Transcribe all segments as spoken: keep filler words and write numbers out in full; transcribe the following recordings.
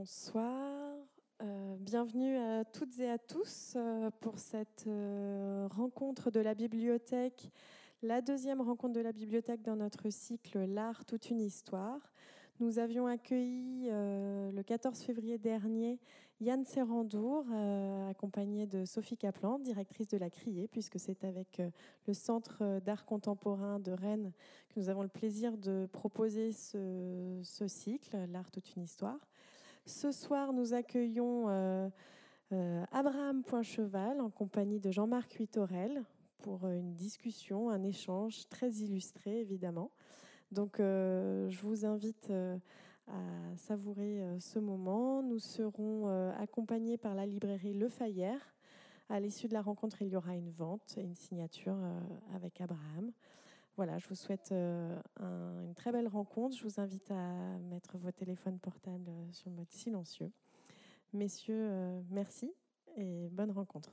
Bonsoir, euh, bienvenue à toutes et à tous euh, pour cette euh, rencontre de la bibliothèque, la deuxième rencontre de la bibliothèque dans notre cycle L'art, toute une histoire. Nous avions accueilli euh, le quatorze février dernier Yann Serrandour, euh, accompagné de Sophie Kaplan, directrice de la Criée, puisque c'est avec euh, le Centre d'art contemporain de Rennes que nous avons le plaisir de proposer ce, ce cycle, L'art, toute une histoire. Ce soir, nous accueillons euh, euh, Abraham Poincheval en compagnie de Jean-Marc Huitorel pour une discussion, un échange très illustré, évidemment. Donc, euh, je vous invite euh, à savourer euh, ce moment. Nous serons euh, accompagnés par la librairie Le Fayère. À l'issue de la rencontre, il y aura une vente et une signature euh, avec Abraham. Voilà, je vous souhaite euh, un, une très belle rencontre. Je vous invite à mettre vos téléphones portables sur le mode silencieux. Messieurs, euh, merci et bonne rencontre.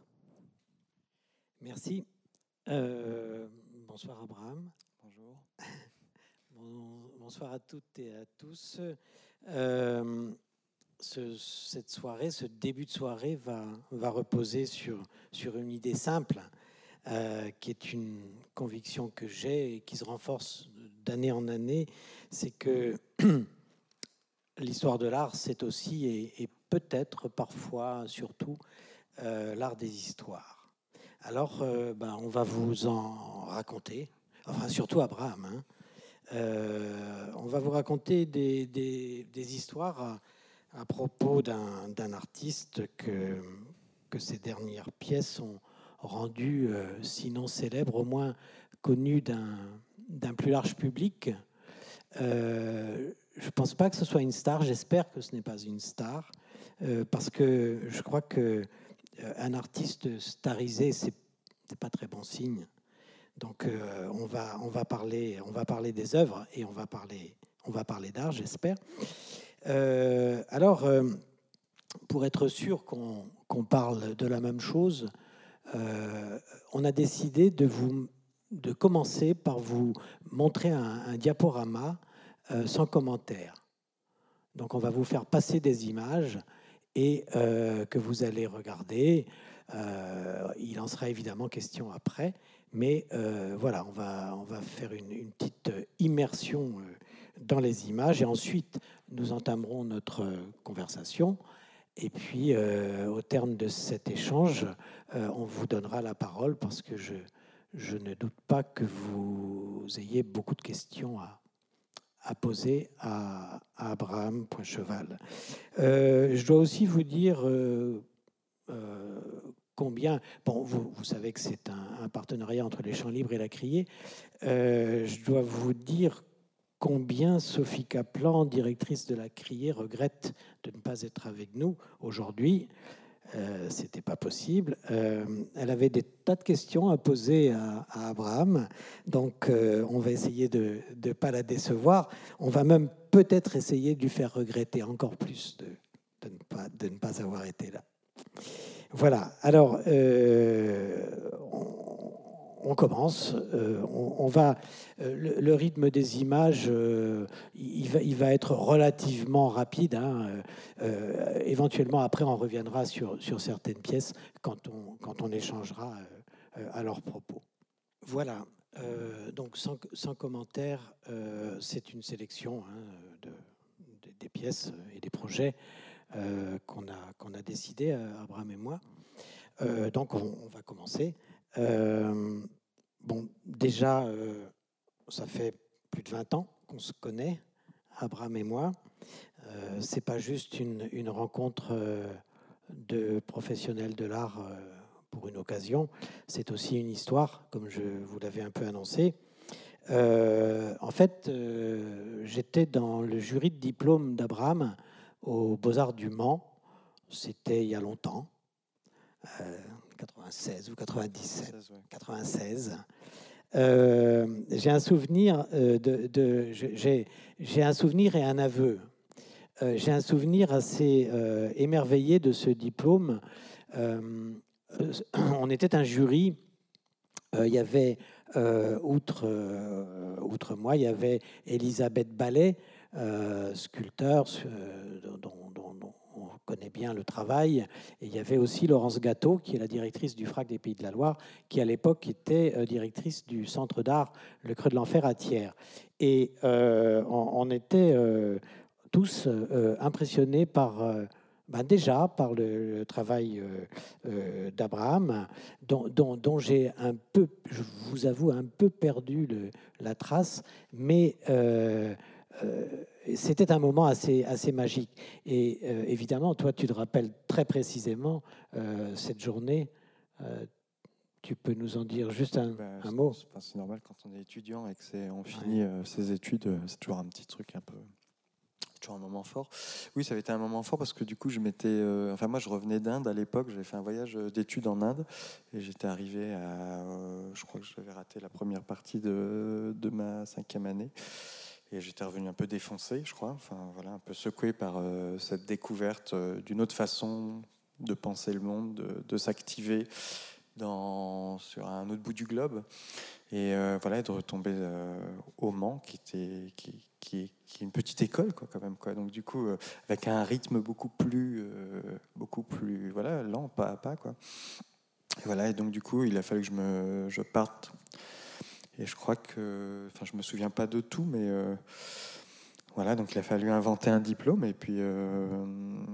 Merci. Euh, bonsoir Abraham. Bonjour. Bon, bonsoir à toutes et à tous. Euh, ce, cette soirée, ce début de soirée va, va reposer sur, sur une idée simple, euh, qui est une conviction que j'ai et qui se renforce d'année en année, c'est que l'histoire de l'art, c'est aussi et, et peut-être parfois surtout euh, l'art des histoires. Alors, euh, ben, on va vous en raconter, enfin surtout Abraham. Hein. Euh, on va vous raconter des, des, des histoires à, à propos d'un, d'un artiste que, que ces dernières pièces ont rendu, euh, sinon célèbre, au moins connu d'un, d'un plus large public. Euh, je ne pense pas que ce soit une star, j'espère que ce n'est pas une star, euh, parce que je crois que un artiste starisé, c'est c'est pas très bon signe. Donc euh, on va on va parler on va parler des œuvres et on va parler on va parler d'art, j'espère. Euh, alors euh, pour être sûr qu'on qu'on parle de la même chose, euh, on a décidé de vous de commencer par vous montrer un, un diaporama euh, sans commentaire. Donc on va vous faire passer des images et euh, que vous allez regarder. Euh, il en sera évidemment question après, mais euh, voilà, on va, on va faire une, une petite immersion dans les images et ensuite nous entamerons notre conversation. Et puis, euh, au terme de cet échange, euh, on vous donnera la parole parce que je, je ne doute pas que vous ayez beaucoup de questions à, à poser à, à Abraham Poincheval. Euh, je dois aussi vous dire euh, euh, combien... Bon, vous, vous savez que c'est un, un partenariat entre les Champs Libres et la Criée. Euh, je dois vous dire combien Sophie Kaplan, directrice de la Criée, regrette de ne pas être avec nous aujourd'hui. Euh, c'était pas possible. Euh, elle avait des tas de questions à poser à, à Abraham, donc euh, on va essayer de ne pas la décevoir. On va même peut-être essayer de lui faire regretter encore plus de, de, ne, pas, de ne pas avoir été là. Voilà, alors euh, on, on commence. Euh, on, on va, euh, le, le rythme des images, euh, il, va, il va être relativement rapide. Hein. Euh, éventuellement, après, on reviendra sur, sur certaines pièces quand on, quand on échangera euh, à leur propos. Voilà, euh, donc sans, sans commentaire, euh, c'est une sélection hein, de, de, des pièces et des projets euh, qu'on a, qu'on a décidé, Abraham et moi. Euh, donc, on, on va commencer. Euh, bon, déjà, euh, ça fait plus de vingt ans qu'on se connaît, Abraham et moi. Euh, c'est pas juste une, une rencontre euh, de professionnels de l'art euh, pour une occasion, c'est aussi une histoire, comme je vous l'avais un peu annoncé. Euh, en fait, euh, j'étais dans le jury de diplôme d'Abraham aux Beaux-Arts du Mans. C'était il y a longtemps, euh, quatre-vingt-seize ou quatre-vingt-dix-sept, quatre-vingt-seize. Euh, j'ai un souvenir euh, de, de j'ai, j'ai un souvenir et un aveu. Euh, j'ai un souvenir assez euh, émerveillé de ce diplôme. Euh, on était un jury. Euh, il y avait, euh, outre, euh, outre moi, il y avait Elisabeth Ballet, euh, sculpteur, euh, dont, dont, dont connaît bien le travail. Et il y avait aussi Laurence Gâteau, qui est la directrice du F R A C des Pays de la Loire, qui à l'époque était euh, directrice du Centre d'art Le Creux de l'Enfer à Thiers. Et euh, on, on était euh, tous euh, impressionnés par... Euh, Ben déjà par le, le travail euh, euh, d'Abraham, dont, dont, dont j'ai un peu, je vous avoue, un peu perdu le, la trace, mais euh, euh, c'était un moment assez, assez magique. Et euh, évidemment, toi, tu te rappelles très précisément euh, cette journée. Euh, tu peux nous en dire juste un, ben, un mot? C'est, c'est normal quand on est étudiant et qu'on finit ouais. euh, ses études, c'est toujours un petit truc un peu... toujours un moment fort. Oui, ça avait été un moment fort parce que du coup, je m'étais, euh, enfin moi, je revenais d'Inde à l'époque. J'avais fait un voyage d'études en Inde et j'étais arrivé à, euh, je crois que j'avais raté la première partie de, de ma cinquième année et j'étais revenu un peu défoncé, je crois. Enfin voilà, un peu secoué par euh, cette découverte euh, d'une autre façon de penser le monde, de, de s'activer dans sur un autre bout du globe. Et euh, voilà, de retomber euh, au Mans, qui était qui, qui, qui est une petite école, quoi, quand même, quoi. Donc du coup, euh, avec un rythme beaucoup plus, euh, beaucoup plus, voilà, lent, pas à pas, quoi. Et voilà, et donc du coup, il a fallu que je me, je parte. Et je crois que, enfin, je me souviens pas de tout, mais euh, voilà, donc il a fallu inventer un diplôme. Et puis, euh,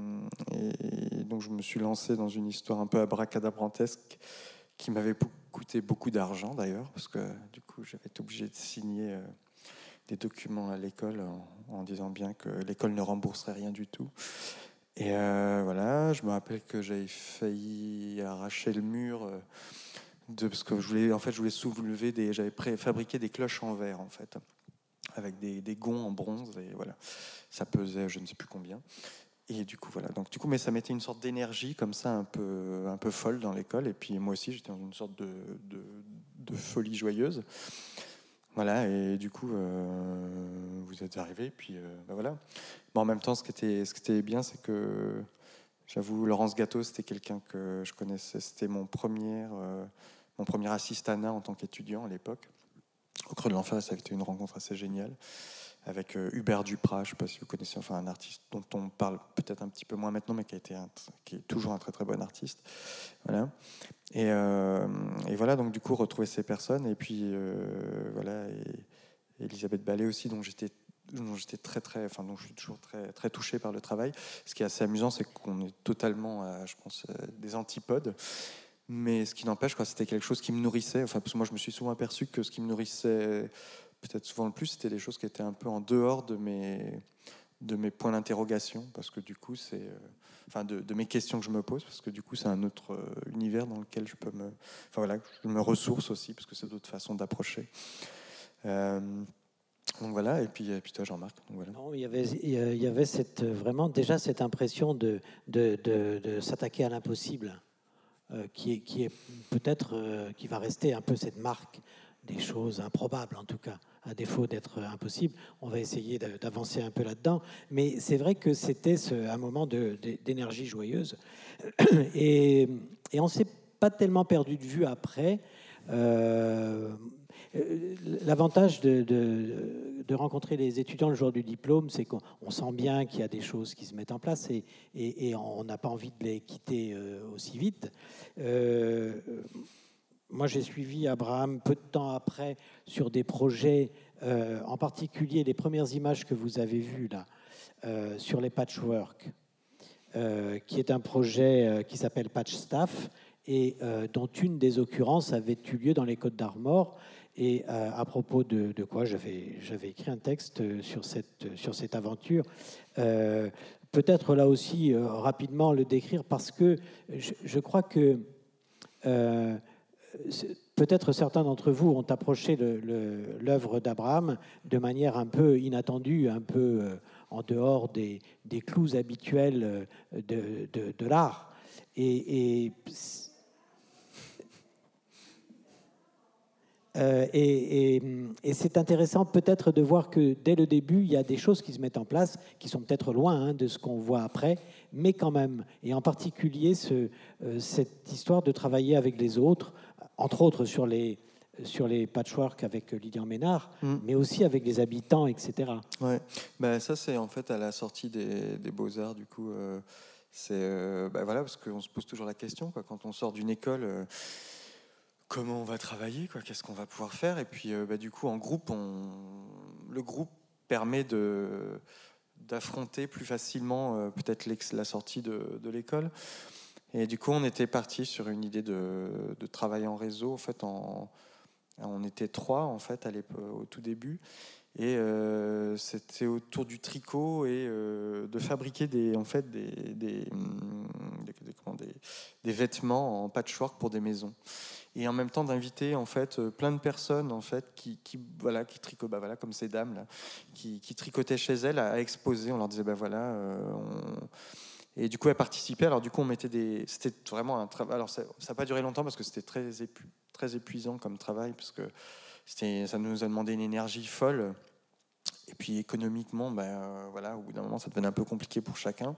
et, et donc je me suis lancé dans une histoire un peu abracadabrantesque qui m'avait coûté beaucoup d'argent d'ailleurs, parce que du coup j'avais été obligé de signer euh, des documents à l'école en, en disant bien que l'école ne rembourserait rien du tout. Et euh, voilà, je me rappelle que j'avais failli arracher le mur euh, de, parce que je voulais, en fait, je voulais soulever des, j'avais préfabriqué des cloches en verre en fait, avec des, des gonds en bronze et voilà, ça pesait je ne sais plus combien. Et du coup, voilà. Donc, du coup, mais ça mettait une sorte d'énergie comme ça, un peu, un peu folle dans l'école. Et puis, moi aussi, j'étais dans une sorte de, de, de folie joyeuse. Voilà. Et du coup, euh, vous êtes arrivés. Et puis, euh, ben voilà. Bon, en même temps, ce qui était, ce qui était bien, c'est que, j'avoue, Laurence Gâteau, c'était quelqu'un que je connaissais. C'était mon premier, euh, mon premier assistanat en tant qu'étudiant à l'époque. Au Creux de l'Enfer, ça avait été une rencontre assez géniale. Avec euh, Hubert Duprat, je ne sais pas si vous connaissez, enfin un artiste dont on parle peut-être un petit peu moins maintenant, mais qui, a été un, qui est toujours un très très bon artiste. Voilà. Et, euh, et voilà, donc du coup, retrouver ces personnes. Et puis, euh, voilà, et, et Elisabeth Ballet aussi, dont j'étais, dont j'étais très très, enfin, dont je suis toujours très, très touché par le travail. Ce qui est assez amusant, c'est qu'on est totalement, à, je pense, des antipodes. Mais ce qui n'empêche, quoi, c'était quelque chose qui me nourrissait. Enfin, parce que moi, je me suis souvent aperçu que ce qui me nourrissait peut-être souvent le plus, c'était des choses qui étaient un peu en dehors de mes, de mes points d'interrogation, parce que du coup, c'est, euh, enfin, de, de mes questions que je me pose, parce que du coup, c'est un autre euh, univers dans lequel je peux me, enfin voilà, je me ressource aussi, parce que c'est d'autres façons d'approcher. Euh, donc voilà, et puis, et puis toi, Jean-Marc. Donc voilà. Non, il y avait, il y avait cette, vraiment déjà cette impression de, de, de, de s'attaquer à l'impossible, euh, qui est, qui est peut-être, euh, qui va rester un peu cette marque des choses improbables, en tout cas, à défaut d'être impossible. On va essayer d'avancer un peu là-dedans. Mais c'est vrai que c'était ce, un moment de, de, d'énergie joyeuse. Et, et on ne s'est pas tellement perdu de vue après. Euh, L'avantage de, de, de rencontrer les étudiants le jour du diplôme, c'est qu'on sent bien qu'il y a des choses qui se mettent en place et, et, et on n'a pas envie de les quitter aussi vite. Euh, Moi, j'ai suivi Abraham peu de temps après sur des projets, euh, en particulier les premières images que vous avez vues là, euh, sur les patchwork, euh, qui est un projet euh, qui s'appelle Patch Staff et euh, dont une des occurrences avait eu lieu dans les Côtes d'Armor. Et euh, à propos de, de quoi j'avais, j'avais écrit un texte sur cette, sur cette aventure. Euh, peut-être là aussi euh, rapidement le décrire parce que je, je crois que euh, peut-être certains d'entre vous ont approché le, le, l'œuvre d'Abraham de manière un peu inattendue, un peu euh, en dehors des, des clous habituels de, de, de l'art. Et, et, euh, et, et, et c'est intéressant peut-être de voir que dès le début, il y a des choses qui se mettent en place, qui sont peut-être loin hein, de ce qu'on voit après, mais quand même, et en particulier ce, euh, cette histoire de travailler avec les autres, entre autres sur les, sur les patchwork avec Lilian Ménard, mmh. mais aussi avec les habitants, et cetera. Ouais, ben, ça c'est en fait à la sortie des, des Beaux-Arts, du coup, euh, C'est euh, bah voilà, parce qu'on se pose toujours la question, quoi, quand on sort d'une école, euh, comment on va travailler, quoi, qu'est-ce qu'on va pouvoir faire. Et puis, euh, bah, du coup, en groupe, on... le groupe permet de... d'affronter plus facilement euh, peut-être la sortie de, de l'école. Et du coup, on était parti sur une idée de, de travailler en réseau. En fait, en... on était trois en fait à au tout début. Et euh, c'était autour du tricot et euh, de fabriquer des, en fait, des, des, des, des, comment, des, des vêtements en patchwork pour des maisons. Et en même temps d'inviter en fait plein de personnes en fait qui, qui voilà qui tricotent, bah voilà comme ces dames là, qui, qui tricotaient chez elles à exposer. On leur disait bah voilà. Euh, on... Et du coup, elles participaient. Alors du coup, on mettait des. C'était vraiment un travail. Alors ça n'a pas duré longtemps parce que c'était très épu... très épuisant comme travail parce que c'était ça nous a demandé une énergie folle. Et puis économiquement, ben, euh, voilà, au bout d'un moment, ça devenait un peu compliqué pour chacun.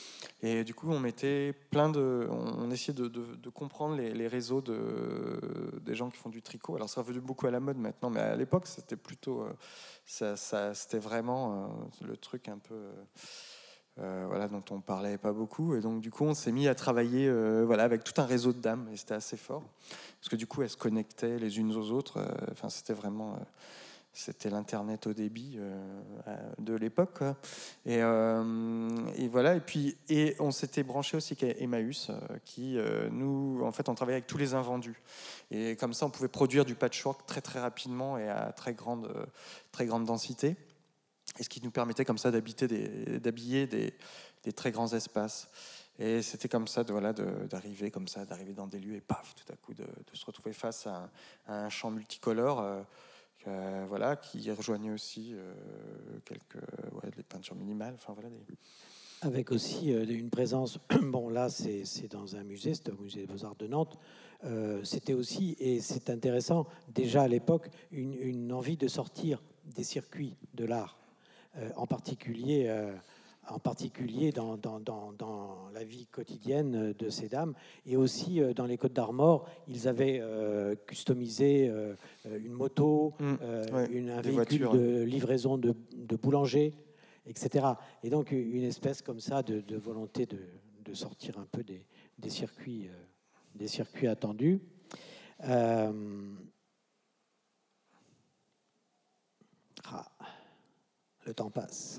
Et du coup, on mettait plein de, on, on essayait de, de, de comprendre les, les réseaux de, des gens qui font du tricot. Alors ça revenu beaucoup à la mode maintenant, mais à l'époque, c'était plutôt, euh, ça, ça, c'était vraiment euh, le truc un peu. Euh, Euh, voilà, dont on parlait pas beaucoup, et donc du coup on s'est mis à travailler euh, voilà, avec tout un réseau de dames, et c'était assez fort parce que du coup elles se connectaient les unes aux autres. Enfin, euh, c'était vraiment euh, c'était l'internet au débit euh, de l'époque, quoi. Et, euh, et voilà, et puis et on s'était branché aussi avec Emmaüs euh, qui euh, nous en fait on travaillait avec tous les invendus, et comme ça on pouvait produire du patchwork très très rapidement et à très grande euh, très grande densité. Et ce qui nous permettait comme ça d'habiter des, d'habiller des, des très grands espaces. Et c'était comme ça de, voilà, de, d'arriver comme ça, d'arriver dans des lieux et paf, tout à coup de, de se retrouver face à un, à un champ multicolore, euh, euh, voilà, qui rejoignait aussi euh, quelques ouais, des peintures minimales. Enfin voilà. Des... Avec aussi euh, une présence. Bon, là, c'est, c'est dans un musée, c'est au musée des Beaux-Arts de Nantes. Euh, c'était aussi, et c'est intéressant, déjà à l'époque, une, une envie de sortir des circuits de l'art. Euh, en particulier, euh, en particulier dans, dans, dans, dans la vie quotidienne de ces dames. Et aussi, euh, dans les Côtes d'Armor, ils avaient euh, customisé euh, une moto, mmh, euh, ouais, une, un des véhicule voitures. de livraison de, de boulanger, et cetera. Et donc, une espèce comme ça de, de volonté de, de sortir un peu des, des, circuits, euh, des circuits attendus. Euh, ah. Le temps passe.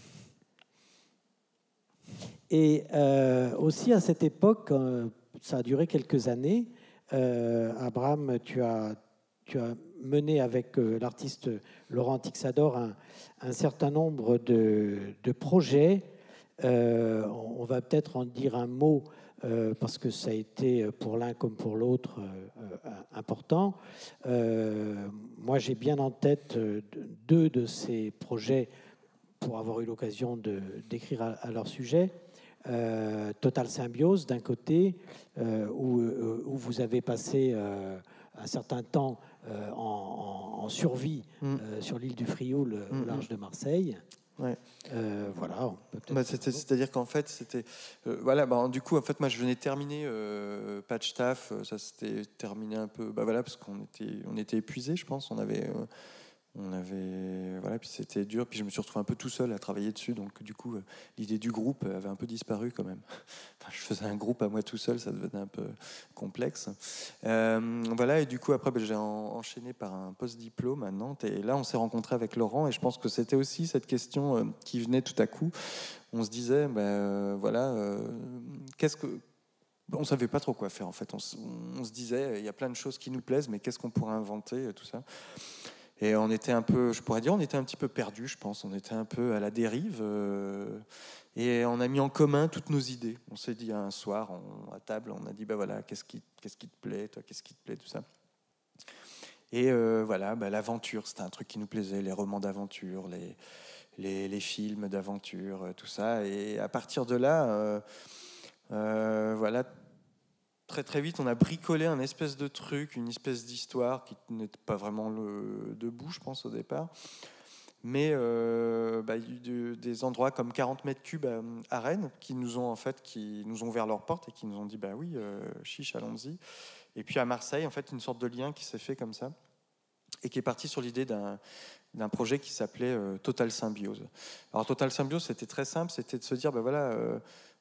Et euh, aussi à cette époque, euh, ça a duré quelques années, euh, Abraham, tu as, tu as mené avec euh, l'artiste Laurent Tixador un, un certain nombre de, de projets. Euh, on va peut-être en dire un mot euh, parce que ça a été pour l'un comme pour l'autre euh, important. Euh, moi, j'ai bien en tête deux de ces projets pour avoir eu l'occasion de, d'écrire à, à leur sujet. Euh, Total Symbiose, d'un côté, euh, où, euh, où vous avez passé euh, un certain temps euh, en, en, en survie mmh. euh, sur l'île du Frioul, mmh. au large de Marseille. Ouais. Euh, voilà. Bah, c'était, c'est-à-dire qu'en fait, c'était euh, voilà. Bah, du coup, en fait, moi, je venais de terminer euh, Patch Staff. Ça s'était terminé un peu. Bah voilà, parce qu'on était, on était épuisés, je pense. On avait, euh, on avait, voilà. Puis c'était dur. Puis je me suis retrouvé un peu tout seul à travailler dessus. Donc du coup, euh, l'idée du groupe avait un peu disparu quand même. Enfin, je faisais un groupe à moi tout seul, ça devenait un peu complexe. Euh, voilà. Et du coup, après, bah, j'ai en, enchaîné par un post-diplôme à Nantes. Et là, on s'est rencontré avec Laurent. Et je pense que c'était aussi cette question euh, qui venait tout à coup. On se disait, ben euh, voilà, euh, qu'est-ce que on savait pas trop quoi faire en fait. On, on se disait, il y a plein de choses qui nous plaisent, mais qu'est-ce qu'on pourrait inventer, tout ça. Et on était un peu, je pourrais dire, on était un petit peu perdus, je pense. On était un peu à la dérive. Euh, et on a mis en commun toutes nos idées. On s'est dit un soir, on, à table, on a dit, ben voilà, qu'est-ce qui, qu'est-ce qui te plaît, toi, qu'est-ce qui te plaît, tout ça. Et euh, voilà, ben, l'aventure, c'était un truc qui nous plaisait, les romans d'aventure, les Les, les films d'aventure, tout ça. Et à partir de là, euh, euh, voilà, très très vite, on a bricolé un espèce de truc, une espèce d'histoire qui n'était pas vraiment le, debout, je pense, au départ. Mais euh, bah, il y a eu de, des endroits comme quarante mètres cubes à, à Rennes qui nous ont en fait, qui nous ont ouvert leurs portes et qui nous ont dit, bah oui, euh, chiche, allons-y. Et puis à Marseille, en fait, une sorte de lien qui s'est fait comme ça et qui est parti sur l'idée d'un d'un projet qui s'appelait euh, Total Symbiose. Alors Total Symbiose, c'était très simple, c'était de se dire, ben voilà, euh,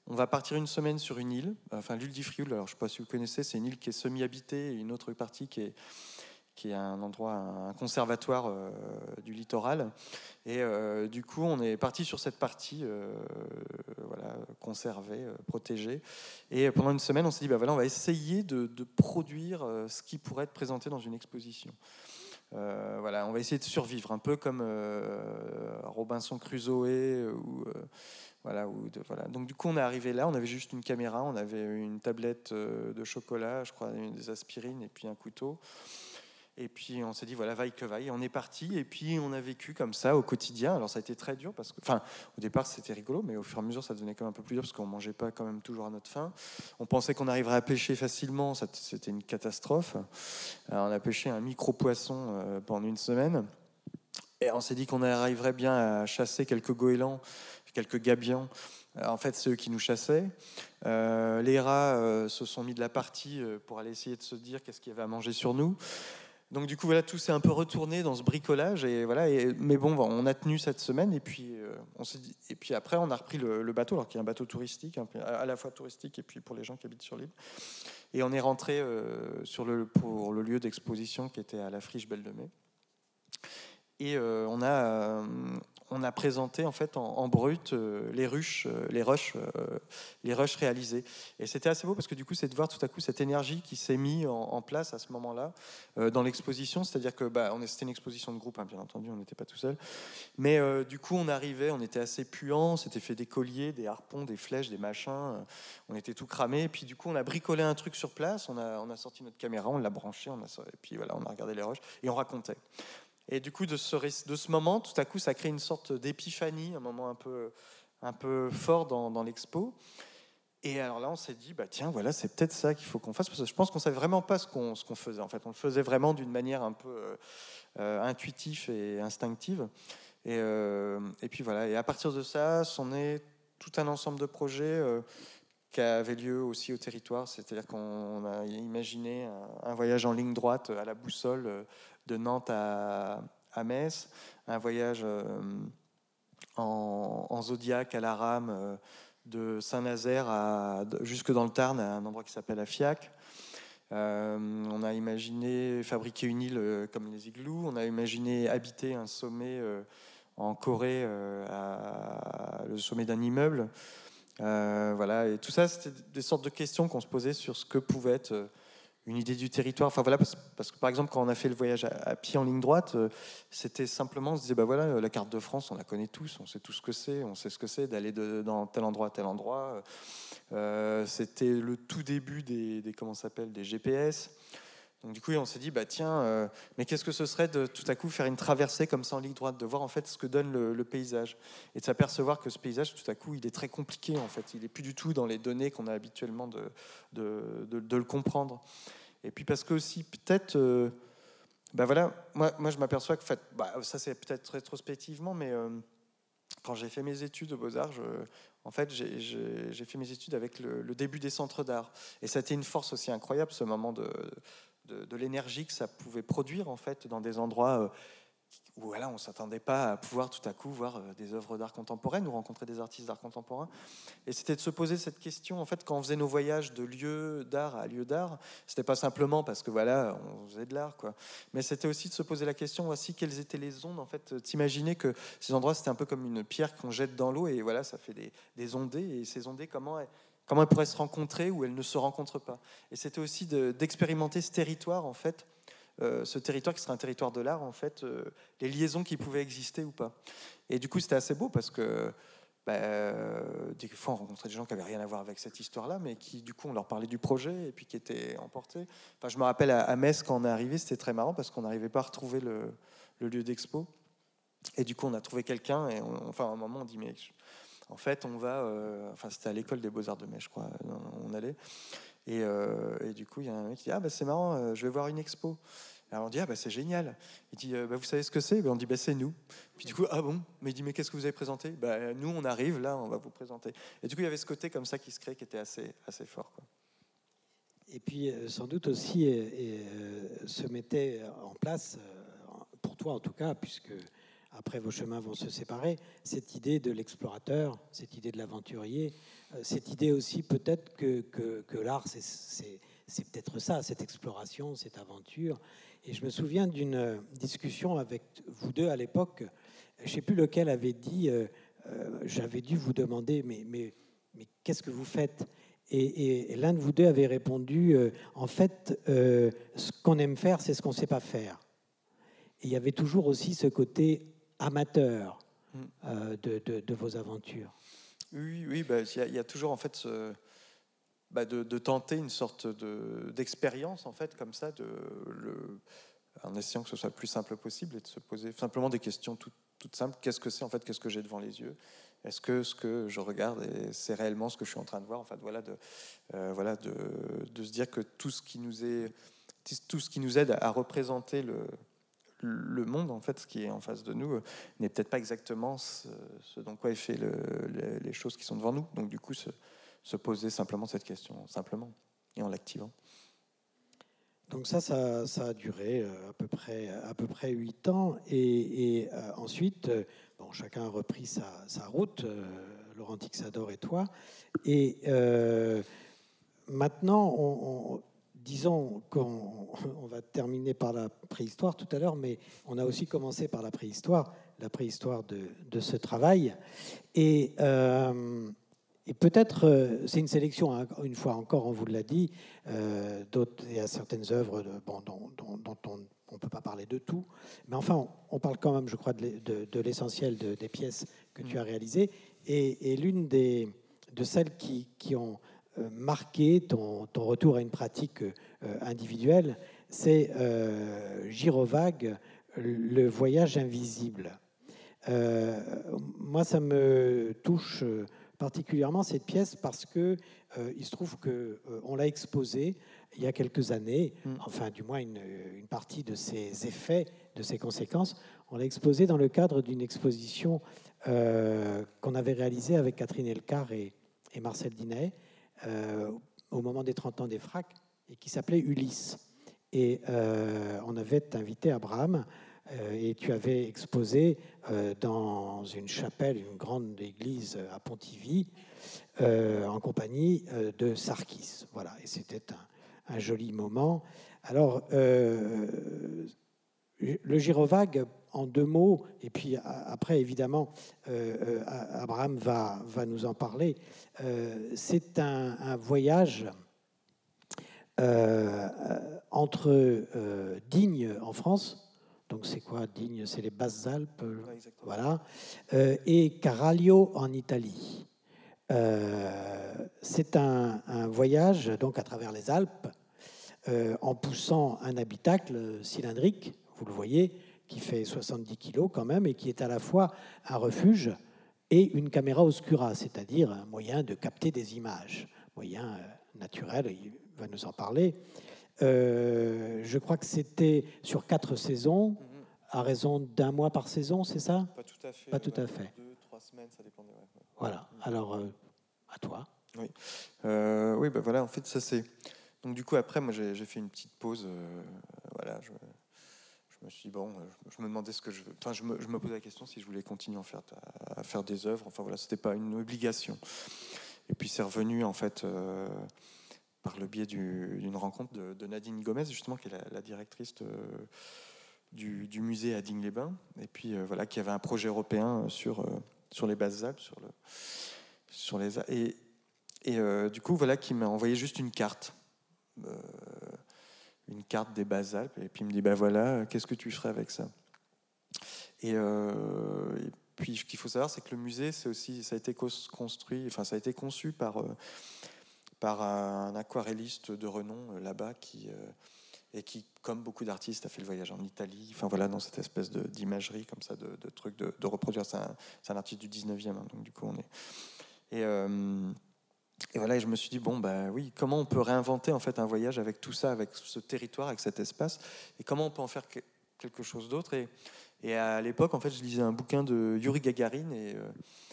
On va partir une semaine sur une île, enfin l'île d'Ifrioul. Alors je ne sais pas si vous connaissez, c'est une île qui est semi-habitée et une autre partie qui est qui est un endroit, un conservatoire euh, du littoral. Et euh, du coup, on est parti sur cette partie euh, voilà, conservée, euh, protégée. Et pendant une semaine, on s'est dit, bah voilà, on va essayer de, de produire euh, ce qui pourrait être présenté dans une exposition. Euh, voilà, on va essayer de survivre, un peu comme euh, Robinson Crusoe. Euh, ou, euh, voilà, ou de, voilà. Donc du coup, on est arrivé là, on avait juste une caméra, on avait une tablette euh, de chocolat, je crois, des aspirines et puis un couteau. Et puis on s'est dit, voilà, vaille que vaille. On est parti et puis on a vécu comme ça au quotidien. Alors ça a été très dur parce que, enfin, au départ c'était rigolo, mais au fur et à mesure ça devenait quand même un peu plus dur parce qu'on mangeait pas quand même toujours à notre faim. On pensait qu'on arriverait à pêcher facilement, ça, c'était une catastrophe. Alors, on a pêché un micro-poisson euh, pendant une semaine. Et on s'est dit qu'on arriverait bien à chasser quelques goélands, quelques gabions. En fait, c'est eux qui nous chassaient. Euh, les rats euh, se sont mis de la partie euh, pour aller essayer de se dire qu'est-ce qu'il y avait à manger sur nous. Donc du coup voilà, tout s'est un peu retourné dans ce bricolage et voilà. Et, mais bon, on a tenu cette semaine et puis euh, on s'est dit, et puis après on a repris le, le bateau, alors qu'il y a un bateau touristique, hein, à la fois touristique et puis pour les gens qui habitent sur l'île. Et on est rentré euh, sur le pour le lieu d'exposition qui était à la Friche Belle de Mai. Et euh, on a euh, on a présenté en fait en, en brut euh, les ruches, euh, les rushs, euh, les rushs réalisés. Et c'était assez beau parce que du coup, c'est de voir tout à coup cette énergie qui s'est mise en, en place à ce moment-là euh, dans l'exposition. C'est-à-dire que bah, on, c'était une exposition de groupe, hein, bien entendu, on n'était pas tout seul. Mais euh, du coup, on arrivait, on était assez puants, on s'était fait des colliers, des harpons, des flèches, des machins. Euh, on était tout cramé. Et puis du coup, on a bricolé un truc sur place. On a, on a sorti notre caméra, on l'a branché, on a, et puis voilà, on a regardé les rushs et on racontait. Et du coup, de ce, de ce moment, tout à coup, ça crée une sorte d'épiphanie, un moment un peu, un peu fort dans, dans l'expo. Et alors là, on s'est dit, bah tiens, voilà, c'est peut-être ça qu'il faut qu'on fasse, parce que je pense qu'on ne savait vraiment pas ce qu'on, ce qu'on faisait. En fait, on le faisait vraiment d'une manière un peu euh, intuitive et instinctive. Et, euh, et puis voilà, et à partir de ça, c'en est tout un ensemble de projets euh, qui avaient lieu aussi au territoire. C'est-à-dire qu'on a imaginé un, un voyage en ligne droite à la boussole euh, de Nantes à, à Metz, un voyage euh, en, en zodiaque à la rame euh, de Saint-Nazaire à, jusque dans le Tarn, à un endroit qui s'appelle Afiac. Euh, on a imaginé fabriquer une île euh, comme les igloos. On a imaginé habiter un sommet euh, en Corée, euh, à, le sommet d'un immeuble. Euh, voilà, et tout ça, c'était des sortes de questions qu'on se posait sur ce que pouvait être euh, une idée du territoire. Enfin voilà, parce, parce que par exemple, quand on a fait le voyage à, à pied en ligne droite, euh, c'était simplement, on se disait, bah voilà, la carte de France, on la connaît tous, on sait tout ce que c'est, on sait ce que c'est d'aller de, dans tel endroit à tel endroit. Euh, c'était le tout début des, des comment ça s'appelle, des G P S. Donc du coup, on s'est dit, bah tiens, euh, mais qu'est-ce que ce serait de tout à coup faire une traversée comme ça en ligne droite, de voir en fait ce que donne le, le paysage, et de s'apercevoir que ce paysage, tout à coup, il est très compliqué en fait. Il n'est plus du tout dans les données qu'on a habituellement de, de, de, de le comprendre. Et puis parce que aussi peut-être, euh, bah voilà, moi, moi je m'aperçois que en fait, bah, ça c'est peut-être rétrospectivement, mais euh, quand j'ai fait mes études aux Beaux-Arts, je, en fait, j'ai, j'ai, j'ai fait mes études avec le, le début des centres d'art, et ça a été une force aussi incroyable, ce moment de De, de l'énergie que ça pouvait produire en fait dans des endroits euh, où voilà, on ne s'attendait pas à pouvoir tout à coup voir euh, des œuvres d'art contemporain ou rencontrer des artistes d'art contemporain. Et c'était de se poser cette question en fait quand on faisait nos voyages de lieu d'art à lieu d'art. C'était pas simplement parce que voilà, on faisait de l'art quoi, mais c'était aussi de se poser la question voici quelles étaient les ondes en fait. T'imaginer que ces endroits c'était un peu comme une pierre qu'on jette dans l'eau et voilà, ça fait des, des ondées, et ces ondées comment elles, comment elles pourraient se rencontrer ou elles ne se rencontrent pas. Et c'était aussi de, d'expérimenter ce territoire, en fait, euh, ce territoire qui serait un territoire de l'art, en fait, euh, les liaisons qui pouvaient exister ou pas. Et du coup, c'était assez beau parce que bah, euh, des fois, on rencontrait des gens qui n'avaient rien à voir avec cette histoire-là, mais qui, du coup, on leur parlait du projet et puis qui étaient emportés. Enfin, je me rappelle à, à Metz, quand on est arrivé, c'était très marrant parce qu'on n'arrivait pas à retrouver le, le lieu d'expo. Et du coup, on a trouvé quelqu'un et on, enfin, à un moment, on dit mais en fait, on va, euh, enfin, c'était à l'école des Beaux-Arts de Metz, je crois, on allait. Et, euh, et du coup, il y a un mec qui dit ah bah c'est marrant, euh, je vais voir une expo. Alors on dit ah bah c'est génial. Il dit euh, bah, vous savez ce que c'est? Bah, on dit bah c'est nous. Puis du coup ah bon? Mais il dit mais qu'est-ce que vous avez présenté? Bah nous on arrive là, on va vous présenter. Et du coup il y avait ce côté comme ça qui se crée, qui était assez assez fort quoi. Et puis euh, sans doute aussi euh, euh, se mettait en place, euh, pour toi en tout cas, puisque après vos chemins vont se séparer, cette idée de l'explorateur, cette idée de l'aventurier, euh, cette idée aussi peut-être que, que, que l'art, c'est, c'est, c'est peut-être ça, cette exploration, cette aventure. Et je me souviens d'une discussion avec vous deux à l'époque, je ne sais plus lequel avait dit, euh, euh, j'avais dû vous demander, mais, mais, mais qu'est-ce que vous faites ? Et, et, et l'un de vous deux avait répondu, euh, en fait, euh, ce qu'on aime faire, c'est ce qu'on ne sait pas faire. Et il y avait toujours aussi ce côté amateur euh, de, de, de vos aventures. Oui, oui, bah, y, a, y a toujours en fait ce, bah, de, de tenter une sorte de, d'expérience en fait comme ça, de, le, en essayant que ce soit le plus simple possible et de se poser simplement des questions toutes, toutes simples. Qu'est-ce que c'est en fait ? Qu'est-ce que j'ai devant les yeux ? Est-ce que ce que je regarde, c'est réellement ce que je suis en train de voir ? En fait, voilà, de, euh, voilà, de, de se dire que tout ce qui nous est, tout ce qui nous aide à représenter le le monde, en fait, ce qui est en face de nous, n'est peut-être pas exactement ce, ce dont quoi est fait le, les, les choses qui sont devant nous. Donc, du coup, se, se poser simplement cette question, simplement, et en l'activant. Donc ça, ça, ça a duré à peu près, à peu près huit ans. Et, et euh, ensuite, bon, chacun a repris sa, sa route, euh, Laurent Tixador et toi. Et euh, maintenant, on... on disons qu'on on va terminer par la préhistoire tout à l'heure, mais on a aussi commencé par la préhistoire, la préhistoire de, de ce travail. Et, euh, et peut-être, c'est une sélection, hein, une fois encore, on vous l'a dit, euh, d'autres, il y a certaines œuvres de, bon, dont, dont, dont on ne peut pas parler de tout, mais enfin, on, on parle quand même, je crois, de, de, de l'essentiel de, des pièces que mmh. tu as réalisées. Et, et l'une des, de celles qui, qui ont marqué ton, ton retour à une pratique euh, individuelle, c'est euh, Girovague, le voyage invisible. Euh, moi, ça me touche particulièrement cette pièce parce que euh, il se trouve que euh, on l'a exposée il y a quelques années, mm. enfin du moins une, une partie de ses effets, de ses conséquences, on l'a exposée dans le cadre d'une exposition euh, qu'on avait réalisée avec Catherine Elkar et, et Marcel Dinet, Euh, au moment des trente ans des Fracs, et qui s'appelait Ulysse. Et euh, on avait invité Abraham, euh, et tu avais exposé euh, dans une chapelle, une grande église à Pontivy, euh, en compagnie euh, de Sarkis. Voilà, et c'était un, un joli moment. Alors, euh, le Girovague, en deux mots, et puis après, évidemment, euh, Abraham va, va nous en parler, euh, c'est un, un voyage euh, entre euh, Digne, en France, donc c'est quoi Digne? C'est les Basses-Alpes, ouais, voilà, euh, et Caraglio, en Italie. Euh, c'est un, un voyage donc à travers les Alpes, euh, en poussant un habitacle cylindrique, vous le voyez, qui fait soixante-dix kilos quand même, et qui est à la fois un refuge et une caméra oscura, c'est-à-dire un moyen de capter des images, moyen euh, naturel, il va nous en parler. Euh, je crois que c'était sur quatre saisons, à raison d'un mois par saison, c'est ça? Pas tout à fait. Pas tout à fait. Deux, trois semaines, ça dépendait. Ouais. Voilà, alors euh, à toi. Oui, euh, oui ben voilà, en fait, ça c'est... Donc du coup, après, moi, j'ai, j'ai fait une petite pause, euh, voilà, je... Je me suis dit, bon, je me demandais ce que je veux. Enfin, je me, je me posais la question si je voulais continuer en faire, à faire des œuvres. Enfin, voilà, c'était pas une obligation. Et puis, c'est revenu, en fait, euh, par le biais du, d'une rencontre de, de Nadine Gomez, justement, qui est la, la directrice de, du, du musée à Digne-les-Bains. Et puis, euh, voilà, qui avait un projet européen sur, euh, sur les Basses-Alpes, sur le, sur les... Et, et euh, du coup, voilà, qui m'a envoyé juste une carte. Euh, une carte des Basses-Alpes, et puis il me dit, ben voilà, qu'est-ce que tu ferais avec ça? Et, euh, et puis, ce qu'il faut savoir, c'est que le musée, c'est aussi, ça a été construit, enfin, ça a été conçu par, euh, par un aquarelliste de renom euh, là-bas, qui, euh, et qui, comme beaucoup d'artistes, a fait le voyage en Italie, enfin voilà, dans cette espèce de, d'imagerie, comme ça, de, de trucs de, de reproduire. C'est un, c'est un artiste du dix-neuvième, hein, donc du coup, on est... Et... Euh, Et voilà, et je me suis dit, bon, bah oui, comment on peut réinventer en fait un voyage avec tout ça, avec ce territoire, avec cet espace, et comment on peut en faire que, quelque chose d'autre. Et, et à l'époque, en fait, je lisais un bouquin de Yuri Gagarin, et, euh,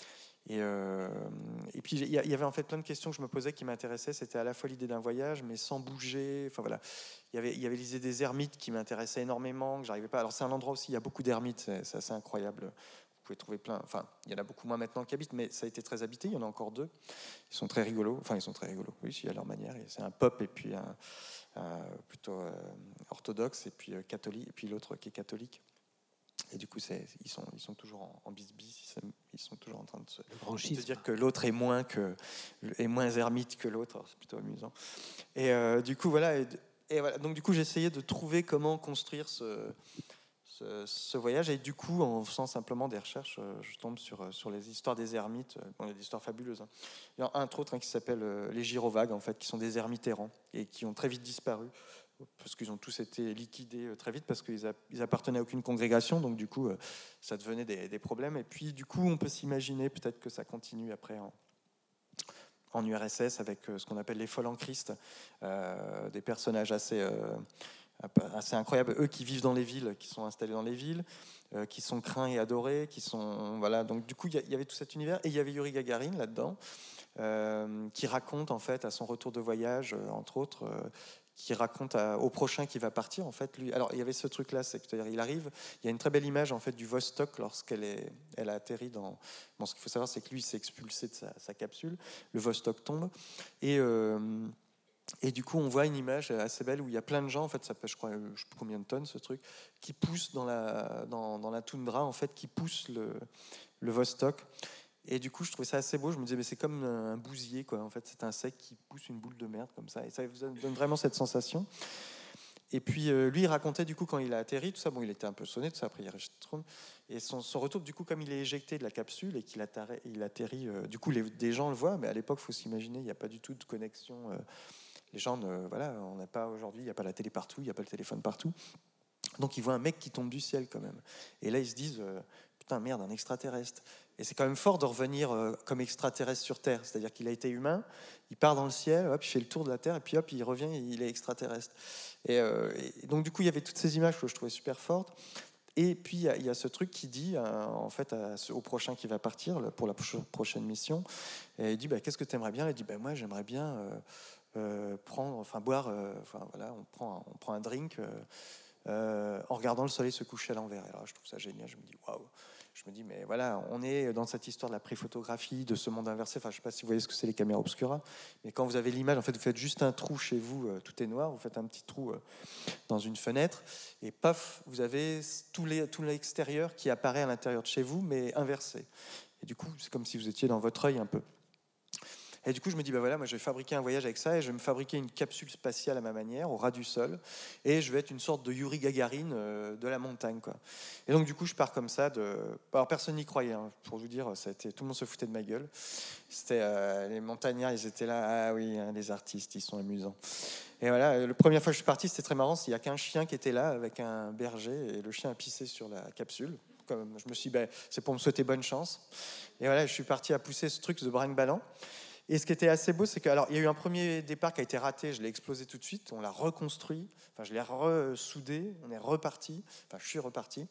Et, euh, et puis il y, y avait en fait plein de questions que je me posais qui m'intéressaient. C'était à la fois l'idée d'un voyage, mais sans bouger. Enfin voilà, il y avait, il y avait l'idée des ermites qui m'intéressaient énormément, que j'arrivais pas. Alors c'est un endroit aussi, il y a beaucoup d'ermites, c'est, c'est assez incroyable. Vous pouvez trouver plein. Enfin, il y en a beaucoup moins maintenant qui habitent, mais ça a été très habité. Il y en a encore deux. Ils sont très rigolos. Enfin, ils sont très rigolos. Oui, à leur manière. C'est un pop et puis un, un plutôt euh, orthodoxe et puis euh, catholique et puis l'autre qui est catholique. Et du coup, c'est, ils, sont, ils sont toujours en, en bis-bis, ils sont toujours en train de se, de dire que l'autre est moins, que, est moins ermite que l'autre. Alors, c'est plutôt amusant. Et euh, du coup, voilà, et, et voilà. Donc, du coup, j'essayais de trouver comment construire ce, ce, ce voyage. Et du coup, en faisant simplement des recherches, je tombe sur, sur les histoires des ermites. Bon, il y a des histoires fabuleuses. Hein. Il y en a un autre hein, qui s'appelle euh, les gyrovagues, en fait, qui sont des ermites errants et qui ont très vite disparu. Parce qu'ils ont tous été liquidés très vite parce qu'ils ils appartenaient à aucune congrégation, donc du coup ça devenait des, des problèmes. Et puis du coup on peut s'imaginer peut-être que ça continue après en, en U R S S avec ce qu'on appelle les folles en Christ, euh, des personnages assez, euh, assez incroyables, eux qui vivent dans les villes, qui sont installés dans les villes, euh, qui sont craints et adorés, qui sont voilà. Donc du coup il y, y avait tout cet univers et il y avait Yuri Gagarin là-dedans. Euh, qui raconte en fait à son retour de voyage, euh, entre autres, euh, qui raconte à, au prochain qui va partir en fait lui. Alors il y avait ce truc là, c'est-à-dire il arrive, il y a une très belle image en fait du Vostok lorsqu'elle est, elle a atterri dans. Bon, ce qu'il faut savoir c'est que lui il s'est expulsé de sa, sa capsule, le Vostok tombe et euh, et du coup on voit une image assez belle où il y a plein de gens en fait, ça pèse je crois je sais plus combien de tonnes ce truc, qui poussent dans la dans, dans la toundra en fait, qui poussent le le Vostok. Et du coup, je trouvais ça assez beau. Je me disais, mais c'est comme un bousier, quoi. En fait, c'est un insecte qui pousse une boule de merde comme ça. Et ça vous donne vraiment cette sensation. Et puis, euh, lui, il racontait, du coup, quand il a atterri, tout ça, bon, il était un peu sonné, tout ça, après, il retourne. Et son, son retour, du coup, comme il est éjecté de la capsule et qu'il atterrit, il atterrit euh, du coup, les, des gens le voient, mais à l'époque, il faut s'imaginer, il n'y a pas du tout de connexion. Euh, les gens, ne, voilà, on n'a pas aujourd'hui, il n'y a pas la télé partout, il n'y a pas le téléphone partout. Donc, ils voient un mec qui tombe du ciel, quand même. Et là, ils se disent, euh, putain, merde, un extraterrestre. Et c'est quand même fort de revenir euh, comme extraterrestre sur Terre. C'est-à-dire qu'il a été humain, il part dans le ciel, hop, il fait le tour de la Terre, et puis hop, il revient et il est extraterrestre. Et, euh, et donc, du coup, il y avait toutes ces images que je trouvais super fortes. Et puis, il y a, il y a ce truc qui dit, euh, en fait, à, au prochain qui va partir pour la prochaine mission, et il dit, bah, qu'est-ce que tu aimerais bien ? Il dit, bah, moi, j'aimerais bien euh, euh, prendre, enfin, boire, euh, enfin, voilà, on prend, on prend un drink euh, euh, en regardant le soleil se coucher à l'envers. Et alors, je trouve ça génial. Je me dis, waouh ! Je me dis, mais voilà, on est dans cette histoire de la pré-photographie, de ce monde inversé. Enfin, je ne sais pas si vous voyez ce que c'est les caméras obscura, mais quand vous avez l'image, en fait, vous faites juste un trou chez vous, euh, tout est noir, vous faites un petit trou euh, dans une fenêtre, et paf, vous avez tout, les, tout l'extérieur qui apparaît à l'intérieur de chez vous, mais inversé. Et du coup, c'est comme si vous étiez dans votre œil un peu. Et du coup, je me dis, bah voilà, moi, je vais fabriquer un voyage avec ça et je vais me fabriquer une capsule spatiale à ma manière, au ras du sol, et je vais être une sorte de Yuri Gagarin euh, de la montagne, quoi. Et donc, du coup, je pars comme ça. De... Alors, personne n'y croyait, hein, pour vous dire, ça a été... tout le monde se foutait de ma gueule. C'était euh, les montagnards, ils étaient là, ah oui, hein, les artistes, ils sont amusants. Et voilà, la première fois que je suis parti, c'était très marrant. Il n'y a qu'un chien qui était là avec un berger, et le chien a pissé sur la capsule. Comme je me suis dit, bah, c'est pour me souhaiter bonne chance. Et voilà, je suis parti à pousser ce truc de brinque-ballant. Et ce qui était assez beau, c'est qu'il y a eu un premier départ qui a été raté, je l'ai explosé tout de suite, on l'a reconstruit, enfin je l'ai ressoudé, on est reparti, enfin je suis reparti.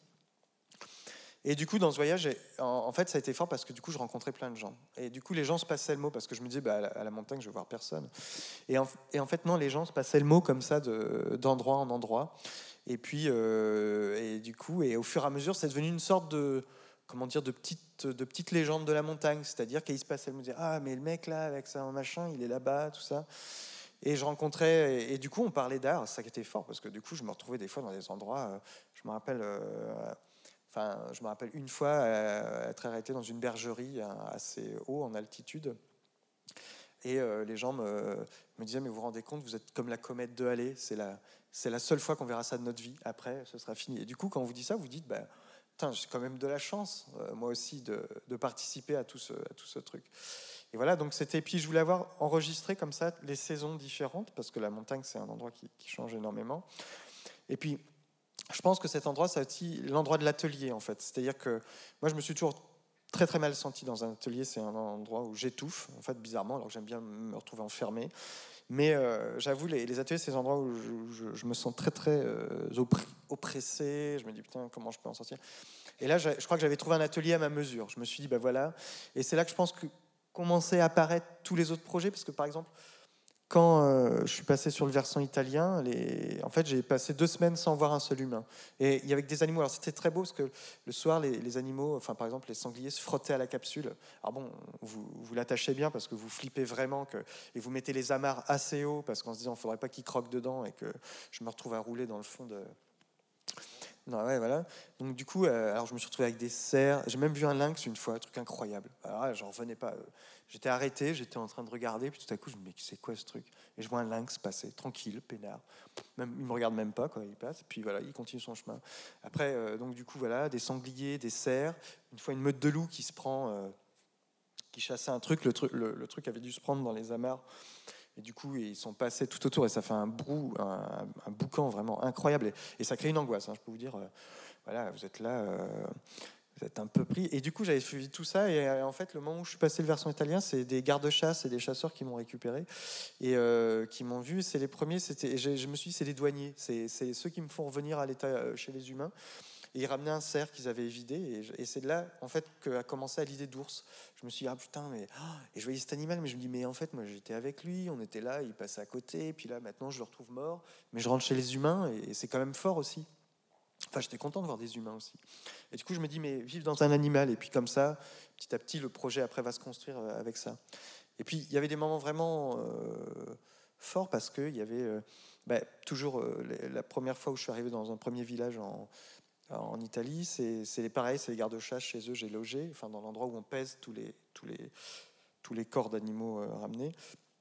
Et du coup, dans ce voyage, en, en fait, ça a été fort parce que du coup, je rencontrais plein de gens. Et du coup, les gens se passaient le mot parce que je me disais, bah, à, la, à la montagne, je vais voir personne. Et en, et en fait, non, les gens se passaient le mot comme ça, de, d'endroit en endroit. Et puis, euh, et du coup, et au fur et à mesure, c'est devenu une sorte de... comment dire, de petites, de petites légendes de la montagne, c'est-à-dire qu'il se passait, elle me disait, ah mais le mec là avec ça machin, il est là-bas, tout ça. Et je rencontrais, et, et du coup on parlait d'art, ça qui était fort parce que du coup je me retrouvais des fois dans des endroits, euh, je me rappelle, euh, enfin je me rappelle une fois euh, être arrêté dans une bergerie hein, assez haut en altitude. Et euh, les gens me, me disaient, mais vous vous rendez compte, vous êtes comme la comète de Halley, c'est la, c'est la seule fois qu'on verra ça de notre vie, après ce sera fini. Et du coup quand on vous dit ça, vous dites, bah putain, j'ai quand même de la chance, euh, moi aussi, de, de participer à tout, ce, à tout ce truc. Et voilà, donc c'était. Puis je voulais avoir enregistré comme ça les saisons différentes, parce que la montagne, c'est un endroit qui, qui change énormément. Et puis, je pense que cet endroit, c'est aussi l'endroit de l'atelier, en fait. C'est-à-dire que moi, je me suis toujours très très mal senti dans un atelier. C'est un endroit où j'étouffe, en fait, bizarrement, alors que j'aime bien me retrouver enfermé. Mais euh, j'avoue, les, les ateliers, c'est des endroits où je, je, je me sens très très euh, oppressé. Je me dis, putain, comment je peux en sortir? Et là, je, je crois que j'avais trouvé un atelier à ma mesure. Je me suis dit, ben voilà. Et c'est là que je pense que commençaient à apparaître tous les autres projets, parce que par exemple, quand euh, je suis passé sur le versant italien, les... en fait, j'ai passé deux semaines sans voir un seul humain. Et il y avait des animaux. Alors, c'était très beau parce que le soir, les, les animaux, enfin, par exemple, les sangliers se frottaient à la capsule. Alors bon, vous, vous l'attachez bien parce que vous flippez vraiment que... et vous mettez les amarres assez haut parce qu'en se disant, il ne faudrait pas qu'ils croquent dedans et que je me retrouve à rouler dans le fond de... Non, ouais, voilà. Donc du coup, euh, alors je me suis retrouvé avec des cerfs. J'ai même vu un lynx une fois, un truc incroyable. Alors là, j'en revenais pas. J'étais arrêté, j'étais en train de regarder, puis tout à coup, je me dis, mais c'est quoi ce truc? Et je vois un lynx passer, tranquille, peinard. Même, il me regarde même pas, quoi. Il passe, puis voilà, il continue son chemin. Après, euh, donc du coup, voilà, des sangliers, des cerfs. Une fois, une meute de loups qui se prend, euh, qui chassait un truc. Le truc, le, le truc avait dû se prendre dans les amarres. Et du coup, ils sont passés tout autour et ça fait un brou, un, un boucan vraiment incroyable. Et, et ça crée une angoisse, hein, je peux vous dire. Euh, voilà, vous êtes là, euh, vous êtes un peu pris. Et du coup, j'avais suivi tout ça. Et euh, en fait, le moment où je suis passé le versant italien, c'est des gardes-chasse et des chasseurs qui m'ont récupéré et euh, qui m'ont vu. C'est les premiers. C'était, et je, je me suis dit, c'est les douaniers. C'est, c'est ceux qui me font revenir à l'état euh, chez les humains. Et ils ramenaient un cerf qu'ils avaient évidé. Et, et c'est de là, en fait, qu'a commencé à l'idée d'ours. Je me suis dit, ah putain, mais. Oh, et je voyais cet animal, mais je me dis, mais en fait, moi, j'étais avec lui, on était là, il passait à côté. Et puis là, maintenant, je le retrouve mort. Mais je rentre chez les humains et, et c'est quand même fort aussi. Enfin, j'étais content de voir des humains aussi. Et du coup, je me dis, mais vivre dans un animal. Et puis, comme ça, petit à petit, le projet après va se construire avec ça. Et puis, il y avait des moments vraiment euh, forts parce qu'il y avait euh, bah, toujours euh, la première fois où je suis arrivé dans un premier village en. En Italie, c'est, c'est pareil, c'est les gardes-chasse chez eux, j'ai logé, enfin dans l'endroit où on pèse tous les, tous les, tous les corps d'animaux euh, ramenés.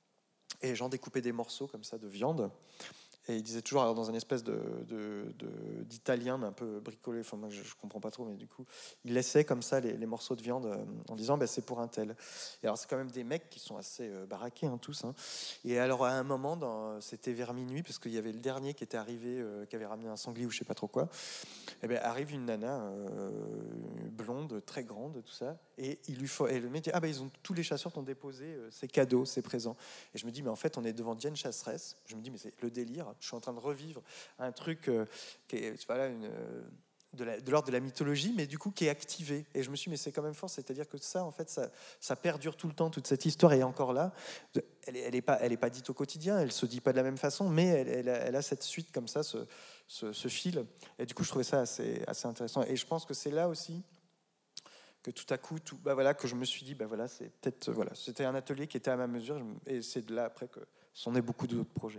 Et j'en découpais des morceaux comme ça de viande. Et il disait toujours, alors dans une espèce de, de, de, d'italien, mais un peu bricolé, enfin moi je ne comprends pas trop, mais du coup, il laissait comme ça les, les morceaux de viande euh, en disant, bah, c'est pour un tel. Et alors c'est quand même des mecs qui sont assez euh, baraqués, hein, tous. Hein. Et alors à un moment, dans, c'était vers minuit, parce qu'il y avait le dernier qui était arrivé, euh, qui avait ramené un sanglier ou je ne sais pas trop quoi, et bien arrive une nana euh, blonde, très grande, tout ça, et, il lui faut, et le mec dit, ah ben bah, ils ont, tous les chasseurs t'ont déposé euh, ces cadeaux, ces présents. Et je me dis, mais en fait, on est devant Diane Chasseresse. Je me dis, mais c'est le délire. Je suis en train de revivre un truc euh, qui est voilà, une, euh, de, la, de l'ordre de la mythologie, mais du coup qui est activé. Et je me suis dit, mais c'est quand même fort, c'est-à-dire que ça, en fait, ça, ça perdure tout le temps, toute cette histoire est encore là. Elle n'est elle est pas, elle est pas dite au quotidien, elle ne se dit pas de la même façon, mais elle, elle, a, elle a cette suite comme ça, ce, ce, ce fil. Et du coup, je trouvais ça assez, assez intéressant. Et je pense que c'est là aussi que tout à coup, tout, bah voilà, que je me suis dit, bah voilà, c'est peut-être, voilà, c'était un atelier qui était à ma mesure, et c'est de là après que sont nés beaucoup d'autres projets.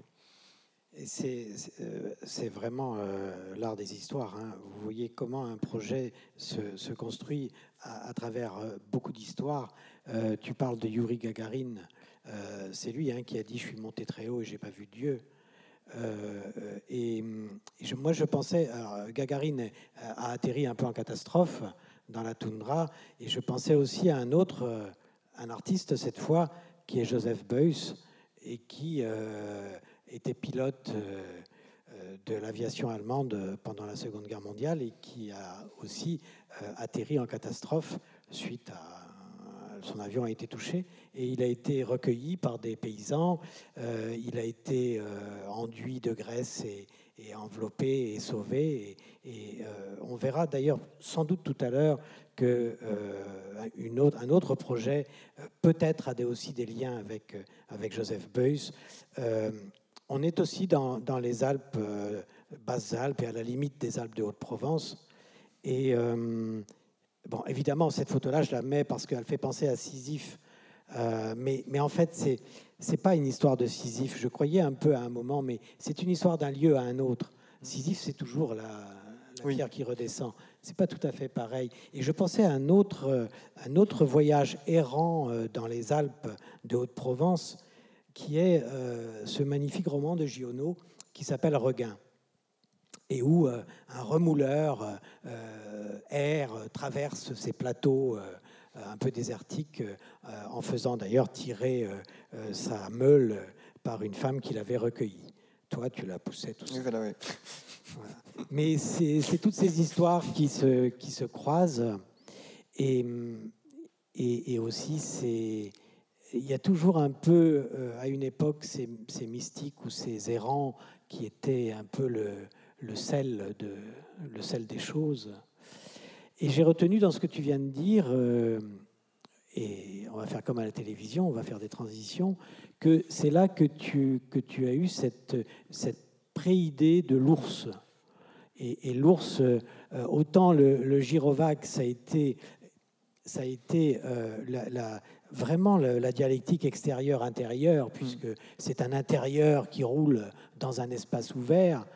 Et c'est, c'est vraiment euh, l'art des histoires. Hein. Vous voyez comment un projet se, se construit à, à travers euh, beaucoup d'histoires. Euh, tu parles de Yuri Gagarin. Euh, c'est lui hein, qui a dit « Je suis monté très haut et j'ai pas vu Dieu ». Euh, et, et je, moi, je pensais... Alors, Gagarin a atterri un peu en catastrophe dans la toundra. Et je pensais aussi à un autre, euh, un artiste cette fois, qui est Joseph Beuys, et qui... Euh, était pilote euh, de l'aviation allemande pendant la Seconde Guerre mondiale et qui a aussi euh, atterri en catastrophe suite à son avion a été touché et il a été recueilli par des paysans. Euh, il a été euh, enduit de graisse et, et enveloppé et sauvé. Et, et euh, on verra d'ailleurs sans doute tout à l'heure que euh, une autre, un autre projet euh, peut-être a des, aussi des liens avec, avec Joseph Beuys. Euh, On est aussi dans, dans les Alpes, euh, Basses-Alpes et à la limite des Alpes de Haute-Provence. Et euh, bon, évidemment, cette photo-là, je la mets parce qu'elle fait penser à Sisyphe. Euh, mais, mais en fait, c'est c'est pas une histoire de Sisyphe. Je croyais un peu à un moment, mais c'est une histoire d'un lieu à un autre. Sisyphe, c'est toujours la, la oui. pierre qui redescend. C'est pas tout à fait pareil. Et je pensais à un autre, un autre voyage errant dans les Alpes de Haute-Provence, qui est euh, ce magnifique roman de Giono qui s'appelle Regain, et où euh, un remouleur euh, erre, traverse ces plateaux euh, un peu désertiques, euh, en faisant d'ailleurs tirer euh, euh, sa meule par une femme qu'il avait recueillie. Toi, tu la poussais tout ça. Oui, voilà, oui. Voilà. Mais c'est, c'est toutes ces histoires qui se, qui se croisent. Et et, et aussi, c'est, il y a toujours un peu, euh, à une époque, ces, ces mystiques ou ces errants qui étaient un peu le, le, sel de, le sel des choses. Et j'ai retenu dans ce que tu viens de dire, euh, et on va faire comme à la télévision, on va faire des transitions, que c'est là que tu, que tu as eu cette, cette pré-idée de l'ours. Et, et l'ours, euh, autant le, le gyrovague, ça a été, ça a été euh, la, la, vraiment la, la dialectique extérieure-intérieure, puisque c'est un intérieur qui roule dans un espace ouvert.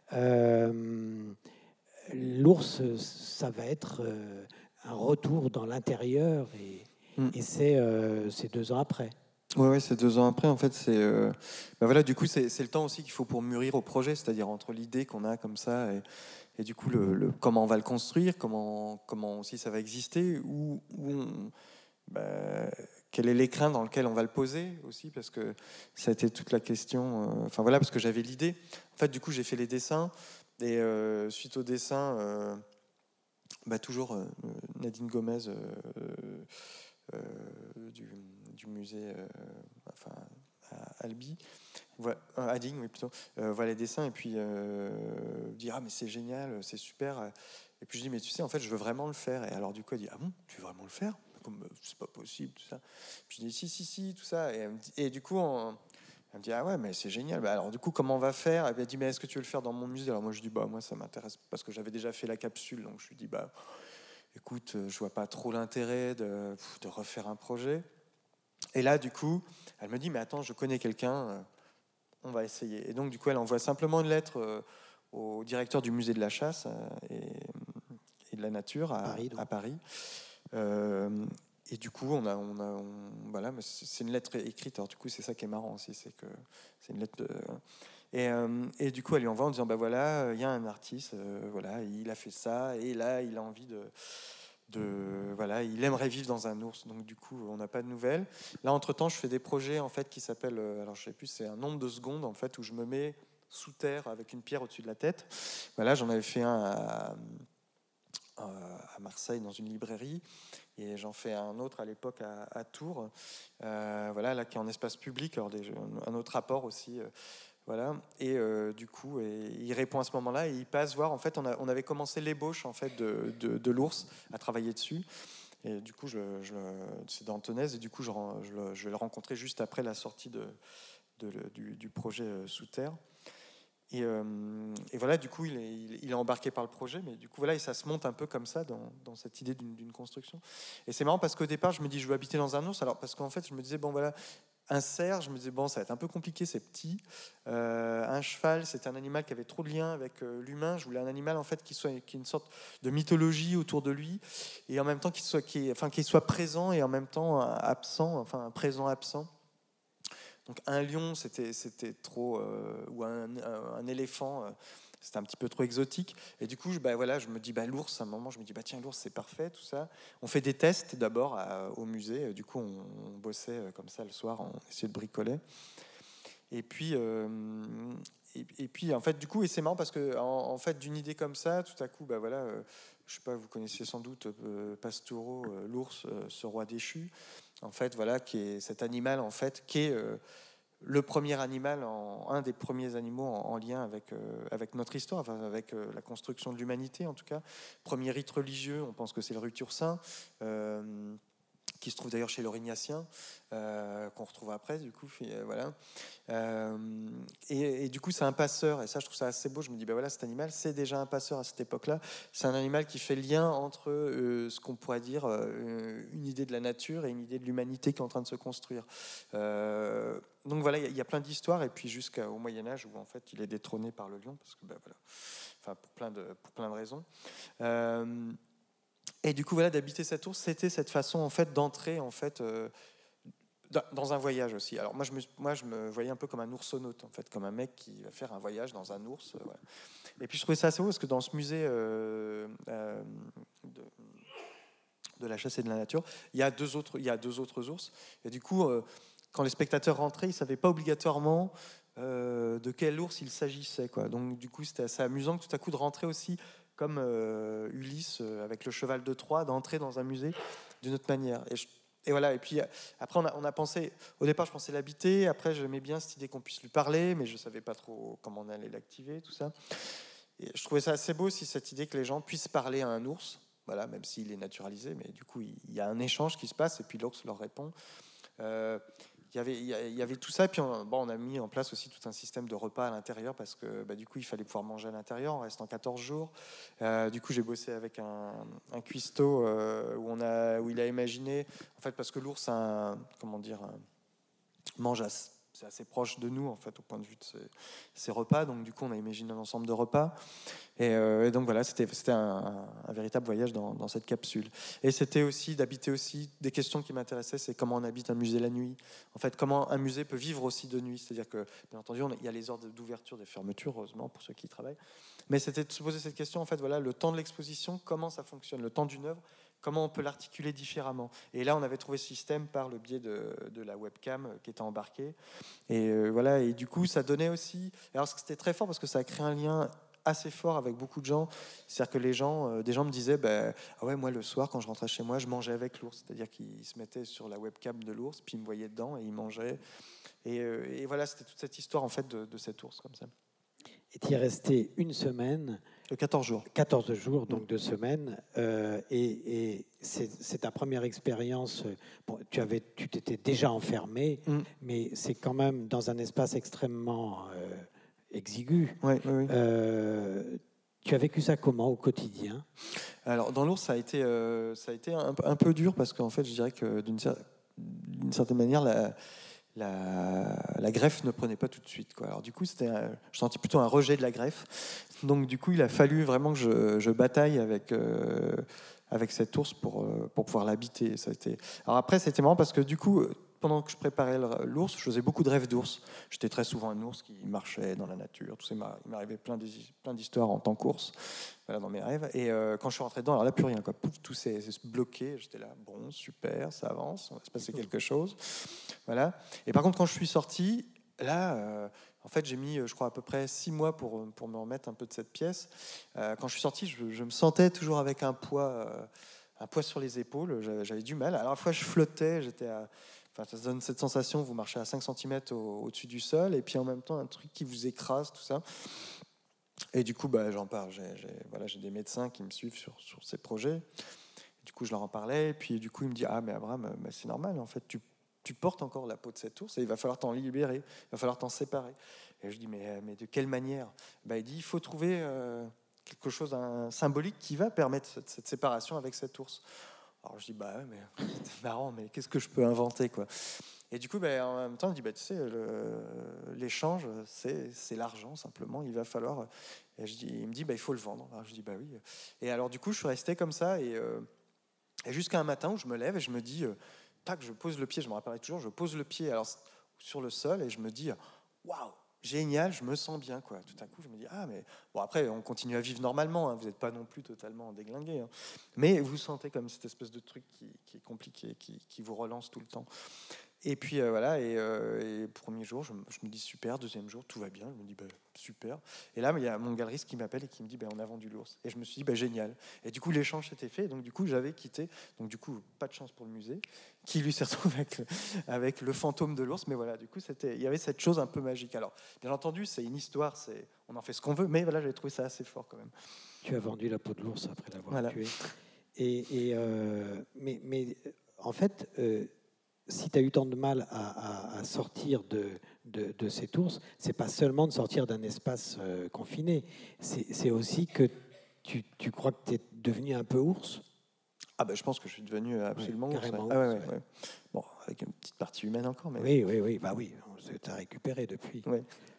Euh, l'ours, ça va être euh, un retour dans l'intérieur, et, mm. et c'est, euh, c'est deux ans après. Oui, ouais, c'est deux ans après. En fait, c'est euh, ben voilà. Du coup, c'est, c'est le temps aussi qu'il faut pour mûrir au projet, c'est-à-dire entre l'idée qu'on a comme ça et, et du coup le, le comment on va le construire, comment comment aussi ça va exister, où, où on, ben, quel est l'écrin dans lequel on va le poser aussi, parce que ça a été toute la question. Euh, enfin voilà, parce que j'avais l'idée. En fait, du coup, j'ai fait les dessins et euh, suite aux dessins, euh, ben, toujours euh, Nadine Gomez. Euh, Euh, du, du musée euh, enfin, à Albi, voilà, à Digne, oui, plutôt, euh, voilà les dessins, et puis euh, dire ah mais c'est génial, c'est super, et puis je dis mais tu sais en fait je veux vraiment le faire, et alors du coup elle dit ah bon tu veux vraiment le faire, comme c'est pas possible tout ça, puis je dis si si si tout ça, et, elle me dit, et du coup on, elle me dit ah ouais mais c'est génial, bah, alors du coup comment on va faire, et elle dit mais est-ce que tu veux le faire dans mon musée, alors moi je dis bah moi ça m'intéresse parce que j'avais déjà fait la capsule, donc je lui dis bah écoute, je vois pas trop l'intérêt de, de refaire un projet. Et là, du coup, elle me dit, mais attends, je connais quelqu'un, on va essayer. Et donc, du coup, elle envoie simplement une lettre au directeur du musée de la chasse et, et de la nature à Paris. À Paris. Euh, et du coup, on a, on a, on, voilà, mais c'est une lettre écrite. Alors, du coup, c'est ça qui est marrant aussi, c'est que c'est une lettre de... Et, euh, et du coup, elle lui envoie en disant bah voilà, il y a un artiste, euh, voilà, il a fait ça, et là, il a envie de, de, voilà, il aimerait vivre dans un ours. Donc du coup, on n'a pas de nouvelles. Là, entre temps, je fais des projets en fait qui s'appellent, alors je sais plus, c'est un nombre de secondes en fait où je me mets sous terre avec une pierre au-dessus de la tête. Voilà, j'en avais fait un à, à Marseille dans une librairie. Et j'en fais un autre à l'époque à, à Tours, euh, voilà, là qui est en espace public, alors des, un autre rapport aussi. Euh, Voilà. Et euh, du coup, et il répond à ce moment-là et il passe voir. En fait, on, a, on avait commencé l'ébauche en fait de, de, de l'ours à travailler dessus. Et du coup, je, je, c'est dans Tonez et du coup, je, je, je vais le rencontrer juste après la sortie de, de, du, du projet Sous Terre. Et, euh, et voilà, du coup, il est, il est embarqué par le projet, mais du coup, voilà, et ça se monte un peu comme ça dans, dans cette idée d'une, d'une construction. Et c'est marrant parce qu'au départ, je me dis, je veux habiter dans un ours. Alors, parce qu'en fait, je me disais, bon, voilà. Un cerf, je me disais, bon, ça va être un peu compliqué, c'est petit. Euh, un cheval, c'était un animal qui avait trop de liens avec euh, l'humain. Je voulais un animal, en fait, qui soit qui ait une sorte de mythologie autour de lui, et en même temps, qu'il soit, qu'il, enfin, qu'il soit présent et en même temps absent, enfin, présent absent. Donc, un lion, c'était, c'était trop... Euh, ou un, un, un éléphant... Euh, c'était un petit peu trop exotique. Et du coup, je, bah, voilà, je me dis, bah, l'ours, à un moment, je me dis, bah, tiens, l'ours, c'est parfait, tout ça. On fait des tests d'abord à, au musée. Du coup, on, on bossait comme ça le soir, on essayait de bricoler. Et puis, euh, et, et puis, en fait, du coup, et c'est marrant parce que, en, en fait, d'une idée comme ça, tout à coup, bah, voilà, euh, je sais pas, vous connaissez sans doute euh, Pastoureau, euh, l'ours, euh, ce roi déchu. En fait, voilà, qui est cet animal, en fait, qui est... Euh, le premier animal, en, un des premiers animaux en, en lien avec, euh, avec notre histoire, enfin, avec euh, la construction de l'humanité en tout cas. Premier rite religieux, on pense que c'est le rite ursin, euh, qui se trouve d'ailleurs chez l'Aurignacien, euh, qu'on retrouve après, du coup, et, euh, voilà. Euh, et, et du coup, c'est un passeur, et ça, je trouve ça assez beau. Je me dis, ben voilà, cet animal, c'est déjà un passeur à cette époque-là. C'est un animal qui fait le lien entre euh, ce qu'on pourrait dire euh, une idée de la nature et une idée de l'humanité qui est en train de se construire. Euh, donc voilà, il y, y a plein d'histoires, et puis jusqu'au Moyen-Âge où en fait, il est détrôné par le lion, parce que ben voilà, enfin pour plein de pour plein de raisons. Euh, Et du coup, voilà, d'habiter cette ours, c'était cette façon en fait d'entrer en fait euh, dans un voyage aussi. Alors moi je, me, moi, je me voyais un peu comme un oursonaute en fait, comme un mec qui va faire un voyage dans un ours. Euh, voilà. Et puis je trouvais ça assez beau parce que dans ce musée euh, euh, de, de la chasse et de la nature, il y a deux autres, il y a deux autres ours. Et du coup, euh, quand les spectateurs rentraient, ils savaient pas obligatoirement euh, de quel ours il s'agissait, quoi. Donc du coup, c'était assez amusant tout à coup de rentrer aussi comme euh, Ulysse euh, avec le cheval de Troie, d'entrer dans un musée d'une autre manière. Et, je, et voilà. Et puis après, on a, on a pensé. Au départ, je pensais l'habiter. Après, j'aimais bien cette idée qu'on puisse lui parler, mais je savais pas trop comment on allait l'activer, tout ça. Et je trouvais ça assez beau aussi, cette idée que les gens puissent parler à un ours. Voilà, même s'il est naturalisé, mais du coup, il y a un échange qui se passe et puis l'ours leur répond. Euh, il y avait, il y avait tout ça, puis on, bon, on a mis en place aussi tout un système de repas à l'intérieur parce que bah, du coup, il fallait pouvoir manger à l'intérieur en restant quatorze jours. Euh, du coup, j'ai bossé avec un, un cuistot euh, où, on a, où il a imaginé, en fait, parce que l'ours a un, comment dire, un, mange à c'est assez proche de nous en fait au point de vue de ces, ces repas, donc du coup on a imaginé un ensemble de repas et, euh, et donc voilà, c'était, c'était un, un, un véritable voyage dans, dans cette capsule. Et c'était aussi d'habiter aussi des questions qui m'intéressaient, c'est comment on habite un musée la nuit, en fait comment un musée peut vivre aussi de nuit, c'est-à-dire que bien entendu on, il y a les heures d'ouverture, des fermetures, heureusement pour ceux qui y travaillent, mais c'était de se poser cette question en fait, voilà, le temps de l'exposition, comment ça fonctionne, le temps d'une œuvre, comment on peut l'articuler différemment. Et là, on avait trouvé ce système par le biais de, de la webcam qui était embarquée. Et euh, voilà. Et du coup, ça donnait aussi. Alors, c'était très fort parce que ça a créé un lien assez fort avec beaucoup de gens. C'est-à-dire que les gens, euh, des gens me disaient, bah, ah ouais, moi le soir, quand je rentrais chez moi, je mangeais avec l'ours. C'est-à-dire qu'ils se mettaient sur la webcam de l'ours, puis ils me voyaient dedans et ils mangeaient. Et, euh, et voilà, c'était toute cette histoire en fait de, de cet ours comme ça. Et tu y es resté une semaine. quatorze jours. quatorze jours, donc deux semaines. Euh, et et c'est, c'est ta première expérience. Bon, tu, avais, tu t'étais déjà enfermé, mm. mais c'est quand même dans un espace extrêmement euh, exigu. Ouais, ouais, ouais. Euh, tu as vécu ça comment au quotidien ? Alors, dans l'ours, ça a été, euh, ça a été un, un peu dur parce qu'en fait, je dirais que d'une, d'une certaine manière, la. La, la greffe ne prenait pas tout de suite, quoi. Alors du coup, c'était un, je sentis plutôt un rejet de la greffe. Donc du coup, il a fallu vraiment que je, je bataille avec, euh, avec cet ours pour, pour pouvoir l'habiter. Ça a été... Alors après, c'était marrant parce que du coup, pendant que je préparais l'ours, je faisais beaucoup de rêves d'ours. J'étais très souvent un ours qui marchait dans la nature. Tout ça, il m'arrivait plein d'histoires en tant qu'ours, voilà, dans mes rêves. Et euh, quand je suis rentré dedans, alors là, plus rien, quoi. Pouf, tout s'est bloqué. J'étais là, bon, super, ça avance, on va se passer quelque chose. Voilà. Et par contre, quand je suis sorti, là, euh, en fait, j'ai mis, je crois, à peu près six mois pour, pour me remettre un peu de cette pièce. Euh, quand je suis sorti, je, je me sentais toujours avec un poids, euh, un poids sur les épaules. J'avais, j'avais du mal. Alors, à la fois, je flottais, j'étais à... Enfin, ça donne cette sensation, vous marchez à cinq centimètres au, au-dessus du sol, et puis en même temps, un truc qui vous écrase, tout ça. Et du coup, bah, j'en parle. J'ai, j'ai, voilà, j'ai des médecins qui me suivent sur, sur ces projets. Du coup, je leur en parlais, et puis du coup, il me dit « Ah, mais Abraham, bah, c'est normal, en fait, tu tu portes encore la peau de cet ours et il va falloir t'en libérer, il va falloir t'en séparer. » Et je dis, mais, mais de quelle manière ? Ben, il dit, il faut trouver euh, quelque chose, un symbolique qui va permettre cette, cette séparation avec cet ours. Alors je dis, bah ouais, mais c'est marrant, mais qu'est-ce que je peux inventer, quoi ? Et du coup, ben, en même temps, il dit, bah, tu sais, le, l'échange, c'est, c'est l'argent, simplement, il va falloir... Et je dis, il me dit, bah, il faut le vendre. Alors je dis, bah oui. Et alors du coup, je suis resté comme ça, et, euh, et jusqu'à un matin où je me lève et je me dis... Euh, tac, je pose le pied, je me rappellerai toujours, je pose le pied alors, sur le sol et je me dis, waouh, génial, je me sens bien, quoi. Tout à coup, je me dis, ah, mais bon, après, on continue à vivre normalement, hein, vous n'êtes pas non plus totalement déglingué, hein, mais vous sentez comme cette espèce de truc qui, qui est compliqué, qui, qui vous relance tout le temps. Et puis euh, voilà, et, euh, et premier jour, je, je me dis super, deuxième jour, tout va bien, je me dis bah, super. Et là, il y a mon galeriste qui m'appelle et qui me dit bah, on a vendu l'ours. Et je me suis dit bah, génial. Et du coup, l'échange s'était fait, et donc du coup, j'avais quitté. Donc du coup, pas de chance pour le musée, qui lui s'est retrouvé avec le, avec le fantôme de l'ours. Mais voilà, du coup, c'était, il y avait cette chose un peu magique. Alors, bien entendu, c'est une histoire, c'est, on en fait ce qu'on veut, mais voilà, j'avais trouvé ça assez fort quand même. Tu as vendu la peau de l'ours après l'avoir voilà. tué. Et, et euh, mais, mais en fait. Euh, si tu as eu tant de mal à, à, à sortir de, de, de cet ours, c'est pas seulement de sortir d'un espace euh, confiné, c'est, c'est aussi que tu, tu crois que tu es devenu un peu ours. Ah ben, je pense que je suis devenu absolument ouais, ours. Carrément ouais. ours. Ah ouais, Ouais. Ouais. Bon, avec une petite partie humaine encore. Mais... Oui, oui, oui, bah oui, tu as récupéré depuis. Ouais.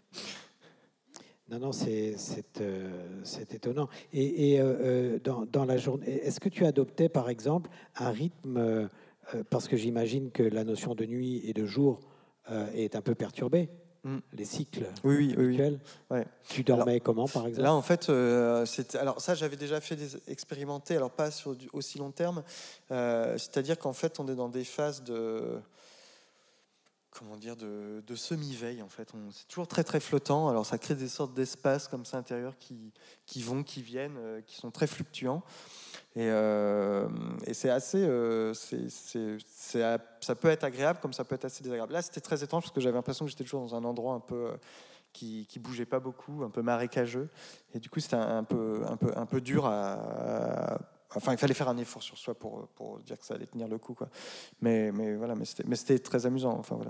Non, non, c'est, c'est, euh, c'est étonnant. Et, et euh, dans, dans la journée, est-ce que tu adoptais, par exemple, un rythme euh, parce que j'imagine que la notion de nuit et de jour euh, est un peu perturbée, mm. les cycles oui, oui, habituels. Oui, oui. Ouais. Tu dormais alors, comment, par exemple ? Là, en fait, euh, c'était, alors ça, j'avais déjà fait des expérimenter, alors pas sur du, aussi long terme. Euh, c'est-à-dire qu'en fait, on est dans des phases de comment dire, de, de semi-veille en fait. On, c'est toujours très très flottant. Alors ça crée des sortes d'espaces comme ça intérieurs qui, qui vont, qui viennent, euh, qui sont très fluctuants. Et, euh, et c'est assez, euh, c'est, c'est, c'est, ça peut être agréable comme ça peut être assez désagréable. Là, c'était très étrange parce que j'avais l'impression que j'étais toujours dans un endroit un peu euh, qui, qui bougeait pas beaucoup, un peu marécageux. Et du coup, c'était un, un peu, un peu, un peu dur à, à Enfin, il fallait faire un effort sur soi pour, pour dire que ça allait tenir le coup, quoi. Mais, mais voilà, mais c'était, mais c'était très amusant. Enfin voilà.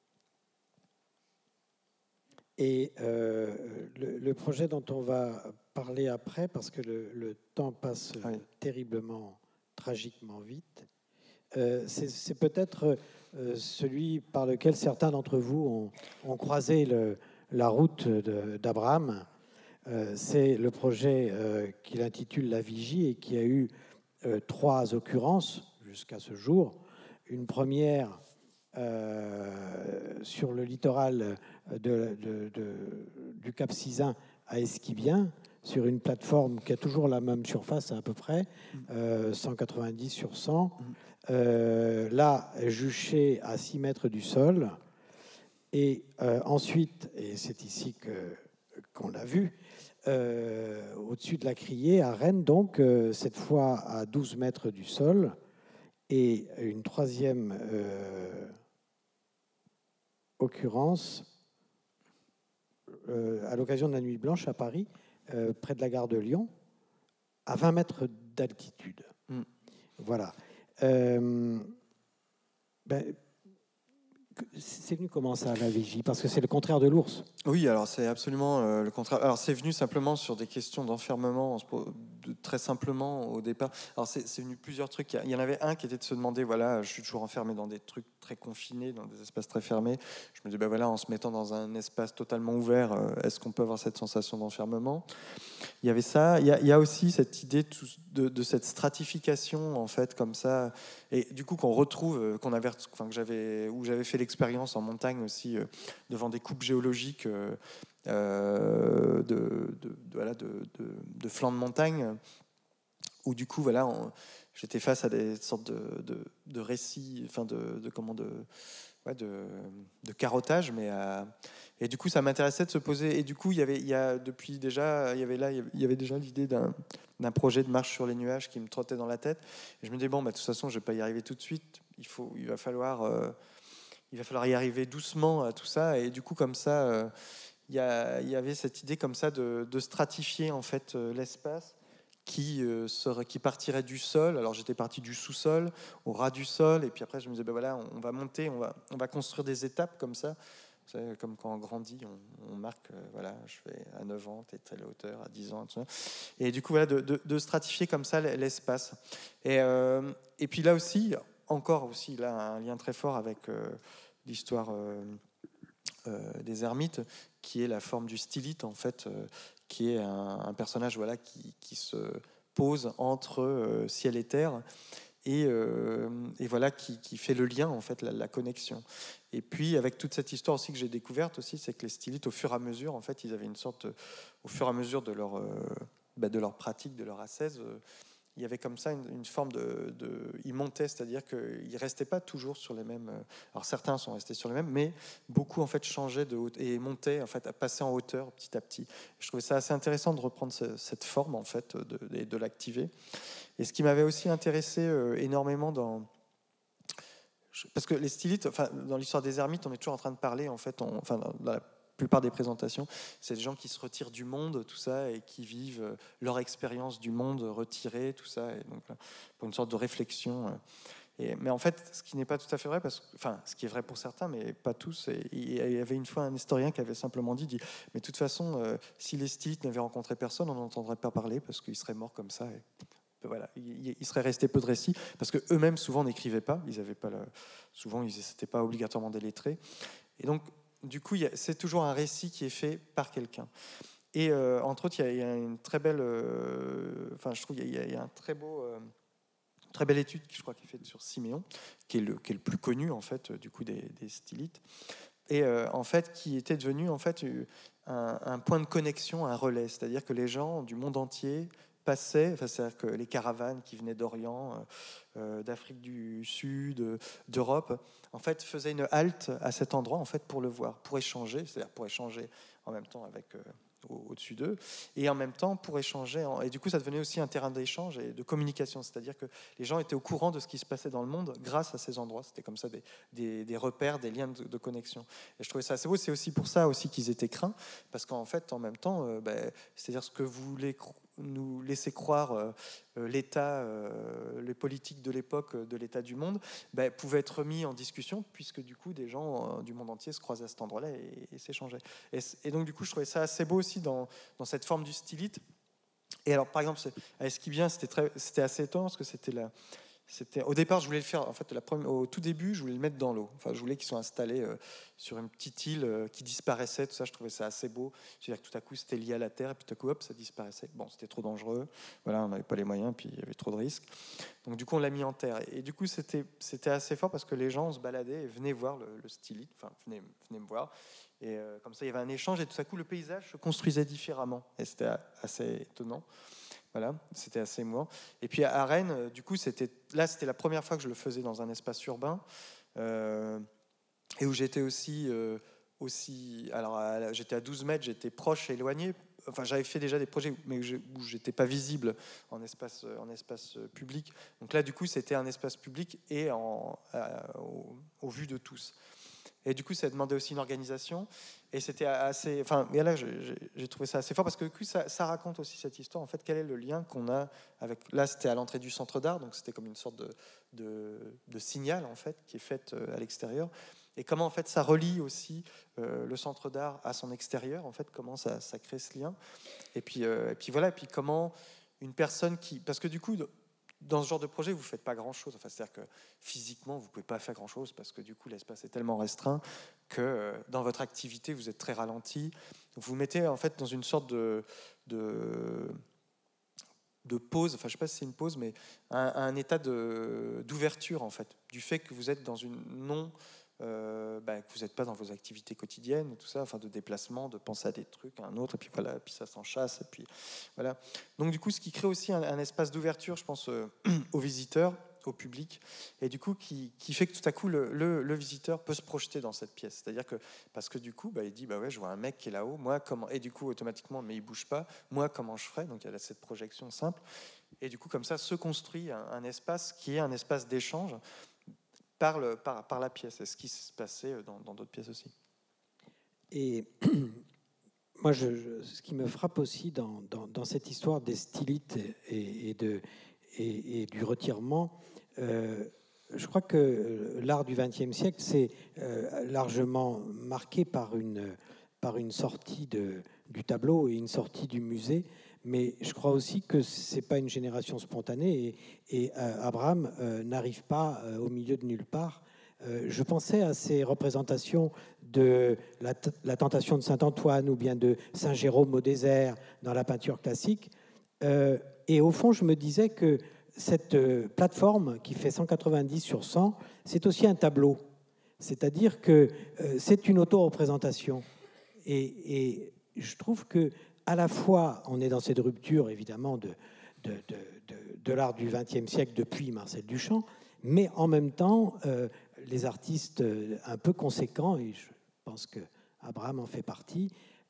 Et euh, le, le projet dont on va parler après, parce que le, le temps passe Oui. terriblement, tragiquement vite, euh, c'est, c'est peut-être euh, celui par lequel certains d'entre vous ont, ont croisé le, la route de, d'Abraham. Euh, c'est le projet euh, qu'il intitule La Vigie et qui a eu euh, trois occurrences jusqu'à ce jour. Une première euh, sur le littoral de, de, de, du Cap Sizun à Esquibien, sur une plateforme qui a toujours la même surface à peu près, euh, cent quatre-vingt-dix sur cent. Euh, là, juché à six mètres du sol. Et euh, ensuite, et c'est ici que, qu'on l'a vu, euh, au-dessus de la Criée, à Rennes, donc, euh, cette fois à douze mètres du sol. Et une troisième euh, occurrence euh, à l'occasion de la Nuit Blanche à Paris, euh, près de la gare de Lyon, à vingt mètres d'altitude. Mm. Voilà. Euh, ben, c'est venu comment ça, la vigie? Parce que c'est le contraire de l'ours. Oui, alors c'est absolument euh, le contraire. Alors c'est venu simplement sur des questions d'enfermement, très simplement au départ. Alors c'est, c'est venu plusieurs trucs. Il y en avait un qui était de se demander, voilà, je suis toujours enfermé dans des trucs très confinés, dans des espaces très fermés. Je me dis, ben voilà, en se mettant dans un espace totalement ouvert, euh, est-ce qu'on peut avoir cette sensation d'enfermement? Il y avait ça. Il y a, il y a aussi cette idée de, de cette stratification en fait, comme ça, et du coup qu'on retrouve, qu'on avait, enfin que j'avais, où j'avais fait l'expérience en montagne aussi, euh, devant des coupes géologiques euh, euh, de, de, de, voilà, de, de, de flancs de montagne, où du coup voilà, on, j'étais face à des sortes de, de, de récits, enfin de, de comment de Ouais, de, de carottage, mais euh, et du coup ça m'intéressait de se poser. Et du coup il y avait, il y a depuis déjà, il y avait là, il y avait déjà l'idée d'un, d'un projet de marche sur les nuages qui me trottait dans la tête. Et je me disais bon, bah, de toute façon, je vais pas y arriver tout de suite. Il faut, il va falloir, euh, il va falloir y arriver doucement à tout ça. Et du coup comme ça, euh, il y a, il y avait cette idée comme ça de, de stratifier en fait euh, l'espace. Qui, euh, serait, qui partirait du sol. Alors j'étais parti du sous-sol au ras du sol, et puis après je me disais ben voilà, on, on va monter, on va, on va construire des étapes comme ça. Vous savez, comme quand on grandit, on, on marque, euh, voilà, je fais à neuf ans, t'es telle hauteur, à dix ans, tout ça. Et du coup voilà, de, de, de stratifier comme ça l'espace. Et, euh, et puis là aussi, encore aussi là un lien très fort avec euh, l'histoire euh, euh, des ermites, qui est la forme du stylite en fait. Euh, qui est un, un personnage voilà, qui, qui se pose entre euh, ciel et terre, et, euh, et voilà, qui, qui fait le lien, en fait, la, la connexion. Et puis, avec toute cette histoire aussi que j'ai découverte aussi, c'est que les stylites, au fur et à mesure, en fait, ils avaient une sorte, au fur et à mesure de leur, euh, bah, de leur pratique, de leur ascèse, euh, il y avait comme ça une, une forme de, de... Ils montaient, c'est-à-dire qu'ils ne restaient pas toujours sur les mêmes... Alors certains sont restés sur les mêmes, mais beaucoup en fait changeaient de haute et montaient, en fait, à passer en hauteur petit à petit. Je trouvais ça assez intéressant de reprendre ce, cette forme en fait, de, de, de l'activer. Et ce qui m'avait aussi intéressé euh, énormément dans... Parce que les stylites, enfin, dans l'histoire des ermites, on est toujours en train de parler, en fait, on, enfin, dans la plupart des présentations, c'est des gens qui se retirent du monde, tout ça, et qui vivent leur expérience du monde retirée, tout ça, et donc pour une sorte de réflexion. Et, mais en fait, ce qui n'est pas tout à fait vrai, parce que, enfin, ce qui est vrai pour certains, mais pas tous. Et il y avait une fois un historien qui avait simplement dit, dit mais de toute façon, euh, si les stylites n'avaient rencontré personne, on n'entendrait pas parler parce qu'ils seraient morts comme ça. Et, voilà, il, il serait resté peu de récits parce que eux-mêmes souvent n'écrivaient pas. Ils avaient pas le, souvent, ils n'étaient pas obligatoirement des lettrés. Et donc, du coup, c'est toujours un récit qui est fait par quelqu'un. Et euh, entre autres, il y, y a une très belle, euh, enfin, je trouve, il y, y a un très beau. Euh, très belle étude, je crois, qui est faite sur Siméon, qui est le, qui est le plus connu en fait du coup des, des stylites, et euh, en fait qui était devenu en fait un, un point de connexion, un relais, c'est-à-dire que les gens du monde entier passaient, enfin, c'est-à-dire que les caravanes qui venaient d'Orient, euh, d'Afrique du Sud, d'Europe, en fait, faisaient une halte à cet endroit, en fait, pour le voir, pour échanger, c'est-à-dire pour échanger en même temps avec euh, au-dessus d'eux, et en même temps pour échanger. En... Et du coup, ça devenait aussi un terrain d'échange et de communication, c'est-à-dire que les gens étaient au courant de ce qui se passait dans le monde grâce à ces endroits. C'était comme ça des, des, des repères, des liens de, de connexion. Et je trouvais ça assez beau. C'est aussi pour ça aussi qu'ils étaient craints, parce qu'en fait, en même temps, euh, ben, c'est-à-dire ce que vous voulez nous laisser croire euh, l'État, euh, les politiques de l'époque, de l'État du monde, ben, pouvaient être mis en discussion, puisque du coup, des gens euh, du monde entier se croisaient à cet endroit-là et, et s'échangeaient. Et, et donc, du coup, je trouvais ça assez beau aussi dans, dans cette forme du stylite. Et alors, par exemple, à Esquibien, c'était, très, c'était assez étonnant, parce que c'était la... C'était, au départ, je voulais le faire. En fait, la première, au tout début, je voulais le mettre dans l'eau. Enfin, je voulais qu'ils soient installés euh, sur une petite île euh, qui disparaissait. Tout ça, je trouvais ça assez beau. C'est-à-dire que tout à coup, c'était lié à la terre, et puis tout à coup, hop, ça disparaissait. Bon, c'était trop dangereux. Voilà, on n'avait pas les moyens, puis il y avait trop de risques. Donc, du coup, on l'a mis en terre. Et, et du coup, c'était, c'était assez fort parce que les gens se baladaient et venaient voir le, le stylite. Enfin, venaient, venaient me voir. Et euh, comme ça, il y avait un échange. Et tout à coup, le paysage se construisait différemment. Et c'était assez étonnant. Voilà, c'était assez émouvant. Et puis à Rennes, du coup, c'était là, c'était la première fois que je le faisais dans un espace urbain euh, et où j'étais aussi, euh, aussi. Alors, à, j'étais à douze mètres, j'étais proche et éloigné. Enfin, j'avais fait déjà des projets, mais où j'étais pas visible en espace, en espace public. Donc là, du coup, c'était un espace public et en, à, au, au vu de tous. Et du coup, ça demandait aussi une organisation. Et c'était assez. Enfin, mais là, j'ai, j'ai trouvé ça assez fort parce que ça, ça raconte aussi cette histoire. En fait, quel est le lien qu'on a avec. Là, c'était à l'entrée du centre d'art, donc c'était comme une sorte de, de, de signal en fait qui est fait à l'extérieur. Et comment en fait ça relie aussi euh, le centre d'art à son extérieur. En fait, comment ça, ça crée ce lien. Et puis, euh, et puis voilà. Et puis comment une personne qui. Parce que du coup. Dans ce genre de projet, vous ne faites pas grand-chose. Enfin, c'est-à-dire que physiquement, vous ne pouvez pas faire grand-chose parce que du coup, l'espace est tellement restreint que euh, dans votre activité, vous êtes très ralenti. Vous vous mettez en fait dans une sorte de, de, de pause, enfin, je ne sais pas si c'est une pause, mais un, un état de, d'ouverture, en fait, du fait que vous êtes dans une non... Euh, bah, que vous n'êtes pas dans vos activités quotidiennes, tout ça, enfin de déplacement, de penser à des trucs, à un autre, et puis voilà, et puis ça s'enchasse, et puis voilà. Donc du coup, ce qui crée aussi un, un espace d'ouverture, je pense, euh, aux visiteurs, au public, et du coup qui, qui fait que tout à coup le, le, le visiteur peut se projeter dans cette pièce. C'est-à-dire que parce que du coup, bah, il dit bah ouais, je vois un mec qui est là-haut, moi comment, et du coup automatiquement, mais il bouge pas, moi comment je ferais. Donc il y a cette projection simple, et du coup comme ça se construit un, un espace qui est un espace d'échange. Par, le, par, par la pièce. C'est ce qui se passait dans, dans d'autres pièces aussi. Et moi, je, je, ce qui me frappe aussi dans, dans, dans cette histoire des stylites et, et, de, et, et du retirement, euh, je crois que l'art du vingtième siècle, c'est euh, largement marqué par une, par une sortie de, du tableau et une sortie du musée. Mais je crois aussi que ce n'est pas une génération spontanée et, et euh, Abraham euh, n'arrive pas euh, au milieu de nulle part. Euh, je pensais à ces représentations de la, t- la tentation de Saint-Antoine ou bien de Saint-Jérôme au désert dans la peinture classique. Euh, et au fond, je me disais que cette euh, plateforme qui fait cent quatre-vingt-dix sur cent, c'est aussi un tableau. C'est-à-dire que euh, c'est une auto-représentation. Et, et je trouve que à la fois, on est dans cette rupture, évidemment, de, de, de, de, de l'art du vingtième siècle depuis Marcel Duchamp, mais en même temps, euh, les artistes un peu conséquents, et je pense que Abraham en fait partie,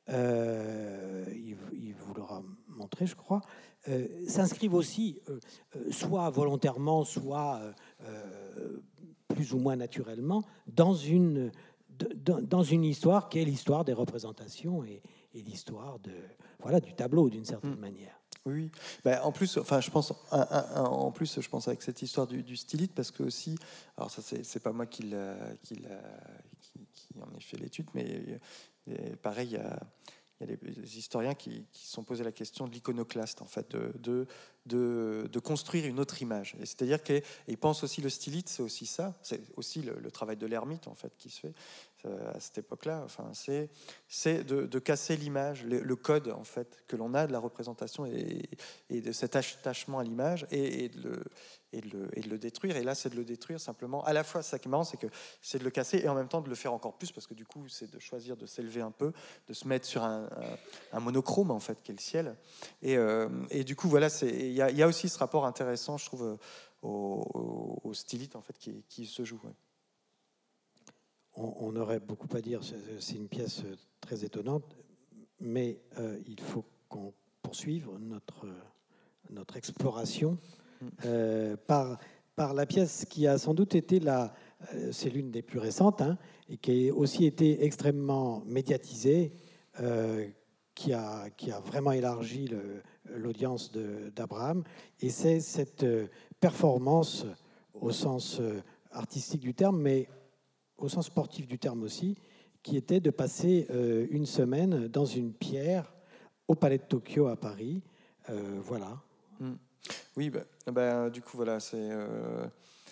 euh, il, il vous l'aura montré, je crois, euh, s'inscrivent aussi, euh, soit volontairement, soit euh, plus ou moins naturellement, dans une, dans une histoire qui est l'histoire des représentations et, et l'histoire de, voilà, du tableau d'une certaine mmh. manière. Oui, ben, en plus, enfin, je pense, un, un, en plus, je pense avec cette histoire du, du stylite, parce que aussi, alors ça, c'est, c'est pas moi qui, l'a, qui, l'a, qui, qui en ai fait l'étude, mais et pareil, il y a, il y a des historiens qui, qui se sont posé la question de l'iconoclaste, en fait, de, de, de, de construire une autre image. Et c'est-à-dire qu'ils pensent aussi le stylite, c'est aussi ça, c'est aussi le, le travail de l'ermite, en fait, qui se fait. euh, à cette époque-là. Enfin, c'est c'est de, de casser l'image, le, le code en fait que l'on a de la représentation et, et de cet attachement à l'image et, et, de le, et, de le, et de le détruire. Et là, c'est de le détruire simplement. À la fois, ça qui est marrant, c'est que c'est de le casser et en même temps de le faire encore plus parce que du coup, c'est de choisir de s'élever un peu, de se mettre sur un, un, un monochrome en fait, qui est le ciel. Et, euh, et du coup, voilà, il y, y a aussi ce rapport intéressant, je trouve, au, au, au stylite en fait, qui, qui se joue. Ouais. On, on aurait beaucoup à dire, c'est une pièce très étonnante, mais euh, il faut qu'on poursuive notre, notre exploration euh, par, par la pièce qui a sans doute été la, euh, c'est l'une des plus récentes, hein, et qui a aussi été extrêmement médiatisée, euh, qui, a, qui a vraiment élargi l'audience d'Abraham, et c'est cette performance au sens artistique du terme, mais au sens sportif du terme aussi, qui était de passer euh, une semaine dans une pierre au Palais de Tokyo à Paris. Euh, voilà. Mmh. Oui, bah, bah, du coup, voilà, c'est... Euh,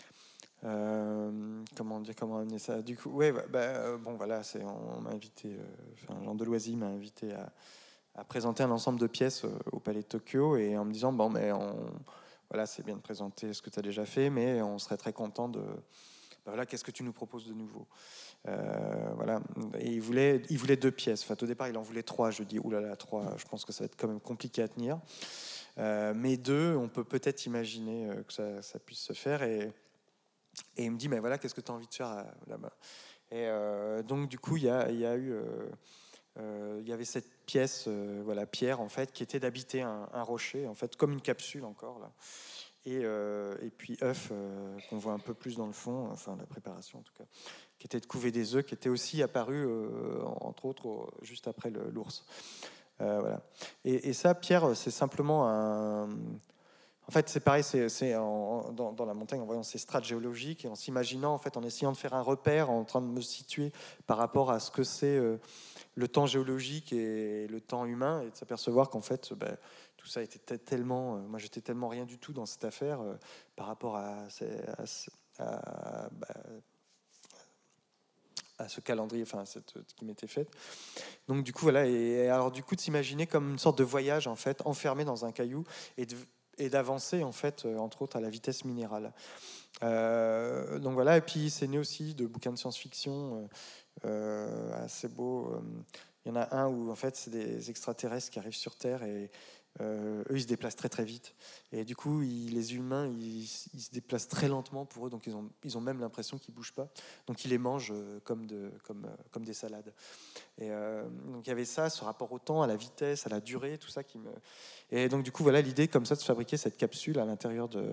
euh, comment dire, comment amener ça. Du coup, ouais, bah, bah, bon, voilà, c'est, on m'a invité, euh, enfin, Jean Deloisy m'a invité à, à présenter un ensemble de pièces euh, au Palais de Tokyo, et en me disant, bon, mais on, voilà, c'est bien de présenter ce que tu as déjà fait, mais on serait très content de... Ben voilà, qu'est-ce que tu nous proposes de nouveau euh, voilà. Et il voulait, il voulait deux pièces. Enfin, au départ, il en voulait trois. Je dis, oulala, trois, je pense que ça va être quand même compliqué à tenir. Euh, mais deux, on peut peut-être imaginer que ça, ça puisse se faire. Et, et il me dit, mais voilà, qu'est-ce que tu as envie de faire là-bas? Et euh, donc, du coup, il y a, il y a eu... Euh, euh, il y avait cette pièce, euh, voilà, pierre, en fait, qui était d'habiter un, un rocher, en fait, comme une capsule encore, là. Et, euh, et puis œuf, euh, qu'on voit un peu plus dans le fond, enfin la préparation en tout cas, qui était de couver des œufs, qui était aussi apparu, euh, entre autres, au, juste après l'ours. Euh, voilà. Et, et ça, Pierre, c'est simplement un... En fait, c'est pareil, c'est dans, dans la montagne, en voyant ces strates géologiques et en s'imaginant, en fait, en essayant de faire un repère, en train de me situer par rapport à ce que c'est euh, le temps géologique et le temps humain, et de s'apercevoir qu'en fait, ben, tout ça était tellement... Euh, moi, j'étais tellement rien du tout dans cette affaire euh, par rapport à, à, à, bah, à ce calendrier, enfin, à cette, qui m'était faite. Donc, du coup, voilà. Et alors, du coup, de s'imaginer comme une sorte de voyage, en fait, enfermé dans un caillou et de... et d'avancer en fait, euh, entre autres à la vitesse minérale. Euh, donc voilà, et puis c'est né aussi de bouquins de science-fiction euh, euh, assez beaux. Il y en a un où en fait c'est des extraterrestres qui arrivent sur Terre et euh, eux ils se déplacent très très vite. Et du coup ils, les humains ils, ils se déplacent très lentement pour eux, donc ils ont, ils ont même l'impression qu'ils bougent pas. Donc ils les mangent comme, de, comme, comme des salades. Et euh, donc il y avait ça, ce rapport au temps, à la vitesse, à la durée, tout ça qui me... Et donc du coup voilà l'idée comme ça de fabriquer cette capsule à l'intérieur de,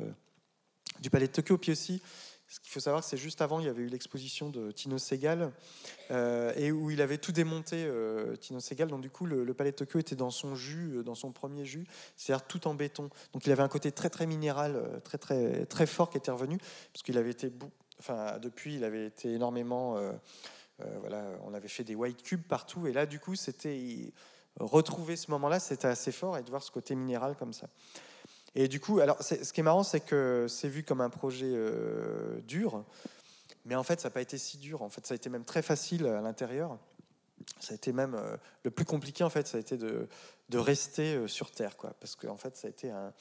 du Palais de Tokyo. Puis aussi, ce qu'il faut savoir, c'est juste avant, il y avait eu l'exposition de Tino Sehgal euh, et où il avait tout démonté, euh, Tino Sehgal. Donc du coup, le, le Palais de Tokyo était dans son jus, dans son premier jus, c'est-à-dire tout en béton. Donc il avait un côté très très minéral, très très très fort qui était revenu parce qu'il avait été, enfin depuis, il avait été énormément, euh, euh, voilà, on avait fait des white cubes partout et là du coup, c'était retrouver ce moment-là, c'était assez fort et de voir ce côté minéral comme ça. Et du coup, alors, ce qui est marrant, c'est que c'est vu comme un projet euh, dur, mais en fait, ça n'a pas été si dur. En fait, ça a été même très facile à l'intérieur. Ça a été même euh, le plus compliqué, en fait, ça a été de, de rester euh, sur Terre, quoi, parce que en fait, ça a été un.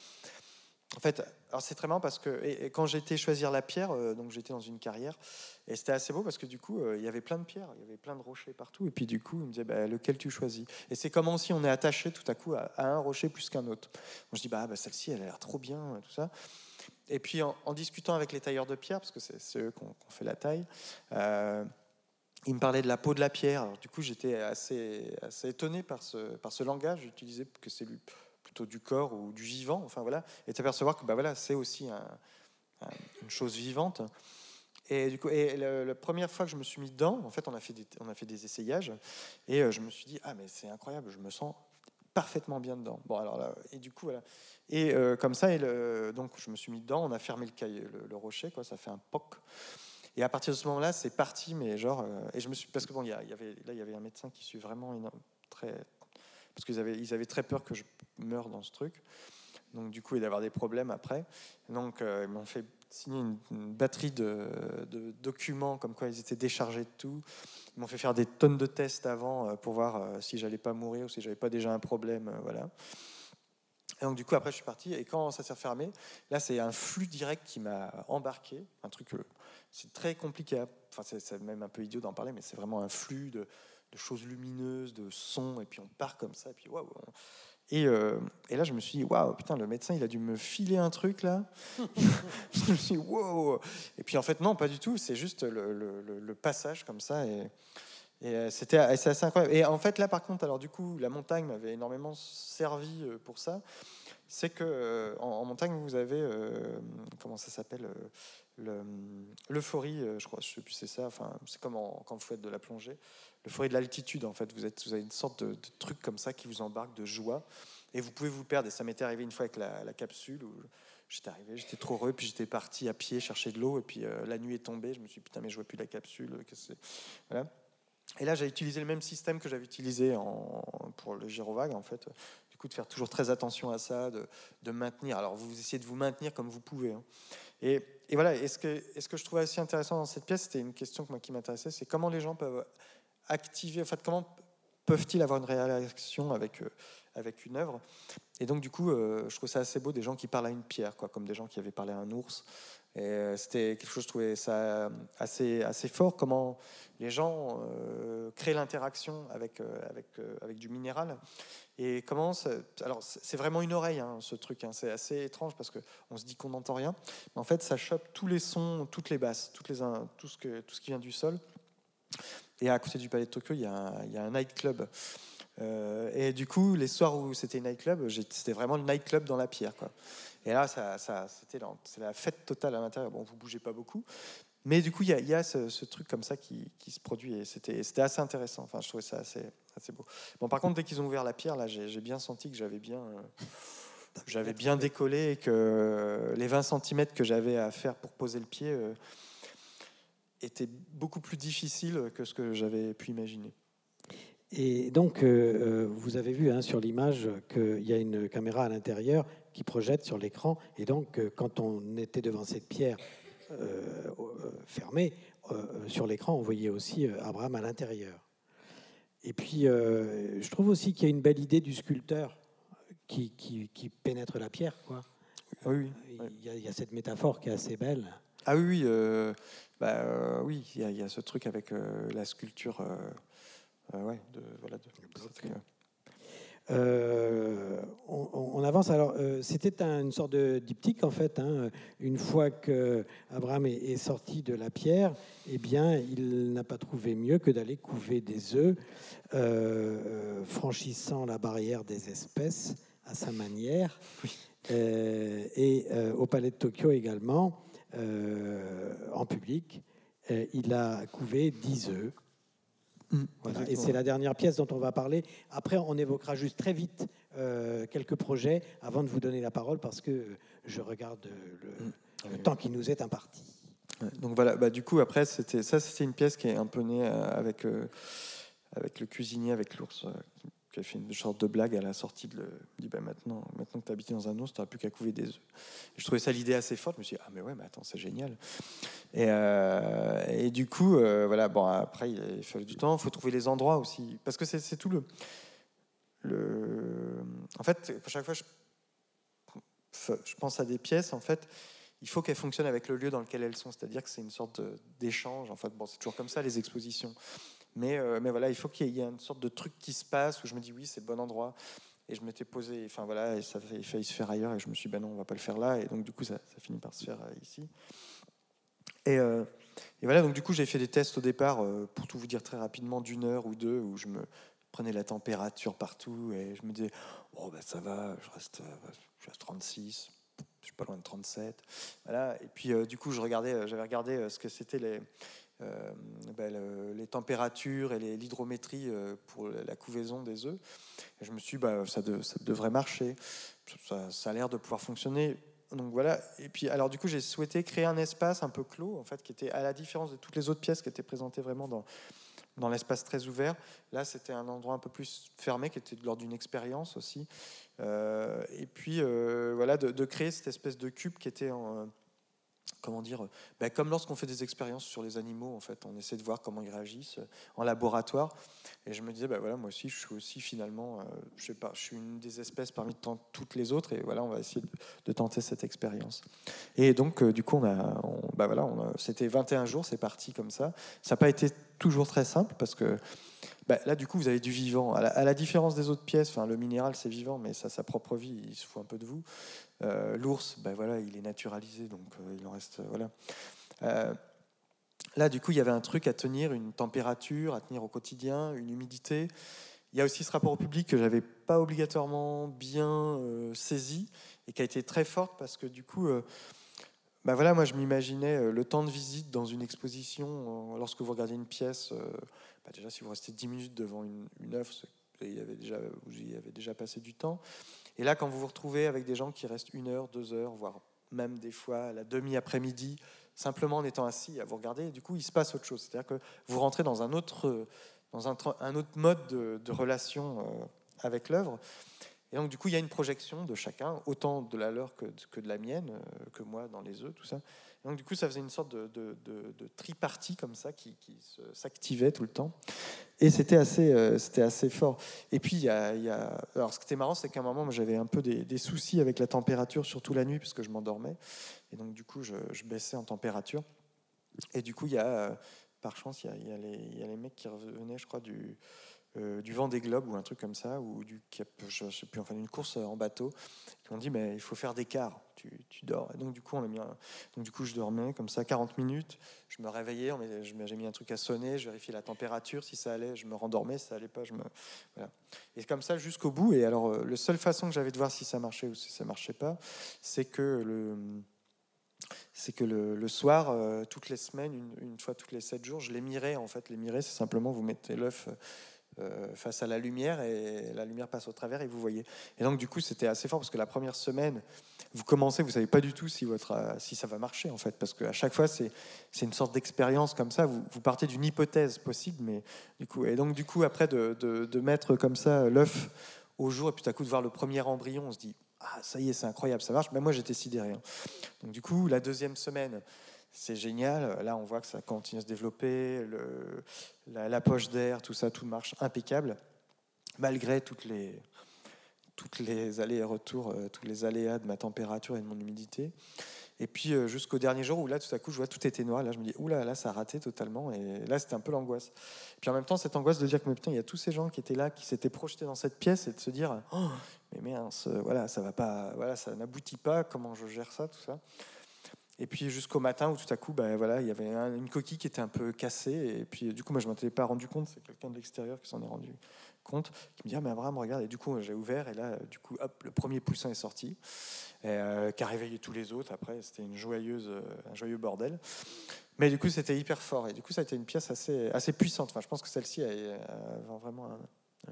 En fait, alors c'est très marrant parce que et, et quand j'ai été choisir la pierre, euh, donc j'étais dans une carrière et c'était assez beau parce que du coup euh, il y avait plein de pierres, il y avait plein de rochers partout et puis du coup il me disait bah, lequel tu choisis. Et c'est comme si on est attaché tout à coup à, à un rocher plus qu'un autre. Moi je dis bah, bah celle-ci elle a l'air trop bien tout ça. Et puis en, en discutant avec les tailleurs de pierre parce que c'est eux qui ont fait la taille. Euh, il me parlait de la peau de la pierre. Alors, du coup j'étais assez assez étonné par ce par ce langage. J'utilisais que c'est lui plutôt du corps ou du vivant, enfin voilà, et t'apercevoir que bah voilà, c'est aussi un, un, une chose vivante. Et du coup, et le, la première fois que je me suis mis dedans, en fait, on a fait des, on a fait des essayages, et euh, je me suis dit ah mais c'est incroyable, je me sens parfaitement bien dedans. Bon alors là, et du coup voilà, et euh, comme ça, et le, donc je me suis mis dedans, on a fermé le, cahier, le, le rocher, quoi, ça fait un poc. Et à partir de ce moment-là, c'est parti, mais genre, euh, et je me suis, parce que bon, il y, y avait, là, il y avait un médecin qui suit vraiment énorme, très parce qu'ils avaient, ils avaient très peur que je meure dans ce truc. donc du coup, et d'avoir des problèmes après. Donc, euh, ils m'ont fait signer une, une batterie de, de documents comme quoi ils étaient déchargés de tout. Ils m'ont fait faire des tonnes de tests avant euh, pour voir euh, si j'allais pas mourir ou si j'avais pas déjà un problème, euh, voilà. Et donc du coup, après, je suis parti. Et quand ça s'est refermé, là, c'est un flux direct qui m'a embarqué. Un truc, euh, c'est très compliqué. À, enfin, c'est, c'est même un peu idiot d'en parler, mais c'est vraiment un flux de, de choses lumineuses, de sons. Et puis on part comme ça. Et puis waouh. Et, euh, et là, je me suis dit, waouh, putain, le médecin, il a dû me filer un truc là. Je me suis dit, waouh. Et puis en fait, non, pas du tout. C'est juste le, le, le passage comme ça. Et, et c'était c'est assez incroyable. Et en fait, là, par contre, alors du coup, la montagne m'avait énormément servi pour ça. C'est que euh, en, en montagne, vous avez, euh, comment ça s'appelle euh, le, l'euphorie, euh, je crois, je sais plus, c'est ça. Enfin, c'est comme en, quand vous faites de la plongée. L'euphorie de l'altitude, en fait. Vous, êtes, vous avez une sorte de, de truc comme ça qui vous embarque de joie. Et vous pouvez vous perdre. Et ça m'était arrivé une fois avec la, la capsule où j'étais arrivé, j'étais trop heureux, puis j'étais parti à pied chercher de l'eau. Et puis euh, la nuit est tombée. Je me suis dit, putain, mais je vois plus la capsule. Qu'est-ce que c'est ? Voilà. Et là, j'ai utilisé le même système que j'avais utilisé en, pour le gyrovague, en fait. Du coup, de faire toujours très attention à ça, de, de maintenir. Alors, vous essayez de vous maintenir comme vous pouvez. Hein. Et, et voilà. Et ce que, et ce que je trouvais assez intéressant dans cette pièce, c'était une question que, moi, qui m'intéressait, c'est comment les gens peuvent activer, en fait, comment peuvent-ils avoir une réaction avec, euh, avec une œuvre. Et donc, du coup, euh, je trouve ça assez beau, des gens qui parlent à une pierre, quoi, comme des gens qui avaient parlé à un ours. Et euh, c'était quelque chose, je trouvais ça assez, assez fort, comment les gens euh, créent l'interaction avec, euh, avec, euh, avec du minéral. Et comment ça, alors c'est vraiment une oreille, hein, ce truc, hein, c'est assez étrange parce qu'on se dit qu'on n'entend rien, mais en fait ça chope tous les sons, toutes les basses, toutes les, tout, ce que, tout ce qui vient du sol. Et à côté du Palais de Tokyo, il y a un, il y a un nightclub. Euh, et du coup, les soirs où c'était nightclub, c'était vraiment le nightclub dans la pierre, quoi. Et là, ça, ça, c'était la, c'est la fête totale à l'intérieur. Bon, vous bougez pas beaucoup, mais du coup, il y a, il y a ce, ce truc comme ça qui, qui se produit, et c'était, c'était assez intéressant. Enfin, je trouvais ça assez, assez beau. Bon, par contre, dès qu'ils ont ouvert la pierre, là, j'ai, j'ai bien senti que j'avais bien, euh, j'avais bien décollé et que les vingt centimètres que j'avais à faire pour poser le pied euh, étaient beaucoup plus difficiles que ce que j'avais pu imaginer. Et donc, euh, vous avez vu hein, sur l'image qu'il y a une caméra à l'intérieur qui projette sur l'écran. Et donc, euh, quand on était devant cette pierre euh, euh, fermée, euh, sur l'écran, on voyait aussi euh, Abraham à l'intérieur. Et puis, euh, je trouve aussi qu'il y a une belle idée du sculpteur qui, qui, qui pénètre la pierre, quoi. Oui, oui. Il y a, il y a cette métaphore qui est assez belle. Ah oui, oui, euh, bah, euh, oui, il y, a, il y a ce truc avec euh, la sculpture. Euh, Euh, ouais, de, voilà, de, de euh, on, on avance. Alors, euh, c'était un, une sorte de diptyque en fait. Hein. Une fois que Abraham est, est sorti de la pierre, eh bien, il n'a pas trouvé mieux que d'aller couver des œufs, euh, franchissant la barrière des espèces à sa manière. Oui. Euh, et euh, au Palais de Tokyo également, euh, en public, euh, il a couvé dix œufs. Mmh, voilà. Et c'est la dernière pièce dont on va parler. Après, on évoquera juste très vite euh, quelques projets avant de vous donner la parole parce que je regarde le, mmh. le temps qui nous est imparti. Ouais, donc voilà, bah, du coup, après, c'était, ça, c'était une pièce qui est un peu née euh, avec, euh, avec le cuisinier, avec l'ours, euh, qui a fait une sorte de blague à la sortie de le, dit bah, maintenant, maintenant que tu habites dans un ours, tu n'auras plus qu'à couver des œufs. Et je trouvais ça l'idée assez forte. Je me suis dit, ah, mais ouais, mais attends, c'est génial. Et, euh, et du coup, euh, voilà, bon, après, il a fallu du temps. Il faut trouver les endroits aussi. Parce que c'est, c'est tout le, le. En fait, à chaque fois, je, je pense à des pièces, en fait, il faut qu'elles fonctionnent avec le lieu dans lequel elles sont. C'est-à-dire que c'est une sorte d'échange. En fait, bon, c'est toujours comme ça, les expositions. Mais, euh, mais voilà, il faut qu'il y ait une sorte de truc qui se passe où je me dis oui, c'est le bon endroit. Et je m'étais posé, enfin voilà, et ça a failli se faire ailleurs. Et je me suis dit, ben non, on va pas le faire là. Et donc, du coup, ça, ça finit par se faire euh, ici. Et, euh, et voilà, donc du coup, j'ai fait des tests au départ, euh, pour tout vous dire très rapidement, d'une heure ou deux, où je me prenais la température partout. Et je me disais, oh ben ça va, je reste, euh, je reste trente-six, je suis pas loin de trente-sept. Voilà. Et puis, euh, du coup, je regardais, j'avais regardé euh, ce que c'était les. Euh, ben, le, les températures et les, l'hydrométrie euh, pour la couvaison des œufs. Et je me suis dit, bah, ça, de, ça devrait marcher. Ça, ça a l'air de pouvoir fonctionner. Donc voilà. Et puis, alors du coup, j'ai souhaité créer un espace un peu clos, en fait, qui était à la différence de toutes les autres pièces qui étaient présentées vraiment dans, dans l'espace très ouvert. Là, c'était un endroit un peu plus fermé, qui était lors d'une expérience aussi. Euh, et puis, euh, voilà, de, de créer cette espèce de cube qui était en... Euh, comment dire, ben, comme lorsqu'on fait des expériences sur les animaux, en fait, on essaie de voir comment ils réagissent en laboratoire. Et je me disais, ben voilà, moi aussi, je suis aussi finalement, euh, je sais pas, je suis une des espèces parmi tant, toutes les autres, et voilà, on va essayer de, de tenter cette expérience. Et donc, euh, du coup, on a, on, ben voilà, on a, c'était vingt et un jours, c'est parti comme ça. Ça n'a pas été toujours très simple parce que ben, là, du coup, vous avez du vivant. À la, à la différence des autres pièces, enfin, le minéral, c'est vivant, mais ça a sa propre vie, il se fout un peu de vous. Euh, l'ours, ben voilà, il est naturalisé, donc euh, il en reste, euh, voilà. Euh, là, du coup, il y avait un truc à tenir, une température, à tenir au quotidien, une humidité. Il y a aussi ce rapport au public que j'avais pas obligatoirement bien euh, saisi et qui a été très fort parce que du coup, euh, ben voilà, moi je m'imaginais euh, le temps de visite dans une exposition, euh, lorsque vous regardez une pièce, euh, ben déjà si vous restez dix minutes devant une, une œuvre, il y avait déjà, vous y avez déjà passé du temps. Et là, quand vous vous retrouvez avec des gens qui restent une heure, deux heures, voire même des fois à la demi-après-midi, simplement en étant assis à vous regarder, et du coup, il se passe autre chose. C'est-à-dire que vous rentrez dans un autre, dans un, un autre mode de, de relation euh, avec l'œuvre. Et donc, du coup, il y a une projection de chacun, autant de la leur que de, que de la mienne, euh, que moi dans les œufs, tout ça. Et donc, du coup, ça faisait une sorte de, de, de, de tripartie comme ça qui, qui se, s'activait tout le temps. Et c'était assez, euh, c'était assez fort. Et puis, il y a, il y a... Alors, ce qui était marrant, c'est qu'à un moment, moi, j'avais un peu des, des soucis avec la température, surtout la nuit, parce que je m'endormais. Et donc, du coup, je, je baissais en température. Et du coup, il y a, euh, par chance, il y a, il y a les, il y a les mecs qui revenaient, je crois, du... Euh, du Vendée Globe ou un truc comme ça, ou du Cap, je sais plus, enfin une course en bateau, qui m'ont dit mais il faut faire des quarts, tu, tu dors. Et donc du coup on a mis un, donc du coup je dormais comme ça quarante minutes, je me réveillais, j'ai mis un truc à sonner, je vérifiais la température, si ça allait, je me rendormais, si ça allait pas, je me voilà. Et comme ça jusqu'au bout. Et alors la seule façon que j'avais de voir si ça marchait ou si ça marchait pas, c'est que le c'est que le, le soir, euh, toutes les semaines, une, une fois toutes les sept jours, je les mirais. En fait, les mirer, c'est simplement vous mettez l'œuf Euh, face à la lumière et la lumière passe au travers et vous voyez. Et donc du coup c'était assez fort parce que la première semaine vous commencez, vous savez pas du tout si, votre, si ça va marcher en fait, parce qu'à chaque fois c'est, c'est une sorte d'expérience comme ça, vous, vous partez d'une hypothèse possible, mais du coup, et donc du coup après de, de, de mettre comme ça l'œuf au jour et puis tout à coup de voir le premier embryon, on se dit ah ça y est c'est incroyable, ça marche. Mais moi j'étais sidéré, hein. Donc du coup la deuxième semaine c'est génial. Là, on voit que ça continue à se développer. Le, la, la poche d'air, tout ça, tout marche impeccable, malgré toutes les, toutes les allers et retours, euh, tous les aléas de ma température et de mon humidité. Et puis euh, jusqu'au dernier jour où là, tout à coup, je vois tout était noir. Là, je me dis, oula, là, ça a raté totalement. Et là, c'était un peu l'angoisse. Et puis en même temps, cette angoisse de dire que mais putain, il y a tous ces gens qui étaient là, qui s'étaient projetés dans cette pièce, et de se dire, oh, mais mince, voilà, ça va pas, voilà, ça n'aboutit pas. Comment je gère ça, tout ça. Et puis jusqu'au matin où tout à coup, bah, voilà, il y avait un, une coquille qui était un peu cassée. Et puis du coup, moi, je ne m'en étais pas rendu compte. C'est quelqu'un de l'extérieur qui s'en est rendu compte, qui me dit ah, mais Abraham, regarde. Et du coup, j'ai ouvert. Et là, du coup, hop, le premier poussin est sorti, et, euh, qui a réveillé tous les autres. Après, c'était une joyeuse, un joyeux bordel. Mais du coup, c'était hyper fort. Et du coup, ça a été une pièce assez, assez puissante. Enfin, je pense que celle-ci a, a vraiment un...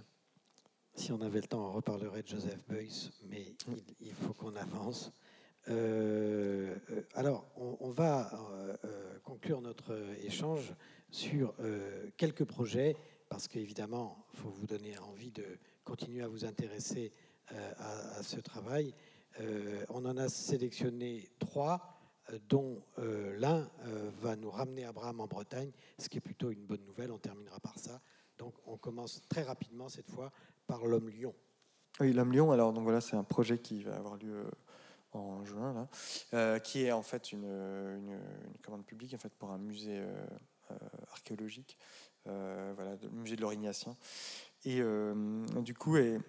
Si on avait le temps, on reparlerait de Joseph Beuys, mais il, il faut qu'on avance. Euh, alors, on, on va euh, conclure notre échange sur euh, quelques projets, parce qu'évidemment, il faut vous donner envie de continuer à vous intéresser euh, à, à ce travail. Euh, on en a sélectionné trois, euh, dont euh, l'un euh, va nous ramener Abraham en Bretagne, ce qui est plutôt une bonne nouvelle. On terminera par ça. Donc, on commence très rapidement cette fois par l'Homme-Lion. Oui, l'Homme-Lion. Alors, donc voilà, c'est un projet qui va avoir lieu en juin, là, euh, qui est en fait une, une, une commande publique en fait, pour un musée euh, euh, archéologique, euh, voilà, le musée de l'Aurignacien. Et euh, du coup, et,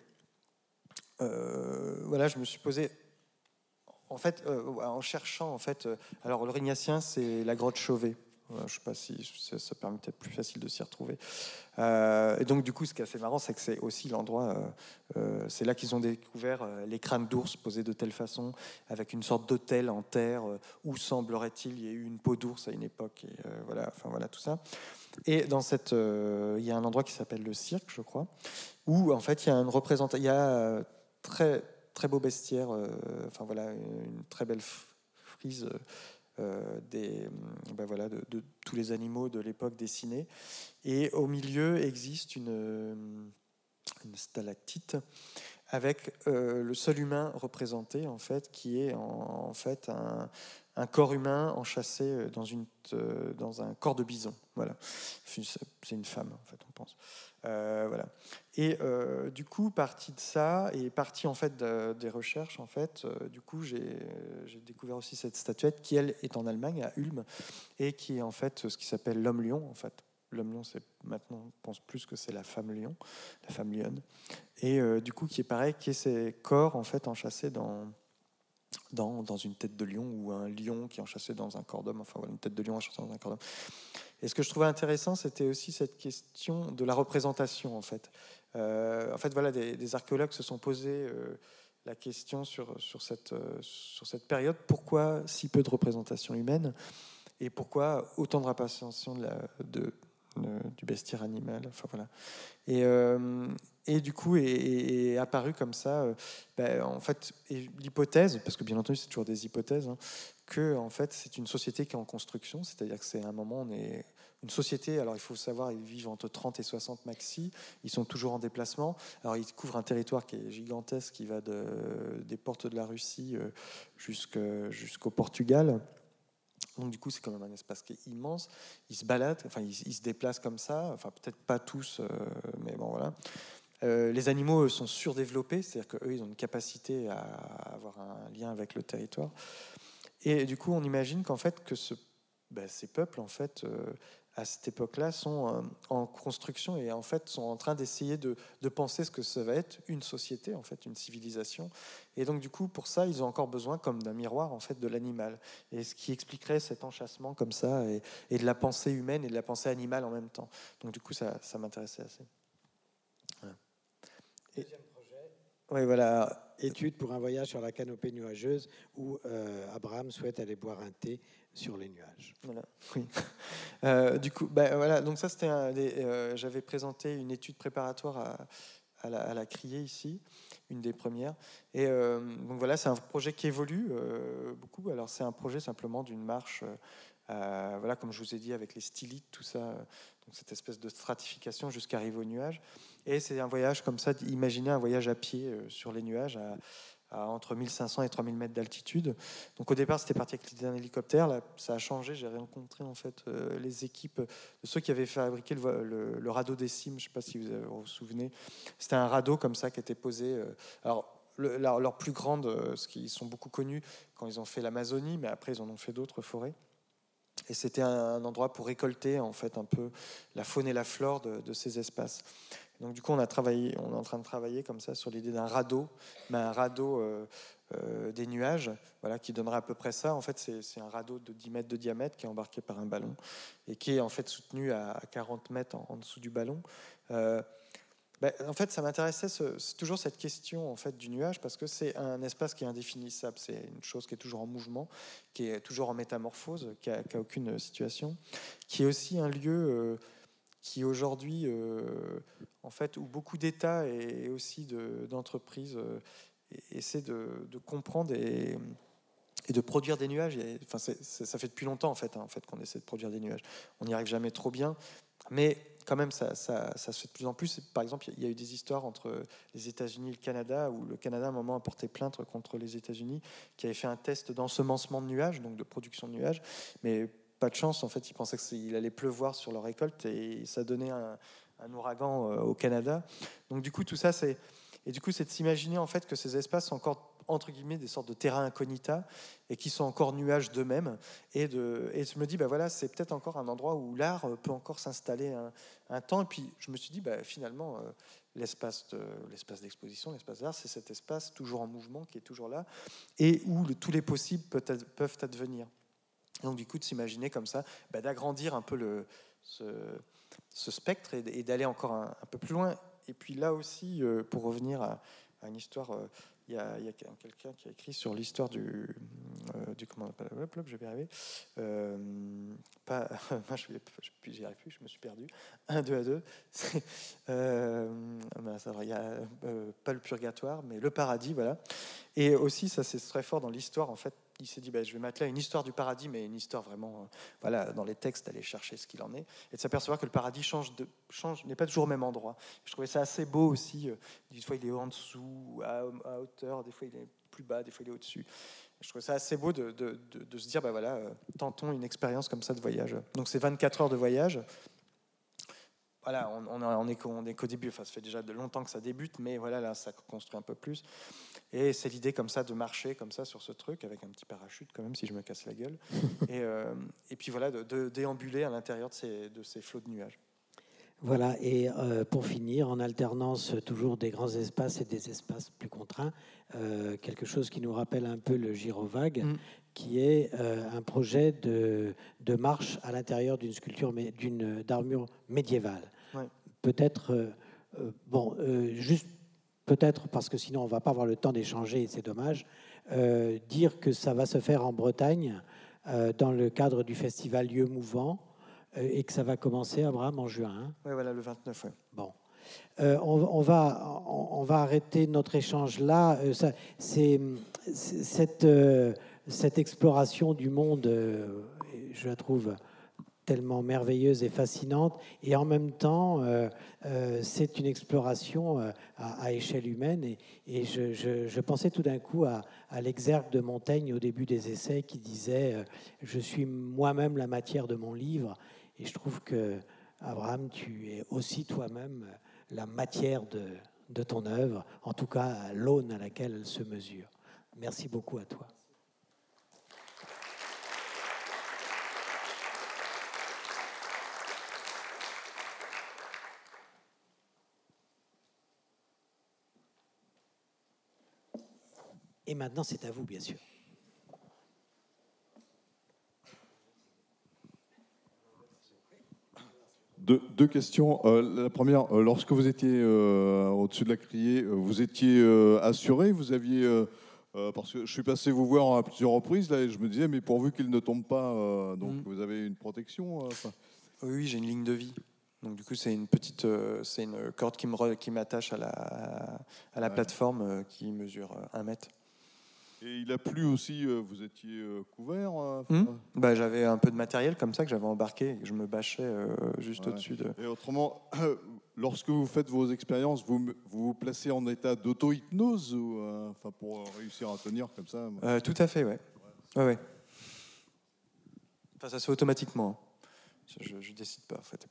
euh, voilà, je me suis posé, en fait, euh, en cherchant, en fait, euh, alors l'Aurignacien, c'est la grotte Chauvet. Je ne sais pas si ça, ça permet peut-être plus facile de s'y retrouver. Euh, et donc, du coup, ce qui est assez marrant, c'est que c'est aussi l'endroit, euh, euh, c'est là qu'ils ont découvert euh, les crânes d'ours posés de telle façon, avec une sorte d'autel en terre, euh, où semblerait-il il y ait eu une peau d'ours à une époque. Et euh, voilà, enfin voilà tout ça. Et dans cette, euh, il y a un endroit qui s'appelle le cirque, je crois, où en fait il y a une représentation, il y a euh, très très beau bestiaire, euh, enfin voilà, une très belle frise. Euh, euh, des, ben voilà, de, de tous les animaux de l'époque dessinés. Et au milieu existe une, une stalactite avec euh, le seul humain représenté, en fait, qui est en, en fait un, un corps humain enchâssé dans, une, euh, dans un corps de bison. Voilà. C'est une femme, en fait, on pense. Euh, voilà. Et euh, du coup, partie de ça, et partie en fait de, des recherches, en fait, euh, du coup, j'ai découvert aussi cette statuette qui, elle, est en Allemagne, à Ulm, et qui est en fait ce qui s'appelle l'homme-lion, en fait. L'homme-lion, c'est maintenant, on pense plus que c'est la femme-lion, la femme lionne. Et euh, du coup, qui est pareil, qui est ces corps, en fait, enchâssés dans, dans, dans une tête de lion, ou un lion qui est enchâssé dans un corps d'homme, enfin, voilà, une tête de lion enchâssée dans un corps d'homme. Et ce que je trouvais intéressant, c'était aussi cette question de la représentation, en fait. Euh, en fait, voilà, des, des archéologues se sont posés euh, la question sur, sur, cette, euh, sur cette période, pourquoi si peu de représentation humaine, et pourquoi autant de représentation de la, de, de, du bestiaire animal, enfin voilà. Et, euh, et du coup, est, est, est apparu comme ça, euh, ben, en fait, l'hypothèse, parce que bien entendu, c'est toujours des hypothèses, hein, que en fait, c'est une société qui est en construction, c'est-à-dire que c'est un moment, on est une société, alors il faut savoir, ils vivent entre trente et soixante maxi, ils sont toujours en déplacement, alors ils couvrent un territoire qui est gigantesque, qui va de, des portes de la Russie euh, jusqu'au Portugal. Donc du coup, c'est quand même un espace qui est immense. Ils se baladent, enfin ils, ils se déplacent comme ça, enfin peut-être pas tous, euh, mais bon voilà. Euh, les animaux eux, sont surdéveloppés, c'est-à-dire qu'eux, ils ont une capacité à avoir un lien avec le territoire. Et du coup, on imagine qu'en fait, que ce, ben, ces peuples, en fait, euh, à cette époque-là, sont euh, en construction et en fait sont en train d'essayer de, de penser ce que ça va être une société, en fait, une civilisation. Et donc, du coup, pour ça, ils ont encore besoin, comme d'un miroir, en fait, de l'animal. Et ce qui expliquerait cet enchâssement comme ça, et, et de la pensée humaine et de la pensée animale en même temps. Donc, du coup, ça, ça m'intéressait assez. Voilà. Et, Deuxième projet. Oui, voilà. Étude pour un voyage sur la canopée nuageuse où euh, Abraham souhaite aller boire un thé sur les nuages. Voilà. Oui. Euh, du coup, ben, voilà. Donc ça, c'était un des, euh, j'avais présenté une étude préparatoire à, à, la, à la Criée ici, une des premières. Et euh, donc voilà, c'est un projet qui évolue euh, beaucoup. Alors c'est un projet simplement d'une marche, euh, voilà, comme je vous ai dit, avec les stylites, tout ça. Donc cette espèce de stratification jusqu'à arriver aux nuages. Et c'est un voyage comme ça. Imaginez un voyage à pied euh, sur les nuages. À, à entre mille cinq cents et trois mille mètres d'altitude. Donc au départ, c'était parti avec l'idée d'un hélicoptère. Là, ça a changé. J'ai rencontré en fait euh, les équipes de ceux qui avaient fabriqué le, le, le radeau des cimes. Je ne sais pas si vous vous, vous souvenez. C'était un radeau comme ça qui était posé. Euh, alors le, leur, leur plus grande, euh, ce qu'ils sont beaucoup connus quand ils ont fait l'Amazonie, mais après ils en ont fait d'autres forêts. Et c'était un, un endroit pour récolter en fait un peu la faune et la flore de, de ces espaces. Donc du coup, on a travaillé, on est en train de travailler comme ça sur l'idée d'un radeau, mais un radeau euh, euh, des nuages, voilà, qui donnerait à peu près ça. En fait, c'est un radeau de dix mètres de diamètre qui est embarqué par un ballon et qui est en fait soutenu à, à quarante mètres en, en dessous du ballon. Euh, ben, en fait, ça m'intéressait ce, toujours cette question en fait du nuage parce que c'est un espace qui est indéfinissable. C'est une chose qui est toujours en mouvement, qui est toujours en métamorphose, qui a, qui a aucune situation, qui est aussi un lieu euh, qui aujourd'hui, euh, en fait, où beaucoup d'États et aussi d'entreprises de, euh, essaient de, de comprendre et, et de produire des nuages. Et, enfin, c'est, c'est, ça fait depuis longtemps en fait, hein, en fait qu'on essaie de produire des nuages. On n'y arrive jamais trop bien, mais quand même, ça, ça, ça se fait de plus en plus. Par exemple, il y a eu des histoires entre les États-Unis et le Canada, où le Canada, à un moment, a porté plainte contre les États-Unis, qui avait fait un test d'ensemencement de nuages, donc de production de nuages, mais pas de chance, en fait, ils pensaient qu'il allait pleuvoir sur leur récolte et ça donnait un, un ouragan au Canada. Donc du coup, tout ça, c'est... Et du coup, c'est de s'imaginer en fait que ces espaces sont encore, entre guillemets, des sortes de terrain incognita et qui sont encore nuages d'eux-mêmes. Et, de, et je me dis, bah voilà, c'est peut-être encore un endroit où l'art peut encore s'installer un, un temps. Et puis, je me suis dit, bah, finalement, euh, l'espace de, l'espace d'exposition, l'espace d'art, c'est cet espace toujours en mouvement qui est toujours là et où le, tous les possibles peuvent, peuvent advenir. Donc du coup, de s'imaginer comme ça, bah, d'agrandir un peu le, ce, ce spectre et, et d'aller encore un, un peu plus loin. Et puis là aussi, euh, pour revenir à, à une histoire, euh, il y a, y a quelqu'un qui a écrit sur l'histoire du, euh, du comment on appelle, hop, hop, je vais y arriver. Euh, pas, moi, je n'y arrive plus, je me suis perdu. Un, deux à deux. Euh, il y a euh, pas le purgatoire, mais le paradis, voilà. Et aussi, ça c'est très fort dans l'histoire en fait il s'est dit, bah, je vais m'atteler à une histoire du paradis, mais une histoire vraiment, euh, voilà, dans les textes, aller chercher ce qu'il en est, et de s'apercevoir que le paradis change, de, change n'est pas toujours au même endroit. Je trouvais ça assez beau aussi. Euh, des fois, il est en dessous, à, à hauteur, des fois, il est plus bas, des fois, il est au-dessus. Je trouvais ça assez beau de, de, de, de se dire, bah, voilà, euh, tentons une expérience comme ça de voyage. Donc, c'est vingt-quatre heures de voyage. Voilà, on, on, on est qu'au début, enfin, ça fait déjà de longtemps que ça débute, mais voilà, là, ça construit un peu plus. Et c'est l'idée comme ça de marcher comme ça sur ce truc avec un petit parachute quand même si je me casse la gueule. et, euh, et puis voilà, de, de déambuler à l'intérieur de ces, de ces flots de nuages. Voilà, et euh, pour finir, en alternance toujours des grands espaces et des espaces plus contraints, euh, quelque chose qui nous rappelle un peu le Girovague, mmh. qui est euh, un projet de, de marche à l'intérieur d'une sculpture, d'une d'armure médiévale. Ouais. Peut-être, euh, euh, bon, euh, juste peut-être parce que sinon on ne va pas avoir le temps d'échanger et c'est dommage, euh, dire que ça va se faire en Bretagne euh, dans le cadre du festival Lieux Mouvants, et que ça va commencer, Abraham, en juin. Hein. Oui, voilà, le vingt-neuf. Ouais. Bon. Euh, on, on, va, on, on va arrêter notre échange là. Euh, ça, c'est, c'est, cette, euh, cette exploration du monde, euh, je la trouve tellement merveilleuse et fascinante. Et en même temps, euh, euh, c'est une exploration euh, à, à échelle humaine. Et, et je, je, je pensais tout d'un coup à, à l'exergue de Montaigne au début des essais qui disait euh, « Je suis moi-même la matière de mon livre ». Et je trouve que, Abraham, tu es aussi toi-même la matière de, de ton œuvre, en tout cas l'aune à laquelle elle se mesure. Merci beaucoup à toi. Et maintenant, c'est à vous, bien sûr. Deux, deux questions. Euh, la première, euh, lorsque vous étiez euh, au-dessus de la criée, euh, vous étiez euh, assuré, vous aviez, euh, euh, parce que je suis passé vous voir à plusieurs reprises là, et je me disais, mais pourvu qu'il ne tombe pas, euh, donc mmh. vous avez une protection. Euh, oui, oui, j'ai une ligne de vie. Donc du coup, c'est une petite, euh, c'est une corde qui me qui m'attache à la à la ouais. plateforme euh, qui mesure un mètre. Et il a plu aussi, euh, vous étiez euh, couvert euh, mmh. bah, J'avais un peu de matériel comme ça que j'avais embarqué et que je me bâchais euh, juste ouais. au-dessus de... Et autrement, euh, lorsque vous faites vos expériences, vous vous, vous placez en état d'auto-hypnose ou, euh, enfin, pour réussir à tenir comme ça euh, Tout à fait, oui. Ouais. Ouais, ouais. Enfin, ça se fait automatiquement. Je ne décide pas, en fait.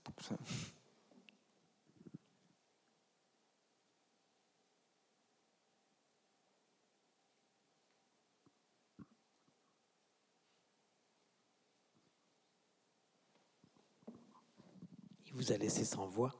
Il vous a laissé sans voix.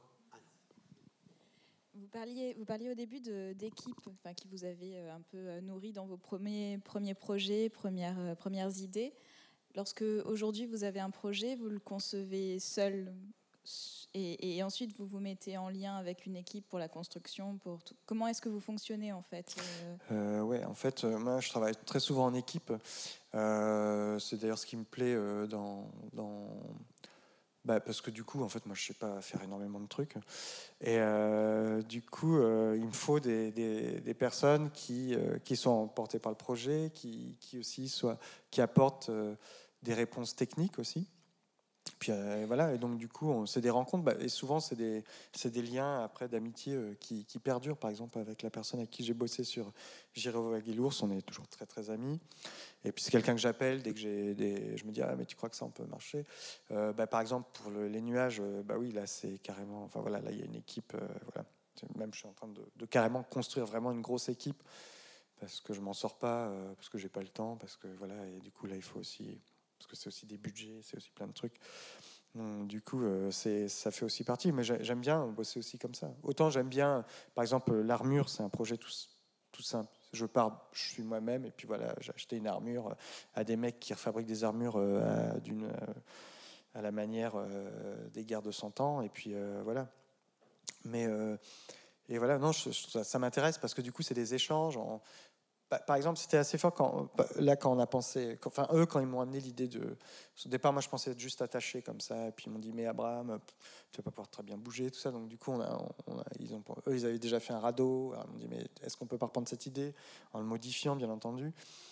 Vous parliez, vous parliez au début de, d'équipe, enfin, qui vous avez un peu nourri dans vos premiers, premiers projets, premières, premières idées. Lorsque aujourd'hui vous avez un projet, vous le concevez seul et, et ensuite vous vous mettez en lien avec une équipe pour la construction. Pour tout. Comment est-ce que vous fonctionnez en fait euh, Ouais, en fait, euh, moi je travaille très souvent en équipe. Euh, c'est d'ailleurs ce qui me plaît euh, dans, dans... Bah, parce que du coup, en fait, moi je sais pas faire énormément de trucs. Et euh, du coup, euh, il me faut des, des, des personnes qui, euh, qui sont portées par le projet, qui, qui aussi soient, qui apportent euh, des réponses techniques aussi. Puis euh, voilà, et donc du coup, on, c'est des rencontres, bah, et souvent c'est des, c'est des liens après d'amitié euh, qui, qui perdurent. Par exemple, avec la personne avec qui j'ai bossé sur Girovague et l'ours, on est toujours très très amis. Et puis c'est quelqu'un que j'appelle dès que j'ai des, je me dis ah mais tu crois que ça on peut marcher. Euh, bah, par exemple pour le, les nuages, euh, bah oui là c'est carrément, enfin voilà là il y a une équipe, euh, voilà. Même je suis en train de, de carrément construire vraiment une grosse équipe parce que je m'en sors pas, euh, parce que j'ai pas le temps, parce que voilà et du coup là il faut aussi parce que c'est aussi des budgets, c'est aussi plein de trucs. Donc, du coup, euh, c'est, ça fait aussi partie. Mais j'aime bien bosser aussi comme ça. Autant j'aime bien, par exemple, l'armure, c'est un projet tout, tout simple. Je pars, je suis moi-même, et puis voilà, j'ai acheté une armure à des mecs qui refabriquent des armures euh, à, d'une, euh, à la manière euh, des guerres de cent ans, et puis euh, voilà. Mais euh, et voilà, non, je, je, ça, ça m'intéresse parce que du coup, c'est des échanges. En, par exemple, c'était assez fort quand, là, quand on a pensé, quand, enfin, eux, quand ils m'ont amené l'idée de. Au départ, moi, je pensais être juste attaché comme ça, et puis ils m'ont dit, mais Abraham, tu vas pas pouvoir très bien bouger, tout ça. Donc, du coup, on a, on a, ils ont, eux, ils avaient déjà fait un radeau. Alors, ils m'ont dit, mais est-ce qu'on peut pas reprendre cette idée en le modifiant, bien entendu.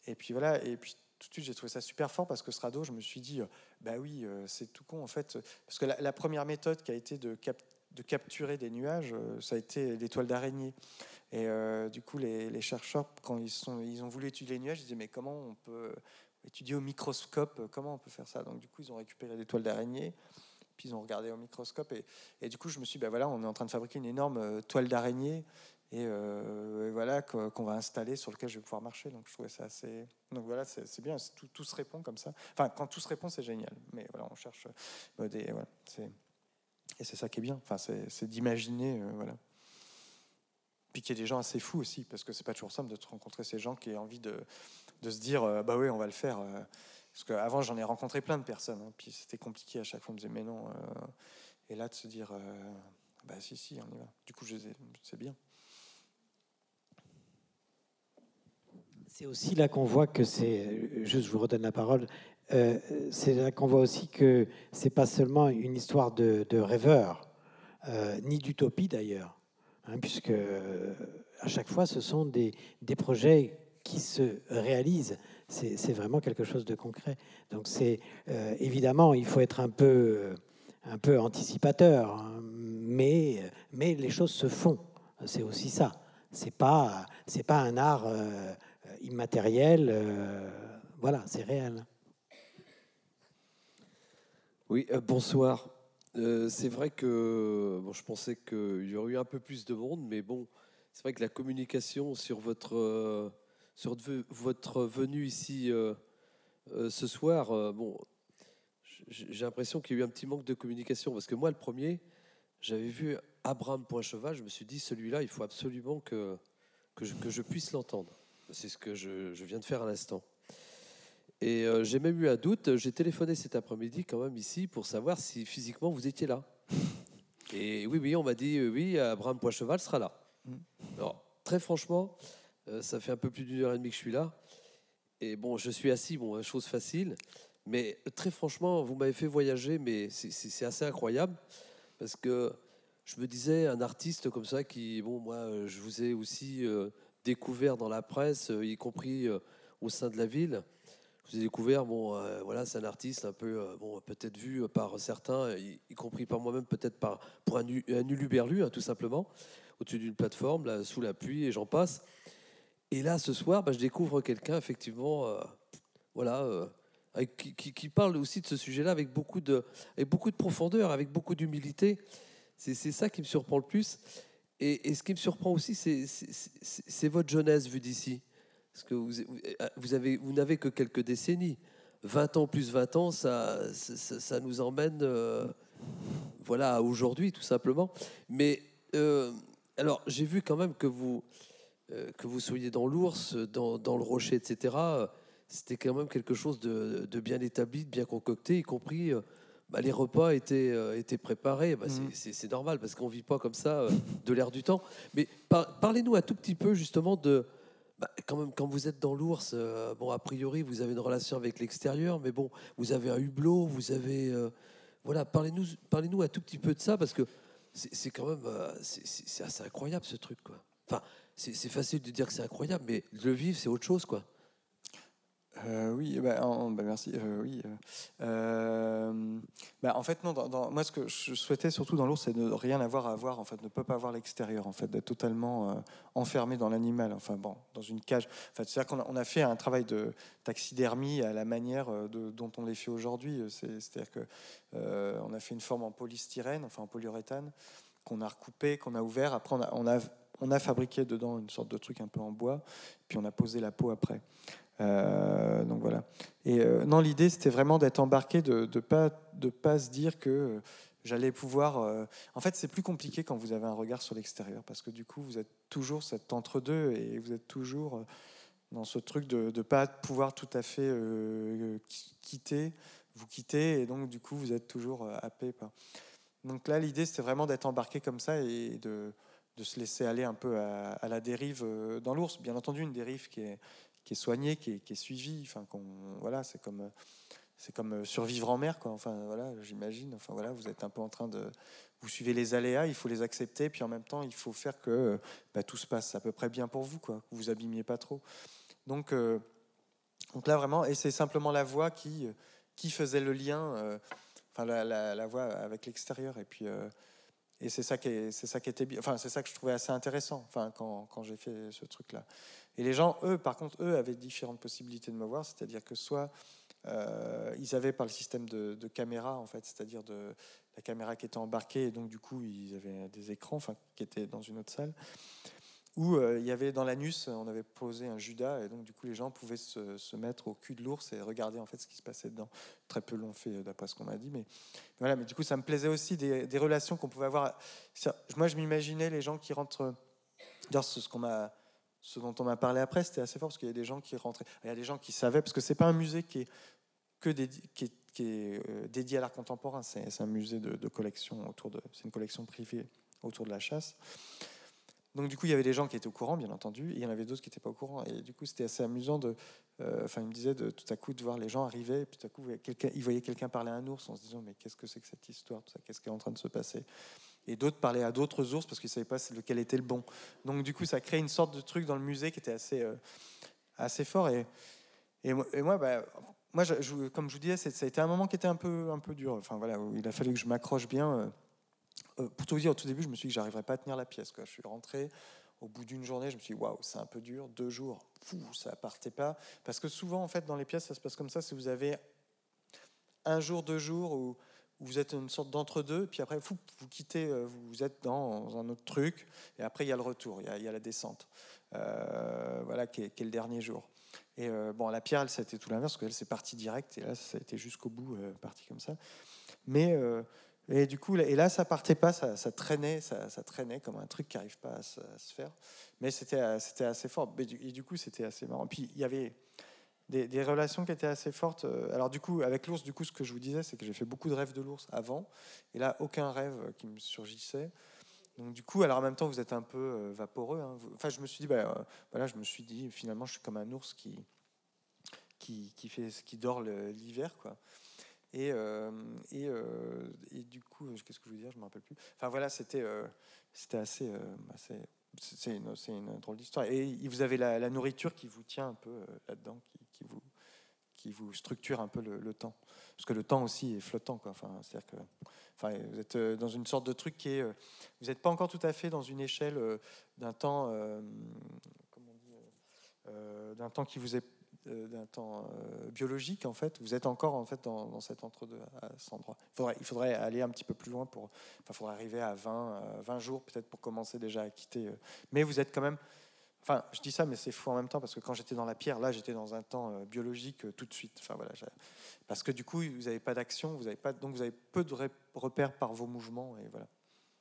Et puis voilà, et puis tout de suite j'ai trouvé ça super fort parce que ce radeau, je me suis dit, euh, bah oui, euh, c'est tout con en fait, parce que la, la première méthode qui a été de, cap- de capturer des nuages, euh, ça a été l'étoile d'araignée. Et euh, du coup, les, les chercheurs, quand ils, sont, ils ont voulu étudier les nuages, ils disaient mais comment on peut étudier au microscope, comment on peut faire ça? Donc du coup, ils ont récupéré l'étoile d'araignée. Puis ils ont regardé au microscope et, et du coup je me suis dit, ben voilà, on est en train de fabriquer une énorme euh, toile d'araignée et, euh, et voilà qu'on, qu'on va installer sur lequel je vais pouvoir marcher. Donc je trouvais ça assez. Donc voilà, c'est, c'est bien, c'est tout, tout se répond comme ça. Enfin, quand tout se répond, c'est génial. Mais voilà, on cherche euh, des. Voilà, c'est... Et c'est ça qui est bien. Enfin, c'est, c'est d'imaginer, euh, voilà. Puis qu'il y ait des gens assez fous aussi, parce que c'est pas toujours simple de te rencontrer ces gens qui aient envie de, de se dire, euh, bah oui, on va le faire. Euh, Parce qu'avant, j'en ai rencontré plein de personnes, hein, puis c'était compliqué à chaque fois. On me disait, mais non. Euh, et là, de se dire, euh, bah si, si, on y va. Du coup, je, c'est bien. C'est aussi là qu'on voit que c'est, juste je vous redonne la parole, euh, c'est là qu'on voit aussi que c'est pas seulement une histoire de, de rêveur, euh, ni d'utopie d'ailleurs, hein, puisque euh, à chaque fois, ce sont des, des projets qui se réalisent. C'est, c'est vraiment quelque chose de concret. Donc, c'est euh, évidemment, il faut être un peu, un peu anticipateur, hein, mais, mais les choses se font. C'est aussi ça. C'est pas, c'est pas un art euh, immatériel. Euh, voilà, c'est réel. Oui, euh, bonsoir. Euh, c'est vrai que bon, je pensais qu'il y aurait eu un peu plus de monde, mais bon, c'est vrai que la communication sur votre, euh, sur de- votre venue ici euh, euh, ce soir, euh, bon, j- j'ai l'impression qu'il y a eu un petit manque de communication. Parce que moi, le premier, j'avais vu Abraham Poincheval, je me suis dit, celui-là, il faut absolument que, que, je, que je puisse l'entendre. C'est ce que je, je viens de faire à l'instant. Et euh, j'ai même eu un doute. J'ai téléphoné cet après-midi quand même ici pour savoir si physiquement vous étiez là. Et oui, oui, on m'a dit euh, oui, Abraham Poincheval sera là. Alors, très franchement, euh, ça fait un peu plus d'une heure et demie que je suis là. Et bon, je suis assis, bon, chose facile. Mais très franchement, vous m'avez fait voyager, mais c'est- c'est c'est assez incroyable. Parce que je me disais, un artiste comme ça, qui, bon, moi, euh, je vous ai aussi euh, découvert dans la presse, euh, y compris euh, au sein de la ville. Je vous ai découvert, bon, euh, voilà, c'est un artiste un peu, euh, bon, peut-être vu par certains, y, y compris par moi-même, peut-être par, pour un, u- un uluberlu, hein, tout simplement, au-dessus d'une plateforme, là, sous la pluie, et j'en passe. Et là, ce soir, bah, je découvre quelqu'un, effectivement, euh, voilà, euh, avec- qui, qui- qui parle aussi de ce sujet-là avec beaucoup de, avec beaucoup de profondeur, avec beaucoup d'humilité. C'est c'est ça qui me surprend le plus. Et, et ce qui me surprend aussi, c'est c'est- c'est- c'est votre jeunesse vue d'ici. Parce que vous, vous, avez, vous n'avez que quelques décennies. vingt ans plus vingt ans, ça, ça, ça nous emmène euh, voilà, à aujourd'hui, tout simplement. Mais euh, alors, j'ai vu quand même que vous, euh, que vous soyez dans l'ours, dans, dans le rocher, et cetera. C'était quand même quelque chose de, de bien établi, de bien concocté, y compris euh, bah, les repas étaient, euh, étaient préparés. Bah, c'est- Mhm. c'est c'est normal parce qu'on ne vit pas comme ça euh, de l'air du temps. Mais par- parlez-nous un tout petit peu justement de. Bah, quand même, quand vous êtes dans l'ours, euh, bon, a priori, vous avez une relation avec l'extérieur, mais bon, vous avez un hublot, vous avez. euh, voilà, parlez-nous parlez-nous un tout petit peu de ça parce que c'est c'est quand même. euh, c'est c'est- c'est assez incroyable ce truc, quoi. Enfin, c'est c'est facile de dire que c'est incroyable, mais de le vivre, c'est autre chose, quoi. Euh, oui, bah, en- bah, merci. Euh, oui, euh, euh, bah, en fait, non. Dans, dans- moi, ce que je souhaitais surtout dans l'ours, c'est de rien avoir à voir. En fait, ne peut pas voir l'extérieur. En fait, d'être totalement euh, enfermé dans l'animal. Enfin, bon, dans une cage. Enfin, c'est-à-dire qu'on a, on a fait un travail de taxidermie à la manière euh, de, dont on les fait aujourd'hui. C'est, c'est-à-dire que euh, on a fait une forme en polystyrène, enfin en polyuréthane, qu'on a recoupé, qu'on a ouvert. Après, on a, on a on a fabriqué dedans une sorte de truc un peu en bois, puis on a posé la peau après. Euh, donc voilà. Et euh, non, l'idée c'était vraiment d'être embarqué, de ne pas, de pas se dire que euh, j'allais pouvoir. Euh... En fait, c'est plus compliqué quand vous avez un regard sur l'extérieur parce que du coup, vous êtes toujours cet entre-deux et vous êtes toujours euh, dans ce truc de ne pas pouvoir tout à fait euh, quitter, vous quitter et donc du coup, vous êtes toujours euh, happé par. Donc là, l'idée c'était vraiment d'être embarqué comme ça et de, de se laisser aller un peu à, à la dérive euh, dans l'ours. Bien entendu, une dérive qui est qui est soigné, qui est, qui est suivi. Enfin, qu'on, voilà, c'est comme, c'est comme survivre en mer, quoi. Enfin, voilà, j'imagine. Enfin, voilà, vous êtes un peu en train de, vous suivez les aléas, il faut les accepter, puis en même temps, il faut faire que bah, tout se passe à peu près bien pour vous, quoi. Que vous abîmiez pas trop. Donc, euh, Donc là, vraiment, et c'est simplement la voix qui, qui faisait le lien, euh, enfin, la, la, la voix avec l'extérieur. Et puis, euh, et c'est ça qui est, c'est ça qui était bien. Enfin, c'est ça que je trouvais assez intéressant. Enfin, quand, quand j'ai fait ce truc-là. Et les gens, eux, par contre, eux, avaient différentes possibilités de me voir. C'est-à-dire que soit euh, ils avaient par le système de, de caméra, en fait, c'est-à-dire de la caméra qui était embarquée, et donc du coup, ils avaient des écrans, enfin, qui étaient dans une autre salle. Où euh, il y avait dans l'anus, on avait posé un Judas, et donc du coup les gens pouvaient se, se mettre au cul de l'ours et regarder en fait ce qui se passait dedans. Très peu l'ont fait d'après ce qu'on m'a dit, mais voilà. Mais du coup ça me plaisait aussi des, des relations qu'on pouvait avoir. Moi je m'imaginais les gens qui rentrent. D'ailleurs ce qu'on m'a, ce dont on m'a parlé après, c'était assez fort parce qu'il y a des gens qui rentraient. Il y a des gens qui savaient parce que c'est pas un musée qui est que dédié, qui est, qui est euh, dédié à l'art contemporain. C'est, c'est un musée de, de collection autour de. C'est une collection privée autour de la chasse. Donc du coup, il y avait des gens qui étaient au courant, bien entendu, et il y en avait d'autres qui n'étaient pas au courant. Et du coup, c'était assez amusant de, euh, enfin, il me disait de tout à coup de voir les gens arriver, et puis tout à coup, quelqu'un, ils voyaient quelqu'un parler à un ours en se disant mais qu'est-ce que c'est que cette histoire, tout ça, qu'est-ce qui est en train de se passer. Et d'autres parlaient à d'autres ours parce qu'ils ne savaient pas lequel était le bon. Donc du coup, ça crée une sorte de truc dans le musée qui était assez, euh, assez fort. Et, et, et moi, bah, moi, je, je, comme je vous disais, ça a été un moment qui était un peu, un peu dur. Enfin voilà, où il a fallu que je m'accroche bien. Euh, euh, pour tout vous dire, au tout début, je me suis dit que j'arriverais pas à tenir la pièce, quoi. Je suis rentré. Au bout d'une journée, je me suis dit, waouh, c'est un peu dur. Deux jours, fou, ça partait pas. Parce que souvent, en fait, dans les pièces, ça se passe comme ça. Si vous avez un jour, deux jours où, où vous êtes une sorte d'entre-deux, puis après, fou, vous quittez, vous êtes dans un autre truc, et après, il y a le retour, il y a, il y a la descente, euh, voilà, qui est, qui est le dernier jour. Et euh, bon, la pierre, elle, ça a été tout l'inverse, parce qu'elle, c'est parti direct, et là, ça a été jusqu'au bout, euh, parti comme ça. Mais... Euh, Et du coup, et là, ça partait pas, ça, ça traînait, ça, ça traînait comme un truc qui n'arrive pas à se, à se faire. Mais c'était, c'était assez fort. Et du, et du coup, c'était assez marrant. Puis il y avait des, des relations qui étaient assez fortes. Alors du coup, avec l'ours, du coup, ce que je vous disais, c'est que j'ai fait beaucoup de rêves de l'ours avant. Et là, aucun rêve qui me surgissait. Donc du coup, alors en même temps, vous êtes un peu vaporeux. Hein. Enfin, je me suis dit, bah, euh, voilà, je me suis dit, finalement, je suis comme un ours qui qui, qui fait, qui dort le, l'hiver, quoi. Et, euh, et, euh, et du coup, qu'est-ce que je voulais dire? Je ne me rappelle plus. Enfin voilà, c'était, euh, c'était assez. Euh, assez c'est, une, c'est une drôle d'histoire. Et vous avez la, la nourriture qui vous tient un peu euh, là-dedans, qui, qui, vous, qui vous structure un peu le, le temps. Parce que le temps aussi est flottant, quoi. Enfin, c'est-à-dire que enfin, vous êtes dans une sorte de truc qui est. Euh, vous n'êtes pas encore tout à fait dans une échelle euh, d'un temps. Euh, comment on dit euh, d'un temps qui vous est d'un temps euh, biologique, en fait, vous êtes encore en fait dans, dans cet entre-deux à, à cet endroit. Il faudrait, il faudrait aller un petit peu plus loin pour, enfin, il faudrait arriver à vingt, euh, vingt jours peut-être pour commencer déjà à quitter. Euh, mais vous êtes quand même, enfin, je dis ça, mais c'est fou en même temps parce que quand j'étais dans la pierre, là, j'étais dans un temps euh, biologique euh, tout de suite. Enfin voilà, parce que du coup, vous n'avez pas d'action, vous avez pas, donc vous avez peu de repères par vos mouvements et voilà.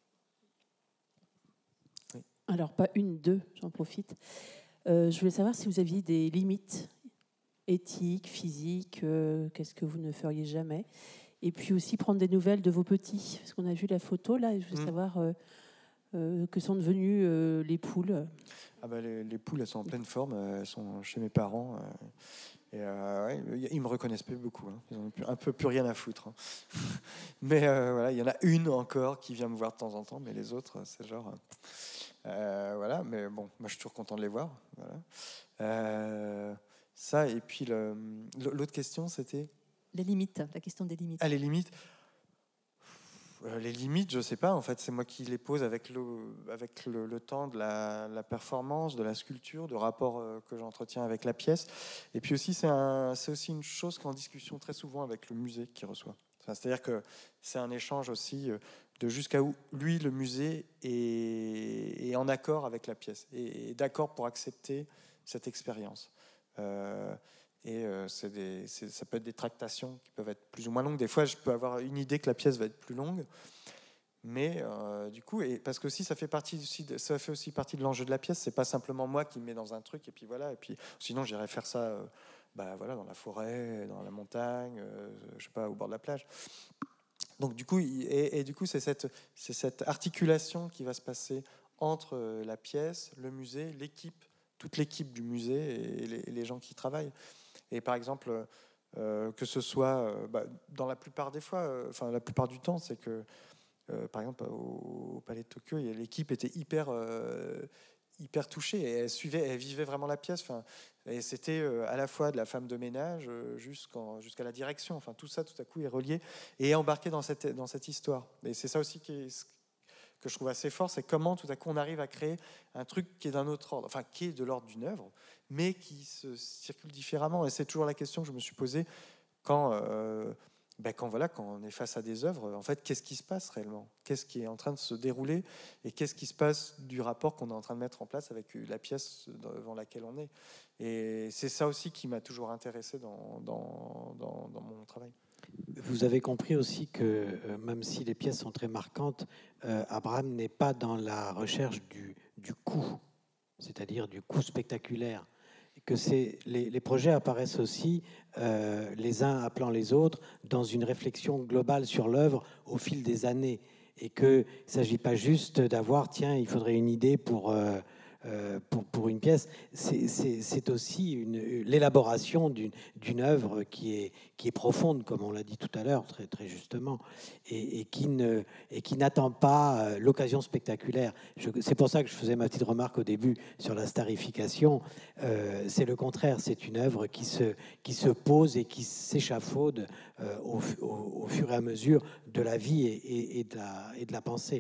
Oui. Alors pas une, deux, j'en profite. Euh, je voulais savoir si vous aviez des limites éthiques, physiques, euh, qu'est-ce que vous ne feriez jamais. Et puis aussi prendre des nouvelles de vos petits, parce qu'on a vu la photo là, et je veux mmh. savoir euh, euh, que sont devenues euh, les poules. Ah bah, les, les poules, elles sont en pleine forme, elles sont chez mes parents. Euh, et euh, ouais, ils me reconnaissent plus beaucoup, hein. Ils ont un peu plus rien à foutre. Hein. Mais euh, voilà, il y en a une encore qui vient me voir de temps en temps, mais les autres, c'est genre... Euh, voilà, mais bon, moi je suis toujours content de les voir. Voilà. Euh, ça, et puis le, l'autre question, c'était les limites, la question des limites. Ah, les limites. Euh, les limites, je sais pas. En fait, c'est moi qui les pose avec le, avec le, le temps de la, la performance, de la sculpture, du rapport euh, que j'entretiens avec la pièce. Et puis aussi, c'est, un, c'est aussi une chose qui est en discussion très souvent avec le musée qui reçoit. Enfin, c'est-à-dire que c'est un échange aussi euh, de jusqu'à où lui, le musée, est, est en accord avec la pièce, et est d'accord pour accepter cette expérience. Euh, et euh, c'est des, c'est, ça peut être des tractations qui peuvent être plus ou moins longues. Des fois, je peux avoir une idée que la pièce va être plus longue, mais euh, du coup, et parce que aussi, ça fait partie aussi, de, ça fait aussi partie de l'enjeu de la pièce. C'est pas simplement moi qui me mets dans un truc et puis voilà. Et puis sinon, j'irais faire ça, euh, bah voilà, dans la forêt, dans la montagne, euh, je sais pas, au bord de la plage. Donc du coup, et, et du coup, c'est cette, c'est cette articulation qui va se passer entre la pièce, le musée, l'équipe, toute l'équipe du musée et les, et les gens qui y travaillent. Et par exemple, euh, que ce soit, euh, bah, dans la plupart des fois, euh, enfin la plupart du temps, c'est que, euh, par exemple, au, au Palais de Tokyo, l'équipe était hyper, euh, hyper touchée. Et elle, suivait, elle vivait vraiment la pièce. Enfin, et c'était euh, à la fois de la femme de ménage euh, jusqu'en, jusqu'à la direction. Enfin, tout ça, tout à coup, est relié et est embarqué dans cette, dans cette histoire. Et c'est ça aussi qui est, que je trouve assez fort, c'est comment tout à coup on arrive à créer un truc qui est d'un autre ordre, enfin qui est de l'ordre d'une œuvre, mais qui se circule différemment. Et c'est toujours la question que je me suis posée quand, euh, ben quand, voilà, quand on est face à des œuvres. En fait, qu'est-ce qui se passe réellement ? Qu'est-ce qui est en train de se dérouler ? Et qu'est-ce qui se passe du rapport qu'on est en train de mettre en place avec la pièce devant laquelle on est ? Et c'est ça aussi qui m'a toujours intéressé dans, dans, dans, dans mon travail. Vous avez compris aussi que euh, même si les pièces sont très marquantes, euh, Abraham n'est pas dans la recherche du, du coup, c'est-à-dire du coup spectaculaire. Que c'est, les, les projets apparaissent aussi, euh, les uns appelant les autres, dans une réflexion globale sur l'œuvre au fil des années. Et qu'il ne s'agit pas juste d'avoir, tiens, il faudrait une idée pour... Euh, Euh, pour, pour une pièce, c'est, c'est, c'est aussi une, l'élaboration d'une, d'une œuvre qui est, qui est profonde, comme on l'a dit tout à l'heure, très, très justement, et, et, qui ne, et qui n'attend pas l'occasion spectaculaire. Je, c'est pour ça que je faisais ma petite remarque au début sur la starification. Euh, c'est le contraire, c'est une œuvre qui se, qui se pose et qui s'échafaude euh, au, au, au fur et à mesure de la vie et, et, et, de, la, et de la pensée.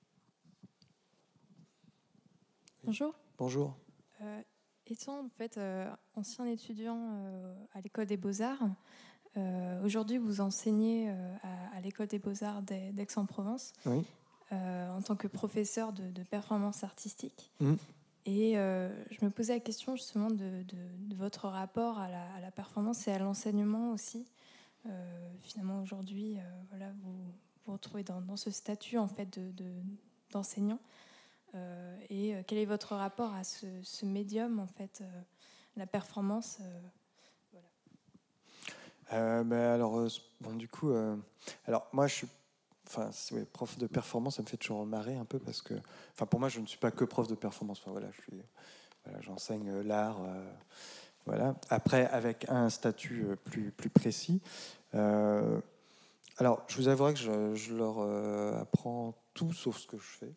Bonjour. Bonjour. Euh, étant en fait euh, ancien étudiant euh, à l'école des Beaux-Arts, euh, aujourd'hui vous enseignez euh, à, à l'école des Beaux-Arts d'Aix-en-Provence oui. euh, en tant que professeur de, de performance artistique. Mmh. Et euh, je me posais la question justement de, de, de votre rapport à la, à la performance et à l'enseignement aussi. Euh, finalement aujourd'hui, euh, voilà, vous vous retrouvez dans, dans ce statut en fait de, de, d'enseignant. Euh, et euh, quel est votre rapport à ce, ce médium, en fait, euh, la performance euh, voilà. euh, ben alors, euh, bon, du coup, euh, alors moi, je suis, enfin, ouais, prof de performance, ça me fait toujours marrer un peu parce que, enfin, pour moi, je ne suis pas que prof de performance. Enfin, voilà, je suis, voilà, j'enseigne l'art, euh, voilà. Après, avec un statut plus plus précis. Euh, alors, je vous avouerai que je, je leur euh, apprends tout sauf ce que je fais.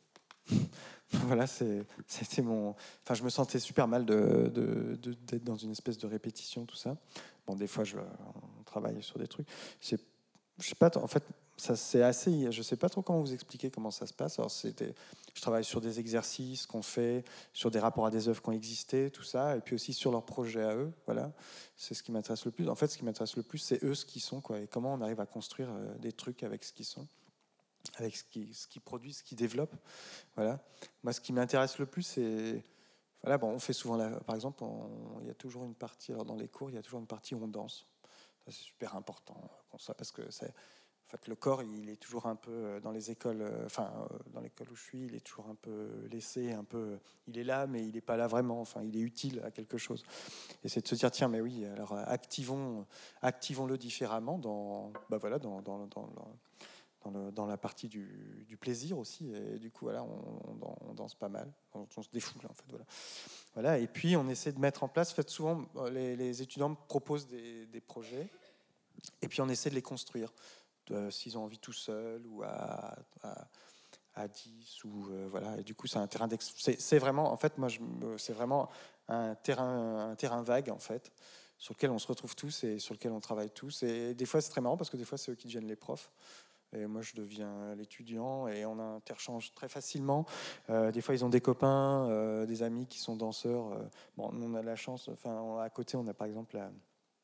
Voilà, c'est, c'était mon. Enfin, je me sentais super mal de, de, de, d'être dans une espèce de répétition, tout ça. Bon, des fois, je on travaille sur des trucs. C'est, je sais pas. En fait, ça c'est assez. Je sais pas trop comment vous expliquer comment ça se passe. Alors, c'était. Je travaille sur des exercices qu'on fait, sur des rapports à des œuvres qui ont existé, tout ça, et puis aussi sur leurs projets à eux. Voilà, c'est ce qui m'intéresse le plus. En fait, ce qui m'intéresse le plus, c'est eux, ce qu'ils sont, quoi, et comment on arrive à construire des trucs avec ce qu'ils sont. Avec ce qui, ce qui produit, ce qui développe. Voilà. Moi, ce qui m'intéresse le plus, c'est... Voilà, bon, on fait souvent... La, par exemple, on, il y a toujours une partie... Alors, dans les cours, il y a toujours une partie où on danse. Ça, c'est super important pour ça, parce que c'est... En fait, le corps, il est toujours un peu... Dans les écoles... Enfin, dans l'école où je suis, il est toujours un peu laissé, un peu... Il est là, mais il n'est pas là vraiment. Enfin, il est utile à quelque chose. Et c'est de se dire, tiens, mais oui, alors activons, activons-le différemment dans... Ben voilà, dans... dans, dans, dans Dans, le, dans la partie du, du plaisir aussi, et du coup voilà, on, on, on danse pas mal, on, on se défoule en fait, voilà. Voilà, et puis on essaie de mettre en place, en fait, souvent les, les étudiants proposent des, des projets, et puis on essaie de les construire, de, s'ils ont envie tout seuls ou à, à, à dix, ou euh, voilà, et du coup c'est un terrain d'ex... c'est, c'est vraiment, en fait, moi je, c'est vraiment un terrain, un terrain vague en fait, sur lequel on se retrouve tous et sur lequel on travaille tous, et des fois c'est très marrant parce que des fois c'est eux qui deviennent les profs. Et moi, je deviens l'étudiant et on interchange très facilement. Euh, des fois, ils ont des copains, euh, des amis qui sont danseurs. Euh, bon, on a la chance. Enfin, à côté, on a par exemple la,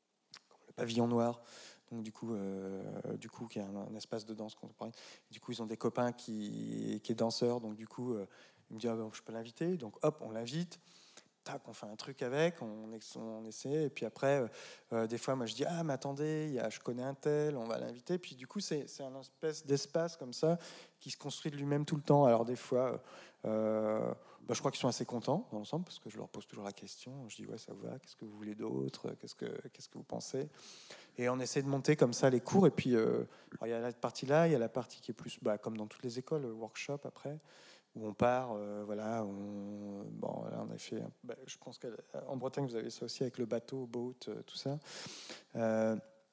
le pavillon noir. Donc, du coup, euh, du coup, qui est un, un espace de danse contemporaine. Du coup, ils ont des copains qui, qui est danseur. Donc, du coup, euh, ils me disent, ah, ben, je peux l'inviter. Donc, hop, on l'invite. Tac, on fait un truc avec, on, on essaie, et puis après, euh, des fois, moi je dis, ah, mais attendez, y a, je connais un tel, on va l'inviter, puis du coup, c'est, c'est un espèce d'espace comme ça qui se construit de lui-même tout le temps. Alors, des fois, euh, bah, je crois qu'ils sont assez contents dans l'ensemble, parce que je leur pose toujours la question, je dis, ouais, ça vous va, qu'est-ce que vous voulez d'autre, qu'est-ce que, qu'est-ce que vous pensez? Et on essaie de monter comme ça les cours, et puis, euh, il y a la partie-là, il y a la partie qui est plus, bah, comme dans toutes les écoles, workshop après, où on part, euh, voilà, on, bon, là, on a fait, bah, je pense qu'en Bretagne, vous avez ça aussi avec le bateau, boat, euh, tout ça. Euh,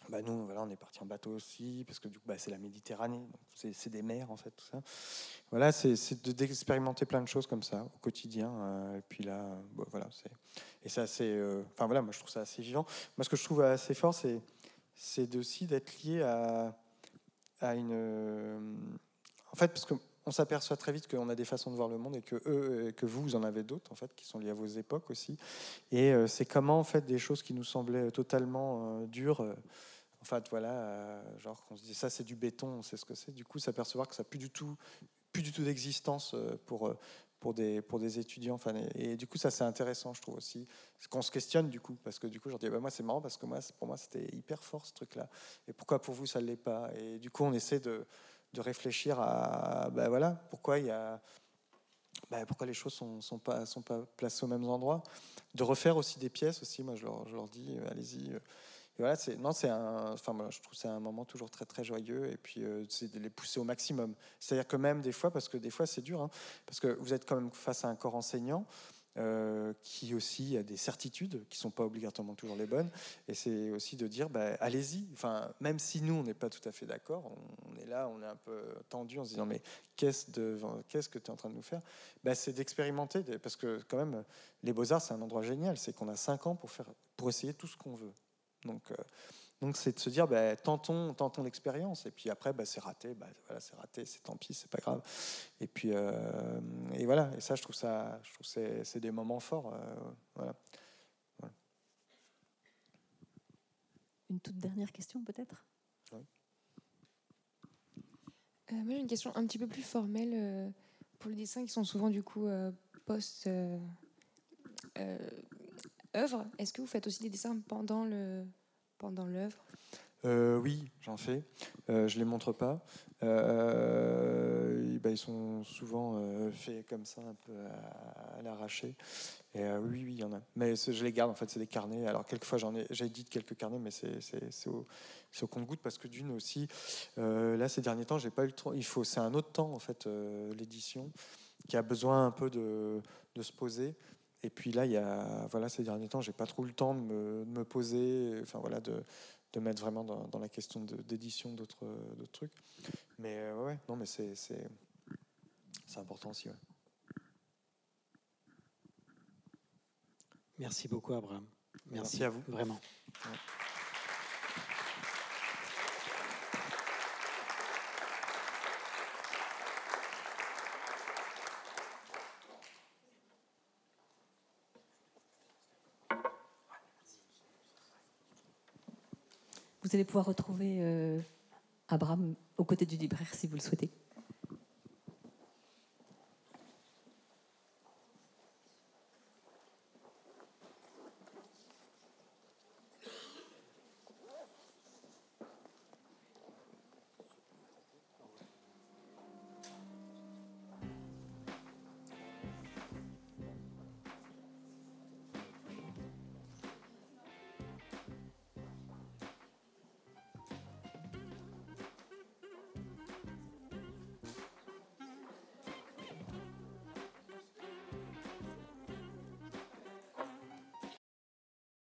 bah nous, voilà, on est parti en bateau aussi, parce que du coup, bah, c'est la Méditerranée, donc c'est, c'est des mers, en fait, tout ça. Voilà, c'est, c'est de, d'expérimenter plein de choses comme ça, au quotidien. Euh, et puis là, euh, bah, voilà, c'est... Et ça, c'est... Euh, enfin, voilà, moi, je trouve ça assez vivant. Moi, ce que je trouve assez fort, c'est, c'est aussi d'être lié à, à une... Euh, en fait, parce qu'on s'aperçoit très vite qu'on a des façons de voir le monde et que, eux, que vous, vous en avez d'autres, en fait, qui sont liées à vos époques aussi. Et euh, c'est comment, en fait, des choses qui nous semblaient totalement euh, dures... Euh, En fait, voilà, euh, genre qu'on se dit ça, c'est du béton, on sait ce que c'est. Du coup, s'apercevoir que ça n'a plus du tout, plus du tout d'existence pour pour des pour des étudiants. Enfin, et, et du coup, ça c'est intéressant, je trouve aussi, qu'on se questionne du coup, parce que du coup, je dis, bah, moi, c'est marrant parce que moi, pour moi, c'était hyper fort ce truc-là. Et pourquoi pour vous, ça ne l'est pas? Et du coup, on essaie de de réfléchir à, bah voilà, pourquoi il y a bah, pourquoi les choses sont, sont, pas, sont pas placées aux mêmes endroits, de refaire aussi des pièces aussi. Moi, je leur, je leur dis, allez-y. Et voilà, c'est, non, c'est un, enfin, voilà, je trouve que c'est un moment toujours très, très joyeux, et puis euh, c'est de les pousser au maximum. C'est-à-dire que même des fois, parce que des fois c'est dur, hein, parce que vous êtes quand même face à un corps enseignant euh, qui aussi a des certitudes qui ne sont pas obligatoirement toujours les bonnes, et c'est aussi de dire, bah, allez-y, enfin, même si nous, on n'est pas tout à fait d'accord, on, on est là, on est un peu tendu en se disant, mais qu'est-ce, de, qu'est-ce que tu es en train de nous faire? Bah, c'est d'expérimenter, parce que quand même, les Beaux-Arts, c'est un endroit génial, c'est qu'on a cinq ans pour, faire, pour essayer tout ce qu'on veut. Donc, euh, donc c'est de se dire, bah, tentons, tentons l'expérience. Et puis après, bah, c'est raté, bah, voilà, c'est raté, c'est tant pis, c'est pas grave. Et puis, euh, et voilà. Et ça, je trouve ça, je trouve que c'est, c'est des moments forts. Euh, voilà. Voilà. Une toute dernière question, peut-être. Oui. Euh, moi, j'ai une question un petit peu plus formelle euh, pour les dessins qui sont souvent du coup euh, post euh, euh, œuvre. Est-ce que vous faites aussi des dessins pendant le pendant l'œuvre? Euh, oui, j'en fais. Euh, je les montre pas. Euh, et ben, ils sont souvent euh, faits comme ça, un peu à, à l'arraché. Et euh, oui, oui, il y en a. Mais je les garde. En fait, c'est des carnets. Alors quelquefois, j'en ai, j'édite quelques carnets, mais c'est, c'est, c'est au, c'est au compte-gouttes parce que d'une aussi. Euh, là, ces derniers temps, j'ai pas eu le temps. Il faut, c'est un autre temps en fait, euh, l'édition, qui a besoin un peu de, de se poser. Et puis là, il y a, voilà, ces derniers temps, j'ai pas trop eu le temps de me, de me poser. Enfin voilà, de de mettre vraiment dans, dans la question de, d'édition d'autres, d'autres trucs. Mais euh, ouais, non, mais c'est, c'est, c'est important aussi. Ouais. Merci beaucoup, Abraham. Merci, Merci à vous. Vraiment. Ouais. Vous allez pouvoir retrouver euh, Abraham aux côtés du libraire si vous le souhaitez.